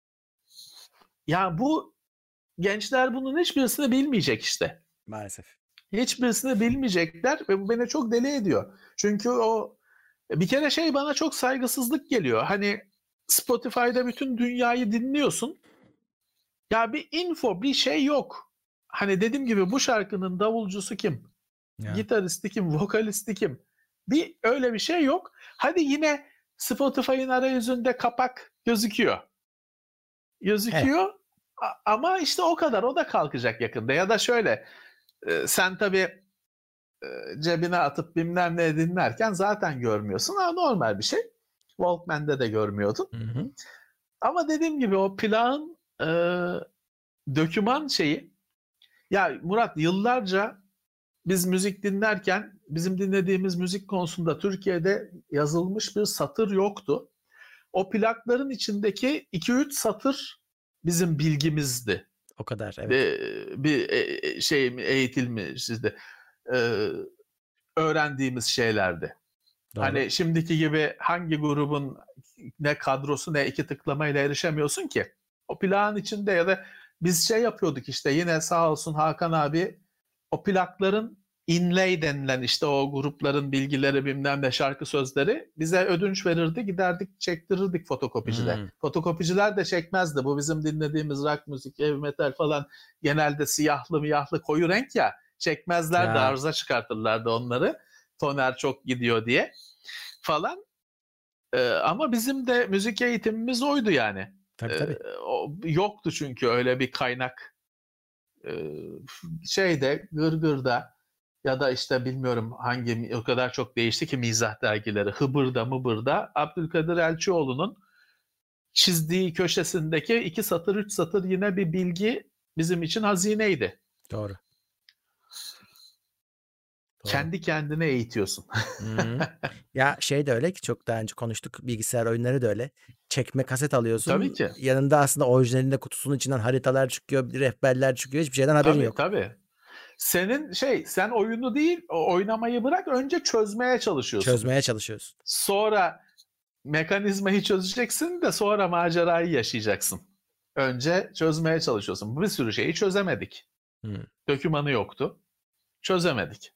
Ya bu gençler bunun hiçbirisini bilmeyecek işte. Maalesef. Hiçbirisini bilmeyecekler ve bu beni çok deli ediyor. Çünkü o bir kere bana çok saygısızlık geliyor. Hani Spotify'da bütün dünyayı dinliyorsun. Ya bir info, bir şey yok. Hani dediğim gibi bu şarkının davulcusu kim? Ya. Gitaristi kim? Vokalisti kim? Öyle bir şey yok. Hadi yine Spotify'ın arayüzünde kapak gözüküyor. Gözüküyor ama işte o kadar. O da kalkacak yakında. Ya da şöyle sen tabii cebine atıp bilmem ne dinlerken zaten görmüyorsun. Ama normal bir şey. Walkman'de de görmüyordun. Hı. Ama dediğim gibi o plağın döküman şeyi. Ya Murat, yıllarca biz müzik dinlerken bizim dinlediğimiz müzik konusunda Türkiye'de yazılmış bir satır yoktu. O plakların içindeki 2-3 satır bizim bilgimizdi. O kadar, evet. Bir eğitilmişiz de öğrendiğimiz şeylerdi. Doğru. Hani şimdiki gibi hangi grubun ne kadrosu ne 2 tıklamayla erişemiyorsun ki. O plağın içinde ya da biz yapıyorduk işte, yine sağ olsun Hakan abi o plakların inlay denilen işte o grupların bilgileri bilmem ne şarkı sözleri bize ödünç verirdi, giderdik çektirirdik fotokopicide. Fotokopiciler de çekmezdi. Bu bizim dinlediğimiz rock müzik, heavy metal falan genelde siyahlı koyu renk ya, çekmezlerdi, arıza çıkartırlardı onları. Toner çok gidiyor diye falan. Ama bizim de müzik eğitimimiz oydu yani. Tabii. Yoktu çünkü öyle bir kaynak. Gırgır'da ya da işte bilmiyorum hangi, o kadar çok değişti ki mizah dergileri, Hıbır'da Abdülkadir Elçioğlu'nun çizdiği köşesindeki 2 satır 3 satır yine bir bilgi bizim için hazineydi. Doğru. Kendi kendine eğitiyorsun. Ya de öyle ki, çok daha önce konuştuk, bilgisayar oyunları da öyle. Çekme kaset alıyorsun. Tabii ki. Yanında aslında orijinalinde kutusunun içinden haritalar çıkıyor, rehberler çıkıyor. Hiçbir şeyden haberin yok. Tabii. Sen oyunu değil, oynamayı bırak, önce çözmeye çalışıyorsun. Çözmeye çalışıyorsun. Sonra mekanizmayı çözeceksin de sonra macerayı yaşayacaksın. Önce çözmeye çalışıyorsun. Bir sürü şeyi çözemedik. Dokümanı yoktu. Çözemedik.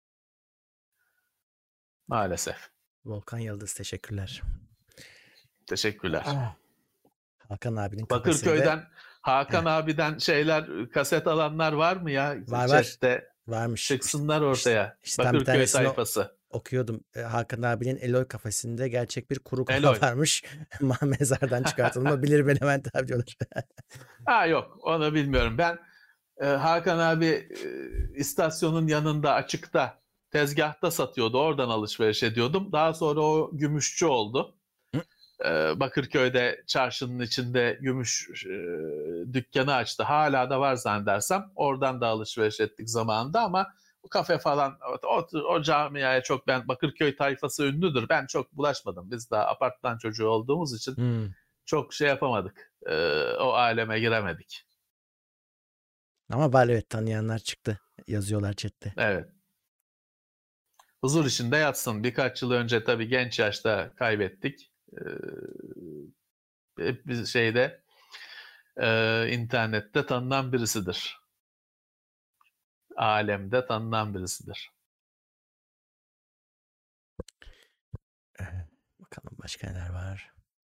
Maalesef. Volkan Yıldız, teşekkürler. Teşekkürler. Hakan abinin Bakırköy'den Hakan abiden kaset alanlar var mı ya? Var. Chatte varmış. Çıksınlar ortaya. İşte Bakırköy sayfası. Okuyordum. Hakan abinin Eloy kafesinde gerçek bir kuru kafa varmış. Mezardan çıkartılma. Bilir ben Levent abi diyorlar. Yok, onu bilmiyorum. Ben Hakan abi istasyonun yanında açıkta tezgahta satıyordu. Oradan alışveriş ediyordum. Daha sonra o gümüşçü oldu. Bakırköy'de çarşının içinde gümüş dükkanı açtı. Hala da var zannedersem. Oradan da alışveriş ettik zamanında ama bu kafe falan o camiaya çok, ben Bakırköy tayfası ünlüdür. Ben çok bulaşmadım. Biz daha apartman çocuğu olduğumuz için çok yapamadık. O aleme giremedik. Ama var, evet, tanıyanlar çıktı. Yazıyorlar chatte. Evet. Huzur içinde yatsın. Birkaç yıl önce tabii genç yaşta kaybettik. Hep biz internette tanınan birisidir. Alemde tanınan birisidir. Bakalım başka neler var.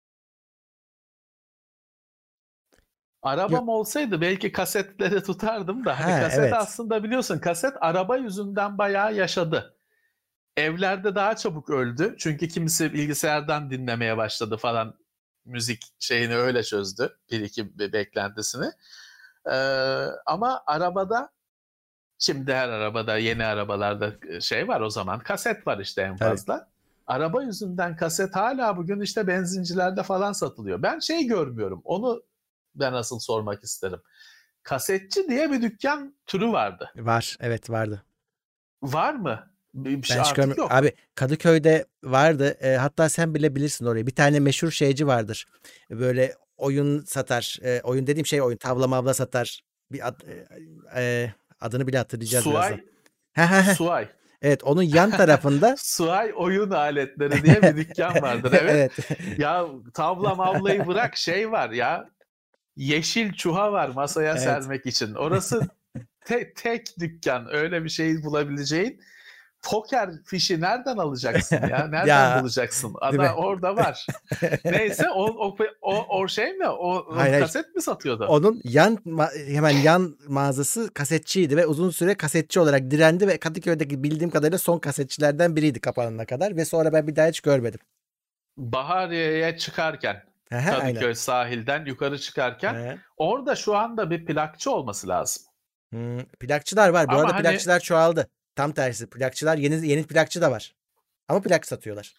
Arabam olsaydı belki kasetleri tutardım da. Hani kaset aslında biliyorsun, kaset araba yüzünden bayağı yaşadı. Evlerde daha çabuk öldü. Çünkü kimisi bilgisayardan dinlemeye başladı falan. Müzik öyle çözdü. Bir iki beklentisini. Ama arabada, şimdi her arabada, yeni arabalarda var, o zaman kaset var işte en fazla. Evet. Araba yüzünden kaset hala bugün işte benzincilerde falan satılıyor. Ben görmüyorum. Onu ben asıl sormak isterim. Kasetçi diye bir dükkan türü vardı. Var. Evet, vardı. Var mı? Ben hiç görmüyorum. Abi Kadıköy'de vardı. Hatta sen bile bilirsin orayı. Bir tane meşhur vardır. Böyle oyun satar. Oyun dediğim oyun. Tavla mavla satar. Bir Adını bile hatırlayacağız birazdan. Suay. Suay. Evet, onun yan tarafında Suay oyun aletleri diye bir dükkan vardır. Evet. Ya tavla mavlayı bırak, şey var ya. Yeşil çuha var masaya sermek için. Orası tek dükkan. Öyle bir şey bulabileceğin. Poker fişi nereden alacaksın ya? Nereden bulacaksın? Ada orada var. Neyse o şey mi? O kaset mi satıyordu? Onun hemen yan mağazası kasetçiydi ve uzun süre kasetçi olarak direndi ve Kadıköy'deki bildiğim kadarıyla son kasetçilerden biriydi kapanana kadar ve sonra ben bir daha hiç görmedim. Bahariye'ye çıkarken Kadıköy sahilden yukarı çıkarken orada şu anda bir plakçı olması lazım. Plakçılar var. Bu arada plakçılar çoğaldı. Tam tersi. Plakçılar yeni plakçı da var. Ama plak satıyorlar.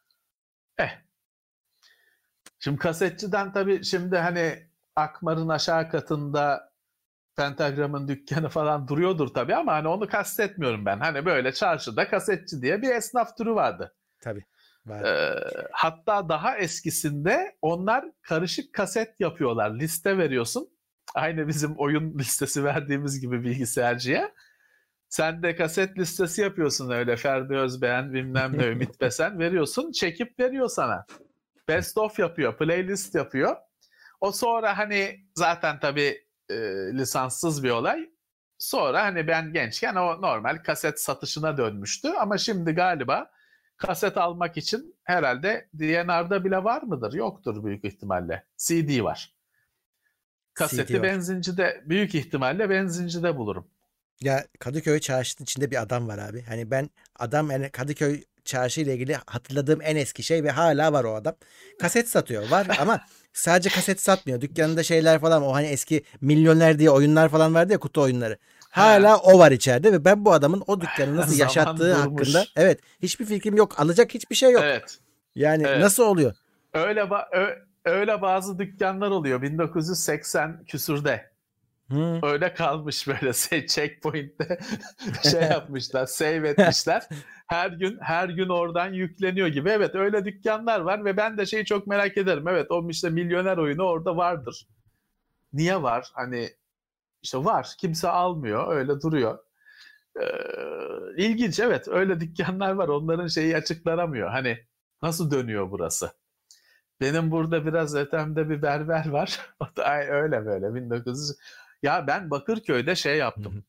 Şimdi kasetçiden tabii şimdi hani Akmar'ın aşağı katında Pentagram'ın dükkanı falan duruyordur tabii ama hani onu kastetmiyorum ben. Hani böyle çarşıda kasetçi diye bir esnaf türü vardı. Tabii. Hatta daha eskisinde onlar karışık kaset yapıyorlar. Liste veriyorsun. Aynı bizim oyun listesi verdiğimiz gibi bilgisayarcıya. Sen de kaset listesi yapıyorsun öyle. Ferdi Özbeğen, bilmem ne, Ümit Besen veriyorsun. Çekip veriyor sana. Best of yapıyor. Playlist yapıyor. O sonra hani zaten tabii lisanssız bir olay. Sonra hani ben gençken o normal kaset satışına dönmüştü. Ama şimdi galiba kaset almak için herhalde DNR'da bile var mıdır? Yoktur büyük ihtimalle. CD var. Kaseti CD var. Benzincide, büyük ihtimalle benzincide bulurum. Ya Kadıköy çarşısının içinde bir adam var abi. Hani ben yani Kadıköy çarşı ile ilgili hatırladığım en eski şey ve hala var o adam. Kaset satıyor. Var ama sadece kaset satmıyor. Dükkanında şeyler falan, o hani eski Milyoner diye oyunlar falan vardı ya, kutu oyunları. Hala o var içeride ve ben bu adamın o dükkanı nasıl yaşattığı hakkında hiçbir fikrim yok. Alacak hiçbir şey yok. Evet. Yani nasıl oluyor? Öyle bazı dükkanlar oluyor 1980 küsürde. Öyle kalmış böyle checkpoint'te şey yapmışlar, save etmişler. Her gün oradan yükleniyor gibi. Evet, öyle dükkanlar var ve ben de şeyi çok merak ederim. Evet, o işte Milyoner oyunu orada vardır. Niye var? Hani işte var. Kimse almıyor. Öyle duruyor. İlginç, evet. Öyle dükkanlar var. Onların şeyi açıklanamıyor. Hani nasıl dönüyor burası? Benim burada biraz ötemde bir berber var. O da öyle böyle 1900. Ya ben Bakırköy'de şey yaptım.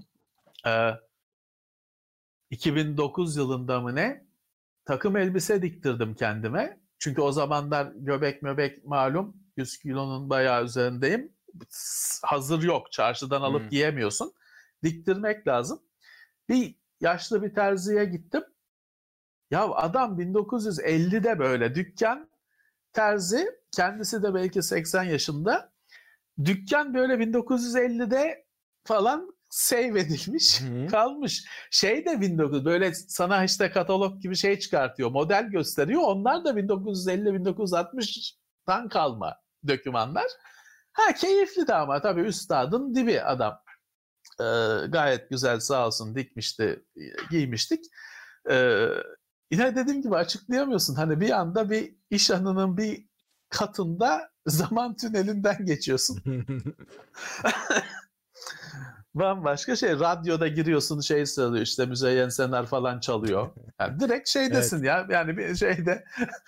2009 yılında mı ne? Takım elbise diktirdim kendime. Çünkü o zamanlar göbek malum 100 kilonun bayağı üzerindeyim. Hazır yok. Çarşıdan alıp giyemiyorsun. Diktirmek lazım. Bir yaşlı bir terziye gittim. Ya adam 1950'de böyle dükkan, terzi, kendisi de belki 80 yaşında. Dükkan böyle 1950'de falan save edilmiş, kalmış. Şey de 1900 böyle sana işte katalog gibi şey çıkartıyor, model gösteriyor. Onlar da 1950-1960'dan kalma dokümanlar. Keyifli de ama tabii üstadın dibi adam. Gayet güzel, sağ olsun, dikmişti, giymiştik. Yine dediğim gibi açıklayamıyorsun. Hani bir anda bir iş anının bir katında zaman tünelinden geçiyorsun. Bambaşka şey. Radyoda giriyorsun, şey söylüyor işte, Müzeyyen Senar falan çalıyor. Yani direkt şeydesin ya. Yani bir şeyde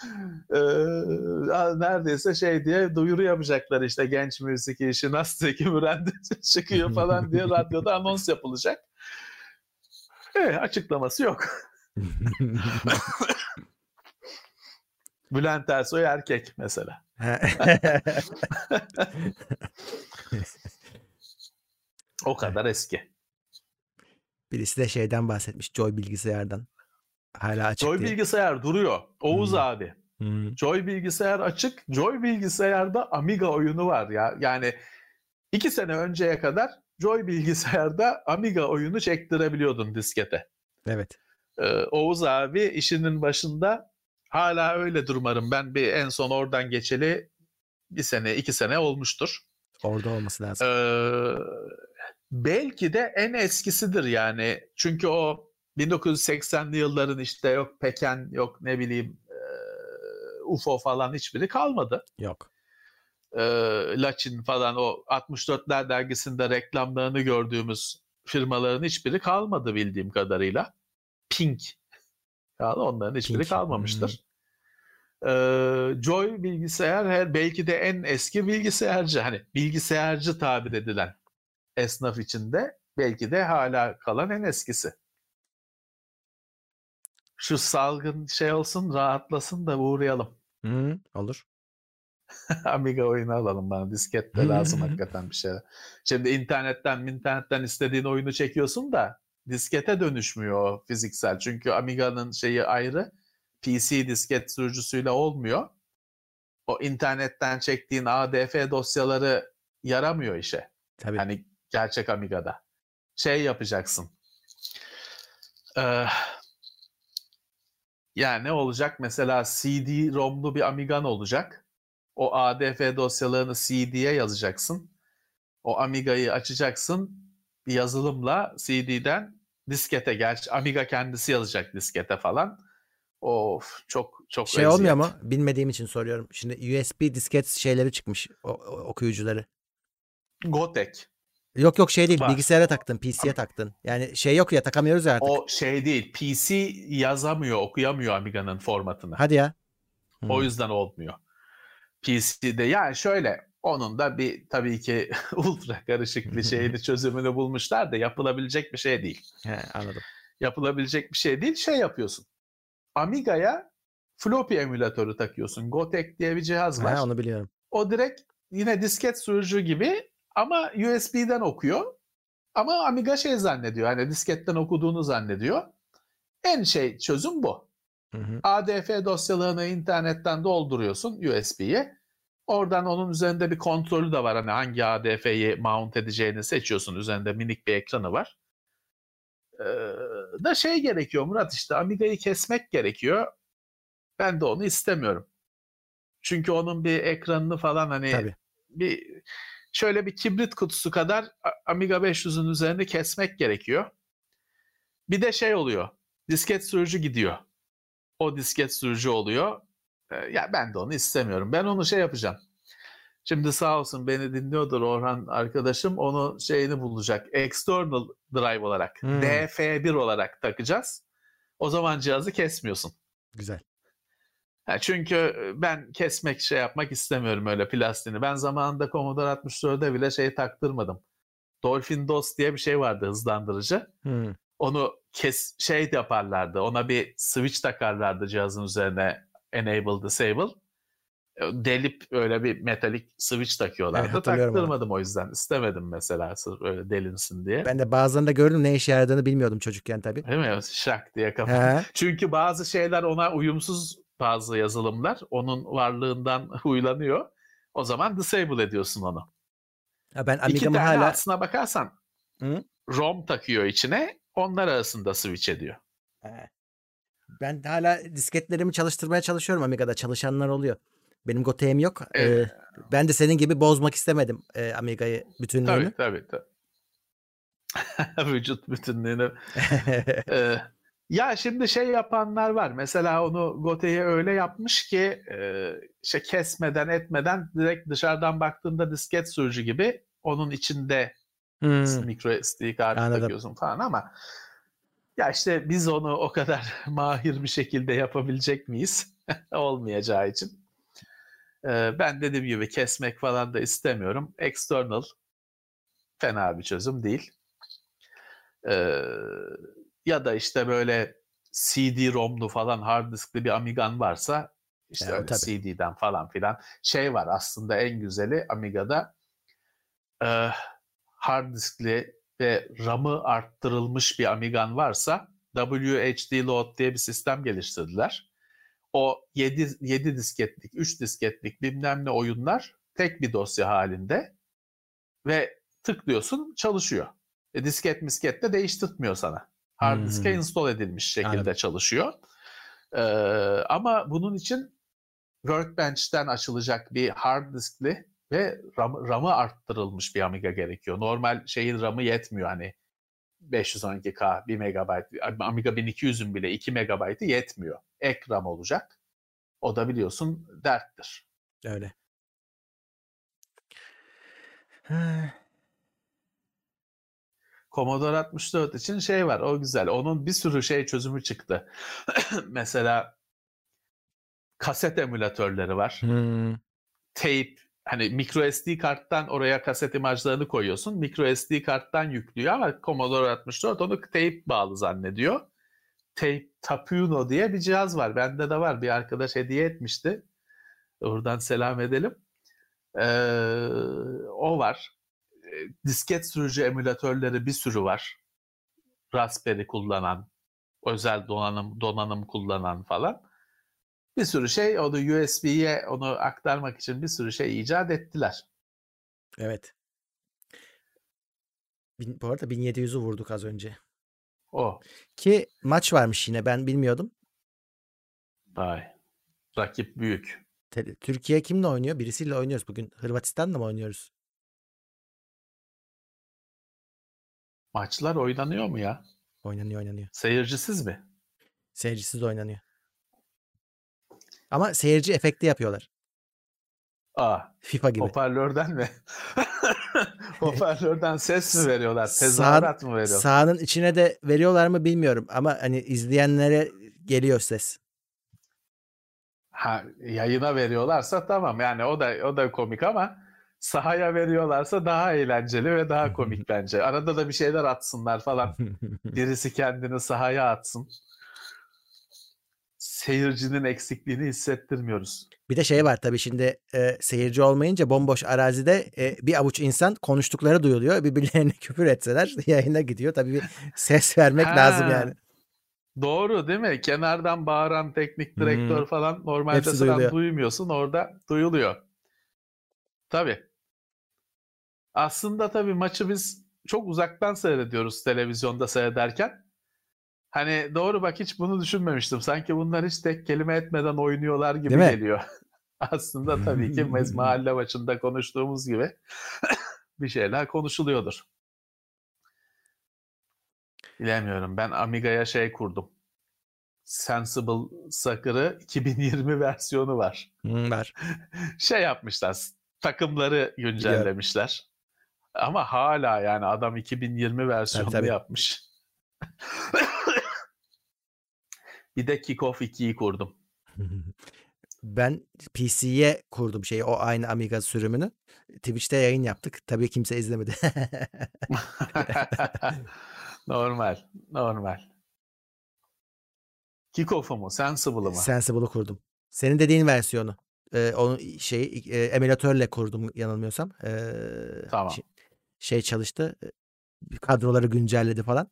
neredeyse şey diye duyuru yapacaklar işte, genç müzik işi nasıl Zeki Müren çıkıyor falan diye radyoda anons yapılacak. Açıklaması yok. Bülent Ersoy erkek mesela. O kadar eski. Birisi de şeyden bahsetmiş, Joy bilgisayardan. Hala açık Joy diye. Bilgisayar duruyor. Oğuz abi. Joy bilgisayar açık. Joy bilgisayarda Amiga oyunu var ya. Yani 2 sene önceye kadar Joy bilgisayarda Amiga oyunu çektirebiliyordun diskete. Evet. Oğuz abi işinin başında, hala öyle durmarım. Ben en son oradan geçeli 1 sene 2 sene olmuştur. Orada olması lazım. Belki de en eskisidir yani. Çünkü o 1980'li yılların işte yok Peken, yok ne bileyim UFO falan hiçbiri kalmadı. Yok. Laçin falan, o 64'ler dergisinde reklamlarını gördüğümüz firmaların hiçbiri kalmadı bildiğim kadarıyla. Pink kaldı, onların hiçbiri Pink. kalmamıştır. Joy bilgisayar belki de en eski bilgisayarcı, hani bilgisayarcı tabir edilen esnaf içinde belki de hala kalan en eskisi. Şu salgın şey olsun, rahatlasın da uğrayalım. Olur. Amiga oyunu alalım bana. Diskette lazım hakikaten bir şeyler. Şimdi internetten istediğin oyunu çekiyorsun da diskete dönüşmüyor o fiziksel. Çünkü Amiga'nın şeyi ayrı. PC disket sürücüsüyle olmuyor. O internetten çektiğin ADF dosyaları yaramıyor işe. Tabii. Hani gerçek Amiga'da. Şey yapacaksın. Yani ne olacak? Mesela CD-ROM'lu bir Amiga'nın olacak. O ADF dosyalarını CD'ye yazacaksın. O Amiga'yı açacaksın. Bir yazılımla CD'den diskete. Gerçi Amiga kendisi yazacak diskete falan. Of, çok çok Şey olmuyor eziyet. mu? Bilmediğim için soruyorum. Şimdi USB disket şeyleri çıkmış. Okuyucuları. Gotek Yok şey değil. var. Bilgisayara taktın. PC'ye taktın. Yani şey yok ya, takamıyoruz ya artık. O şey değil. PC yazamıyor, okuyamıyor Amiga'nın formatını. Hadi ya. O yüzden olmuyor. PC'de yani şöyle, onun da bir tabii ki ultra karışık bir şeyini, çözümünü bulmuşlar da yapılabilecek bir şey değil. Anladım. Yapılabilecek bir şey değil. Şey yapıyorsun. Amiga'ya floppy emülatörü takıyorsun. Gotek diye bir cihaz var. Onu biliyorum. O direkt yine disket sürücü gibi ama USB'den okuyor. Ama Amiga şey zannediyor. Hani disketten okuduğunu zannediyor. En şey çözüm bu. ADF dosyalarını internetten dolduruyorsun USB'ye. Oradan onun üzerinde bir kontrolü de var. Hani hangi ADF'yi mount edeceğini seçiyorsun. Üzerinde minik bir ekranı var. Da şey gerekiyor Murat, işte Amiga'yı kesmek gerekiyor. Ben de onu istemiyorum. Çünkü onun bir ekranını falan hani Tabii. şöyle bir kibrit kutusu kadar Amiga 500'ün üzerinde kesmek gerekiyor. Bir de şey oluyor. Disket sürücü gidiyor. O disket sürücü oluyor. Ya ben de onu istemiyorum. Ben onu şey yapacağım. Şimdi sağ olsun beni dinliyordur Orhan arkadaşım. Onu şeyini bulacak. External drive olarak. DF1 olarak takacağız. O zaman cihazı kesmiyorsun. Güzel. Çünkü ben kesmek, şey yapmak istemiyorum öyle plastiğini. Ben zamanında Commodore 64'e bile şey taktırmadım. Dolphin DOS diye bir şey vardı, hızlandırıcı. Onu şey yaparlardı. Ona bir switch takarlardı cihazın üzerine, enable, disable. Delip öyle bir metalik switch takıyorlardı. Evet, hatırlıyorum onu. Taktırmadım o yüzden. İstemedim mesela sırf öyle delinsin diye. Ben de bazılarında gördüm, ne işe yaradığını bilmiyordum çocukken tabii. Değil mi? Şak diye kapat. Çünkü bazı şeyler ona uyumsuz, bazı yazılımlar onun varlığından huylanıyor. O zaman disable ediyorsun onu. Ben İki Amiga'mı tane hala... aslına bakarsan ROM takıyor içine, onlar arasında switch ediyor. Ben hala disketlerimi çalıştırmaya çalışıyorum Amiga'da. Çalışanlar oluyor. Benim Gotek'im yok. Ben de senin gibi bozmak istemedim Amiga'yı, bütünlüğünü. Tabii. Vücut bütünlüğünü. Ya şimdi şey yapanlar var. Mesela onu Gotek'e öyle yapmış ki işte kesmeden etmeden direkt dışarıdan baktığında disket sürücü gibi onun içinde micro SD kartı takıyorsun falan, ama ya işte biz onu o kadar mahir bir şekilde yapabilecek miyiz? Olmayacağı için. Ben dediğim gibi kesmek falan da istemiyorum. External fena bir çözüm değil. Ya da işte böyle CD-ROM'lu falan hard diskli bir Amiga'nın varsa işte öyle CD'den falan filan. Şey var aslında, en güzeli Amiga'da hard diskli ve RAM'ı arttırılmış bir Amiga'nın varsa WHD Load diye bir sistem geliştirdiler. O 7 disketlik, 3 disketlik bilmem ne oyunlar tek bir dosya halinde ve tıklıyorsun, çalışıyor. Disket misket de değiştirtmiyor sana. Hard diske install edilmiş şekilde çalışıyor. Ama bunun için Workbench'ten açılacak bir hard diskli ve RAM'ı arttırılmış bir Amiga gerekiyor. Normal şeyin RAM'ı yetmiyor, hani 512K, 1 MB, Amiga 1200'ün bile 2 MB'ı yetmiyor. Ek RAM olacak. O da biliyorsun derttir. Öyle. Commodore 64 için şey var, o güzel. Onun bir sürü şey çözümü çıktı. Mesela kaset emülatörleri var. Tape, hani micro SD karttan oraya kaset imajlarını koyuyorsun. Micro SD karttan yüklüyor ama Commodore 64 onu tape bağlı zannediyor. Tape Tapuno diye bir cihaz var. Bende de var. Bir arkadaş hediye etmişti. Oradan selam edelim. O var. Disket sürücü emülatörleri bir sürü var. Raspberry kullanan, özel donanım kullanan falan. Bir sürü şey, onu USB'ye onu aktarmak için bir sürü şey icat ettiler. Evet. Bu arada 1700'ü vurduk az önce. O. Ki maç varmış yine, ben bilmiyordum. Vay. Rakip büyük. Türkiye kimle oynuyor? Birisiyle oynuyoruz bugün. Hırvatistan'la mı oynuyoruz? Maçlar oynanıyor mu ya? Oynanıyor. Seyircisiz mi? Seyircisiz oynanıyor. Ama seyirci efekti yapıyorlar. FIFA gibi. Hoparlörden mi? Hoparlörden ses mi veriyorlar? Tezahürat mı veriyorlar? Sahanın içine de veriyorlar mı bilmiyorum ama hani izleyenlere geliyor ses. Yayına veriyorlarsa tamam, yani o da komik ama sahaya veriyorlarsa daha eğlenceli ve daha komik bence. Arada da bir şeyler atsınlar falan. Birisi kendini sahaya atsın. Seyircinin eksikliğini hissettirmiyoruz. Bir de şey var tabii, şimdi seyirci olmayınca bomboş arazide bir avuç insan konuştukları duyuluyor. Birbirlerine küfür etseler yayına gidiyor. Tabii bir ses vermek lazım yani. Doğru değil mi? Kenardan bağıran teknik direktör falan normalde Hepsi sen duyuluyor. duymuyorsun, orada duyuluyor. Tabii. Aslında tabii maçı biz çok uzaktan seyrediyoruz televizyonda seyrederken. Hani doğru, bak hiç bunu düşünmemiştim. Sanki bunlar hiç tek kelime etmeden oynuyorlar gibi geliyor. Aslında tabii ki mahalle maçında konuştuğumuz gibi bir şeyler konuşuluyordur. Bilemiyorum. Ben Amiga'ya şey kurdum. Sensible Soccer'ı 2020 versiyonu var. Var. Şey yapmışlar. Takımları güncellemişler. Ama hala yani adam 2020 versiyonunu Tabii. yapmış. Bir de Kickoff 2'yi kurdum. Ben PC'ye kurdum o aynı Amiga sürümünü. Twitch'te yayın yaptık. Tabii kimse izlemedi. Normal. Kickoff'u mu? Sensible'ı mı? Sensible'ı kurdum. Senin dediğin versiyonu. Onu emülatörle kurdum yanılmıyorsam. Tamam. Çalıştı. Kadroları güncelledi falan.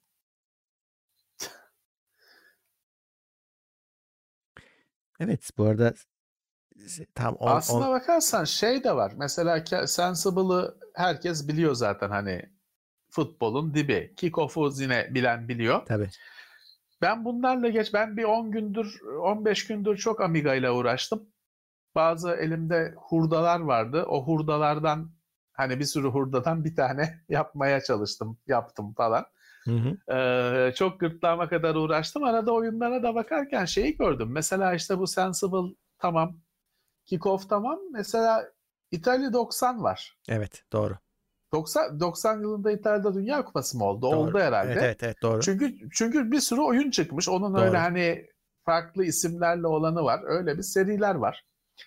Evet, bu arada tam aslına bakarsan şey de var. Mesela Sensible'ı herkes biliyor zaten, hani futbolun dibi. Kickoff'u yine bilen biliyor. Tabii. Ben bunlarla ben bir 10 gündür 15 gündür çok Amiga ile uğraştım. Bazı elimde hurdalar vardı. O hurdalardan, hani bir sürü hurdadan bir tane yapmaya çalıştım. Yaptım falan. Çok gırtlağıma kadar uğraştım. Arada oyunlara da bakarken şeyi gördüm. Mesela işte bu Sensible tamam. Kickoff tamam. Mesela İtalya 90 var. Evet, doğru. 90 yılında İtalya'da Dünya Kupası mı oldu? Doğru. Oldu herhalde. Evet, doğru. Çünkü bir sürü oyun çıkmış. Onun doğru. öyle hani farklı isimlerle olanı var. Öyle bir seriler var.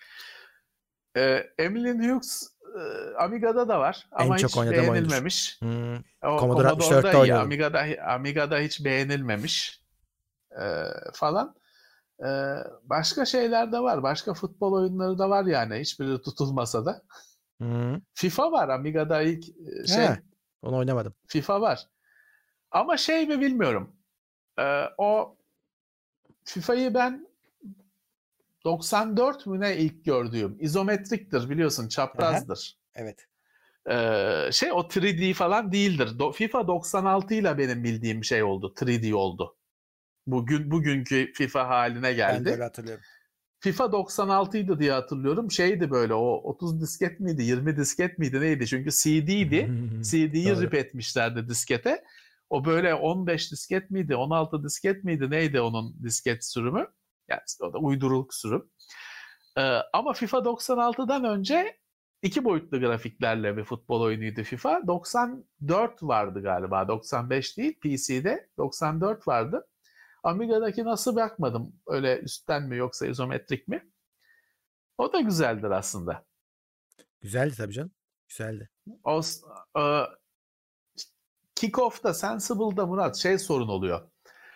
Emily Hughes Amiga'da da var ama hiç beğenilmemiş. Commodore'da iyi. Amiga'da hiç beğenilmemiş falan. Başka şeyler de var. Başka futbol oyunları da var yani. Hiçbiri tutulmasa da. FIFA var Amiga'da ilk onu oynamadım. FIFA var. Ama şey mi bilmiyorum. O FIFA'yı ben 94 mü ne ilk gördüğüm. İzometriktir biliyorsun, çaprazdır. Evet. O 3D falan değildir. FIFA 96 ile benim bildiğim şey oldu. 3D oldu. Bugünkü FIFA haline geldi. Ben de öyle hatırlıyorum. FIFA 96'ydı diye hatırlıyorum. Şeydi böyle, o 30 disket miydi, 20 disket miydi neydi? Çünkü CD'ydi. CD'yi rip etmişlerdi diskete. O böyle 15 disket miydi, 16 disket miydi neydi onun disket sürümü? Yani o da uyduruluk sürüm. Ama FIFA 96'dan önce 2 boyutlu grafiklerle bir futbol oyunuydu FIFA. 94 vardı galiba. 95 değil, PC'de 94 vardı. Amiga'daki nasıl bakmadım. Öyle üstten mi yoksa izometrik mi? O da güzeldir aslında. Güzeldi tabii canım. Güzeldi. O Kick-Off'da, Sensible'da Murat sorun oluyor.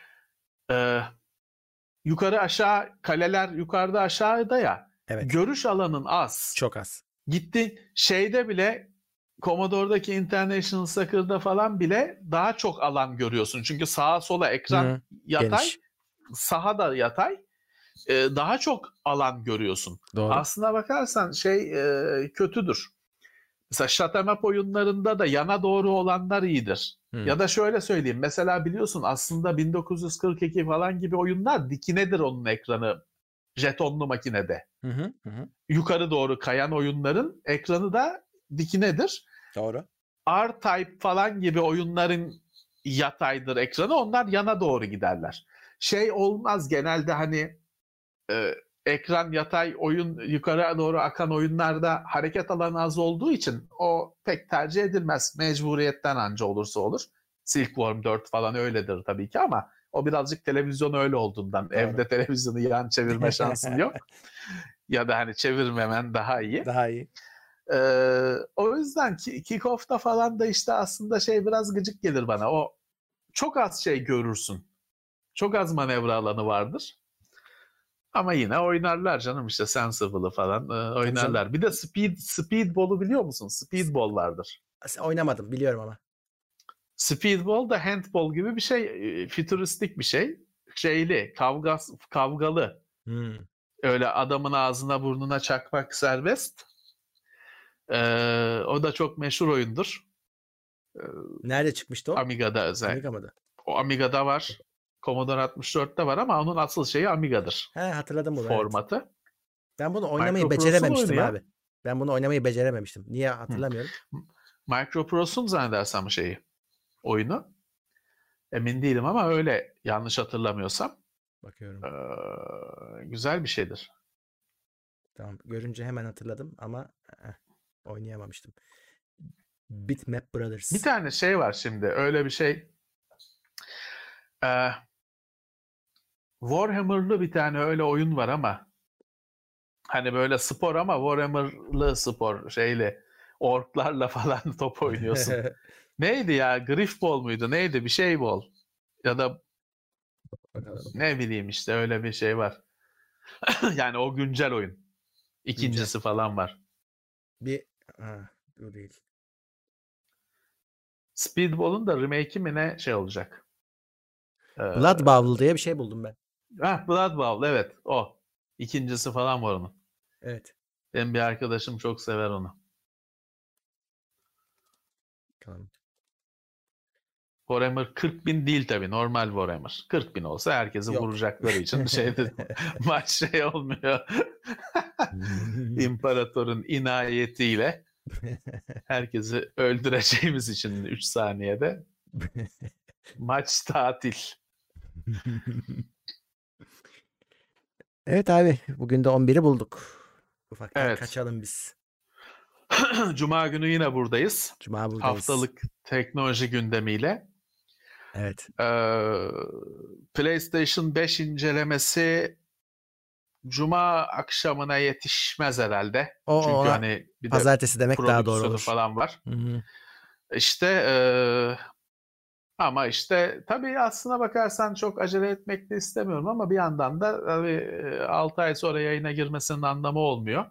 Yukarı aşağı kaleler yukarıda aşağıda ya. Evet. Görüş alanın az. Çok az. Gitti şeyde bile, Commodore'daki International Soccer'da falan bile daha çok alan görüyorsun. Çünkü sağa sola ekran yatay, geniş. saha da yatay. Daha çok alan görüyorsun. Doğru. Aslına bakarsan kötüdür. Mesela shut-em-up oyunlarında da yana doğru olanlar iyidir. Ya da şöyle söyleyeyim. Mesela biliyorsun aslında 1942 falan gibi oyunlar dikinedir onun ekranı. Jetonlu makinede. Yukarı doğru kayan oyunların ekranı da dikinedir. Doğru. R-Type falan gibi oyunların yataydır ekranı. Onlar yana doğru giderler. Olmaz genelde hani ekran yatay oyun yukarı doğru akan oyunlarda hareket alanı az olduğu için o pek tercih edilmez. Mecburiyetten anca olursa olur. Silkworm 4 falan öyledir tabii ki ama o birazcık televizyon öyle olduğundan. Doğru. Evde televizyonu yan çevirme şansın yok. Ya da hani çevirmemen daha iyi. Daha iyi. O yüzden Kick-Off'ta falan da işte aslında biraz gıcık gelir bana. O çok az görürsün. Çok az manevra alanı vardır. Ama yine oynarlar canım, işte Sensible'ı falan oynarlar. Bir de Speedball'u biliyor musun? Speedball vardır. Oynamadım, biliyorum ama. Speedball da handball gibi bir şey. Fütüristik bir şey. Kavgalı. Öyle adamın ağzına burnuna çakmak serbest. O da çok meşhur oyundur. Nerede çıkmıştı o? Amiga'da özellikle. O Amiga'da var. Commodore 64'te var ama onun asıl şeyi Amiga'dır. Hatırladım bunu. Formatı. Evet. Ben bunu oynamayı becerememiştim abi. Niye hatırlamıyorum. Micropros'un zannedersem oyunu. Emin değilim ama öyle, yanlış hatırlamıyorsam. Bakıyorum. Güzel bir şeydir. Tamam. Görünce hemen hatırladım ama oynayamamıştım. Bitmap Brothers. Bir tane var şimdi. Öyle bir şey. Warhammer'lı bir tane öyle oyun var ama hani böyle spor ama Warhammer'lı spor orklarla falan top oynuyorsun. Neydi ya? Griffball muydu? Neydi? Bir şey ball. Ya da ne bileyim işte öyle bir şey var. Yani o güncel oyun. İkincisi falan var. Bu değil. Speedball'un da remake'i mi ne olacak? Blood Bowl diye bir şey buldum ben. Blood Bowl, evet o. İkincisi falan var onun. Evet. Benim bir arkadaşım çok sever onu. Tamam. Warhammer 40.000 değil tabii, normal Warhammer. 40.000 olsa herkesi vuracakları için maç olmuyor. İmparatorun inayetiyle herkesi öldüreceğimiz için 3 saniyede maç tatil. Evet abi, bugün de 11'i bulduk. Ufaktan kaçalım biz. Cuma günü yine buradayız. Cuma buradayız. Haftalık teknoloji gündemiyle. Evet. PlayStation 5 incelemesi Cuma akşamına yetişmez herhalde. Çünkü hani bir pazartesi de demek daha doğru olur. falan var. Hı-hı. Ama tabii aslına bakarsan çok acele etmek de istemiyorum ama bir yandan da tabii 6 ay sonra yayına girmesinin anlamı olmuyor.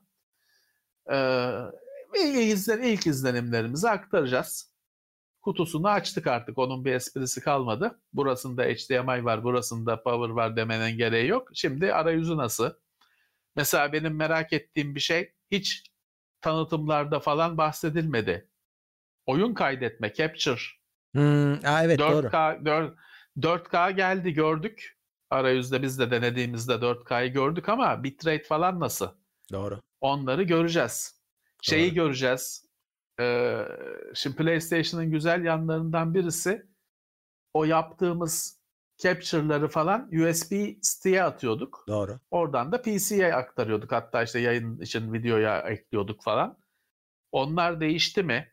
İlk izlenimlerimizi aktaracağız. Kutusunu açtık artık. Onun bir esprisi kalmadı. Burasında HDMI var, burasında power var demenin gereği yok. Şimdi arayüzü nasıl? Mesela benim merak ettiğim bir şey, hiç tanıtımlarda falan bahsedilmedi. Oyun kaydetme, capture. Evet, 4K, doğru. 4K geldi, gördük. Arayüzde biz de denediğimizde 4K'yı gördük ama bitrate falan nasıl? Doğru. Onları göreceğiz. Göreceğiz. Şimdi PlayStation'ın güzel yanlarından birisi, o yaptığımız capture'ları falan USB stick'e atıyorduk. Doğru. Oradan da PC'ye aktarıyorduk. Hatta yayın için videoya ekliyorduk falan. Onlar değişti mi?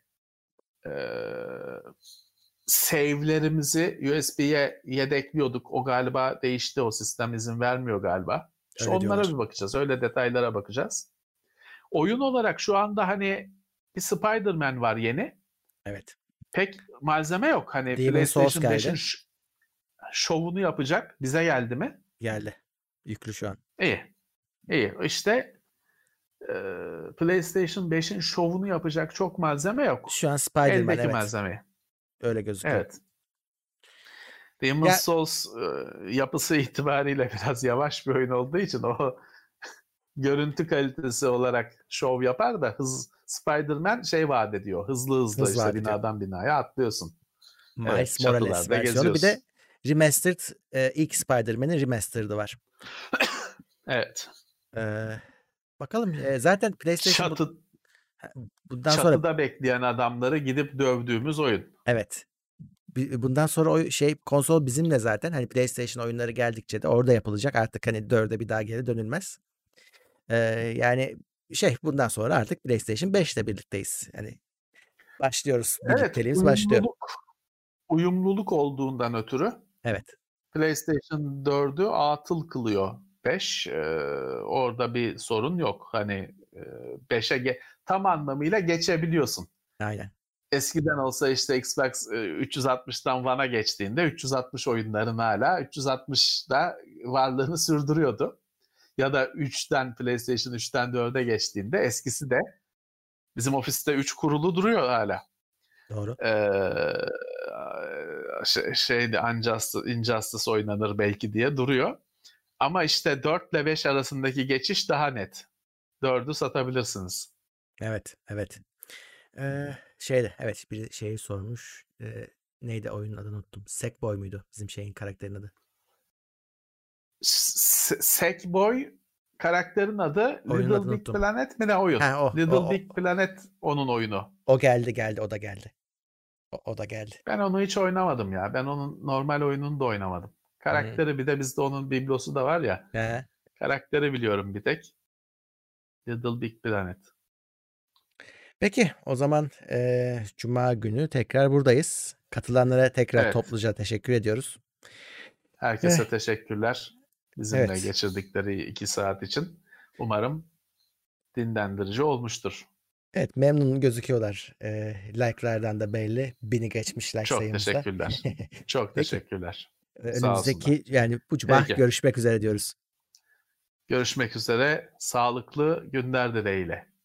Save'lerimizi USB'ye yedekliyorduk. O galiba değişti. O sistem izin vermiyor galiba. İşte Öyle onlara diyorlar. bir bakacağız. Öyle detaylara bakacağız. Oyun olarak şu anda hani bir Spider-Man var yeni. Evet. Pek malzeme yok. Hani Demon's Souls PlayStation 5'in geldi. şovunu yapacak. Bize geldi mi? Geldi. Yüklü şu an. İyi. İyi. İşte PlayStation 5'in şovunu yapacak çok malzeme yok. Şu an Spider-Man, Eldeki evet. malzemeyi. Öyle gözüküyor. Evet. Demon's Souls yapısı itibariyle biraz yavaş bir oyun olduğu için o görüntü kalitesi olarak şov yapar da Spider-Man şey vaat ediyor. Hızlı Hız işte vaat ediyor. binadan binaya atlıyorsun. Miles Morales çatılarda versiyonu. Bir de geziyorsun. remastered ilk Spider-Man'in remastered'ı var. Evet. Bakalım zaten PlayStation bundan sonra Çatıda bekleyen adamları gidip dövdüğümüz oyun. evet. Bundan sonra o konsol bizimle zaten. Hani PlayStation oyunları geldikçe de orada yapılacak. Artık hani 4'e bir daha geri dönülmez. Yani bundan sonra artık PlayStation 5 ile birlikteyiz. Yani başlıyoruz. Evet, Birlikteliğimiz başlıyor. uyumluluk olduğundan ötürü Evet. PlayStation 4'ü atıl kılıyor 5. Orada bir sorun yok. Hani 5'e tam anlamıyla geçebiliyorsun. Aynen. Eskiden olsa işte Xbox 360'dan One'a geçtiğinde 360 oyunların hala 360'da varlığını sürdürüyordu. Ya da PlayStation 3'ten 4'e geçtiğinde eskisi de bizim ofiste 3 kurulu duruyor hala. Doğru. Injustice oynanır belki diye duruyor. Ama işte 4 ile 5 arasındaki geçiş daha net. 4'ü satabilirsiniz. Evet. Evet. Bir şeyi sormuş. Neydi oyunun adını unuttum. Sackboy muydu bizim şeyin karakterin adı? Sackboy karakterin adı Oyunun Little adını Big unuttum. Planet mi ne oyun? Little Big Planet onun oyunu. O geldi. O da geldi. O da geldi. Ben onu hiç oynamadım ya. Ben onun normal oyununu da oynamadım. Karakteri bir de bizde onun biblosu da var ya. Karakteri biliyorum bir tek. Little Big Planet. Peki o zaman Cuma günü tekrar buradayız. Katılanlara tekrar topluca teşekkür ediyoruz. Herkese teşekkürler. Bizimle geçirdikleri 2 saat için. Umarım dinlendirici olmuştur. Evet, memnun gözüküyorlar. Like'lardan da belli. 1000'i geçmiş like sayımızda. Çok teşekkürler. Çok teşekkürler. Önümüzdeki bu Cuma görüşmek üzere diyoruz. Görüşmek üzere. Sağlıklı günler dileğiyle.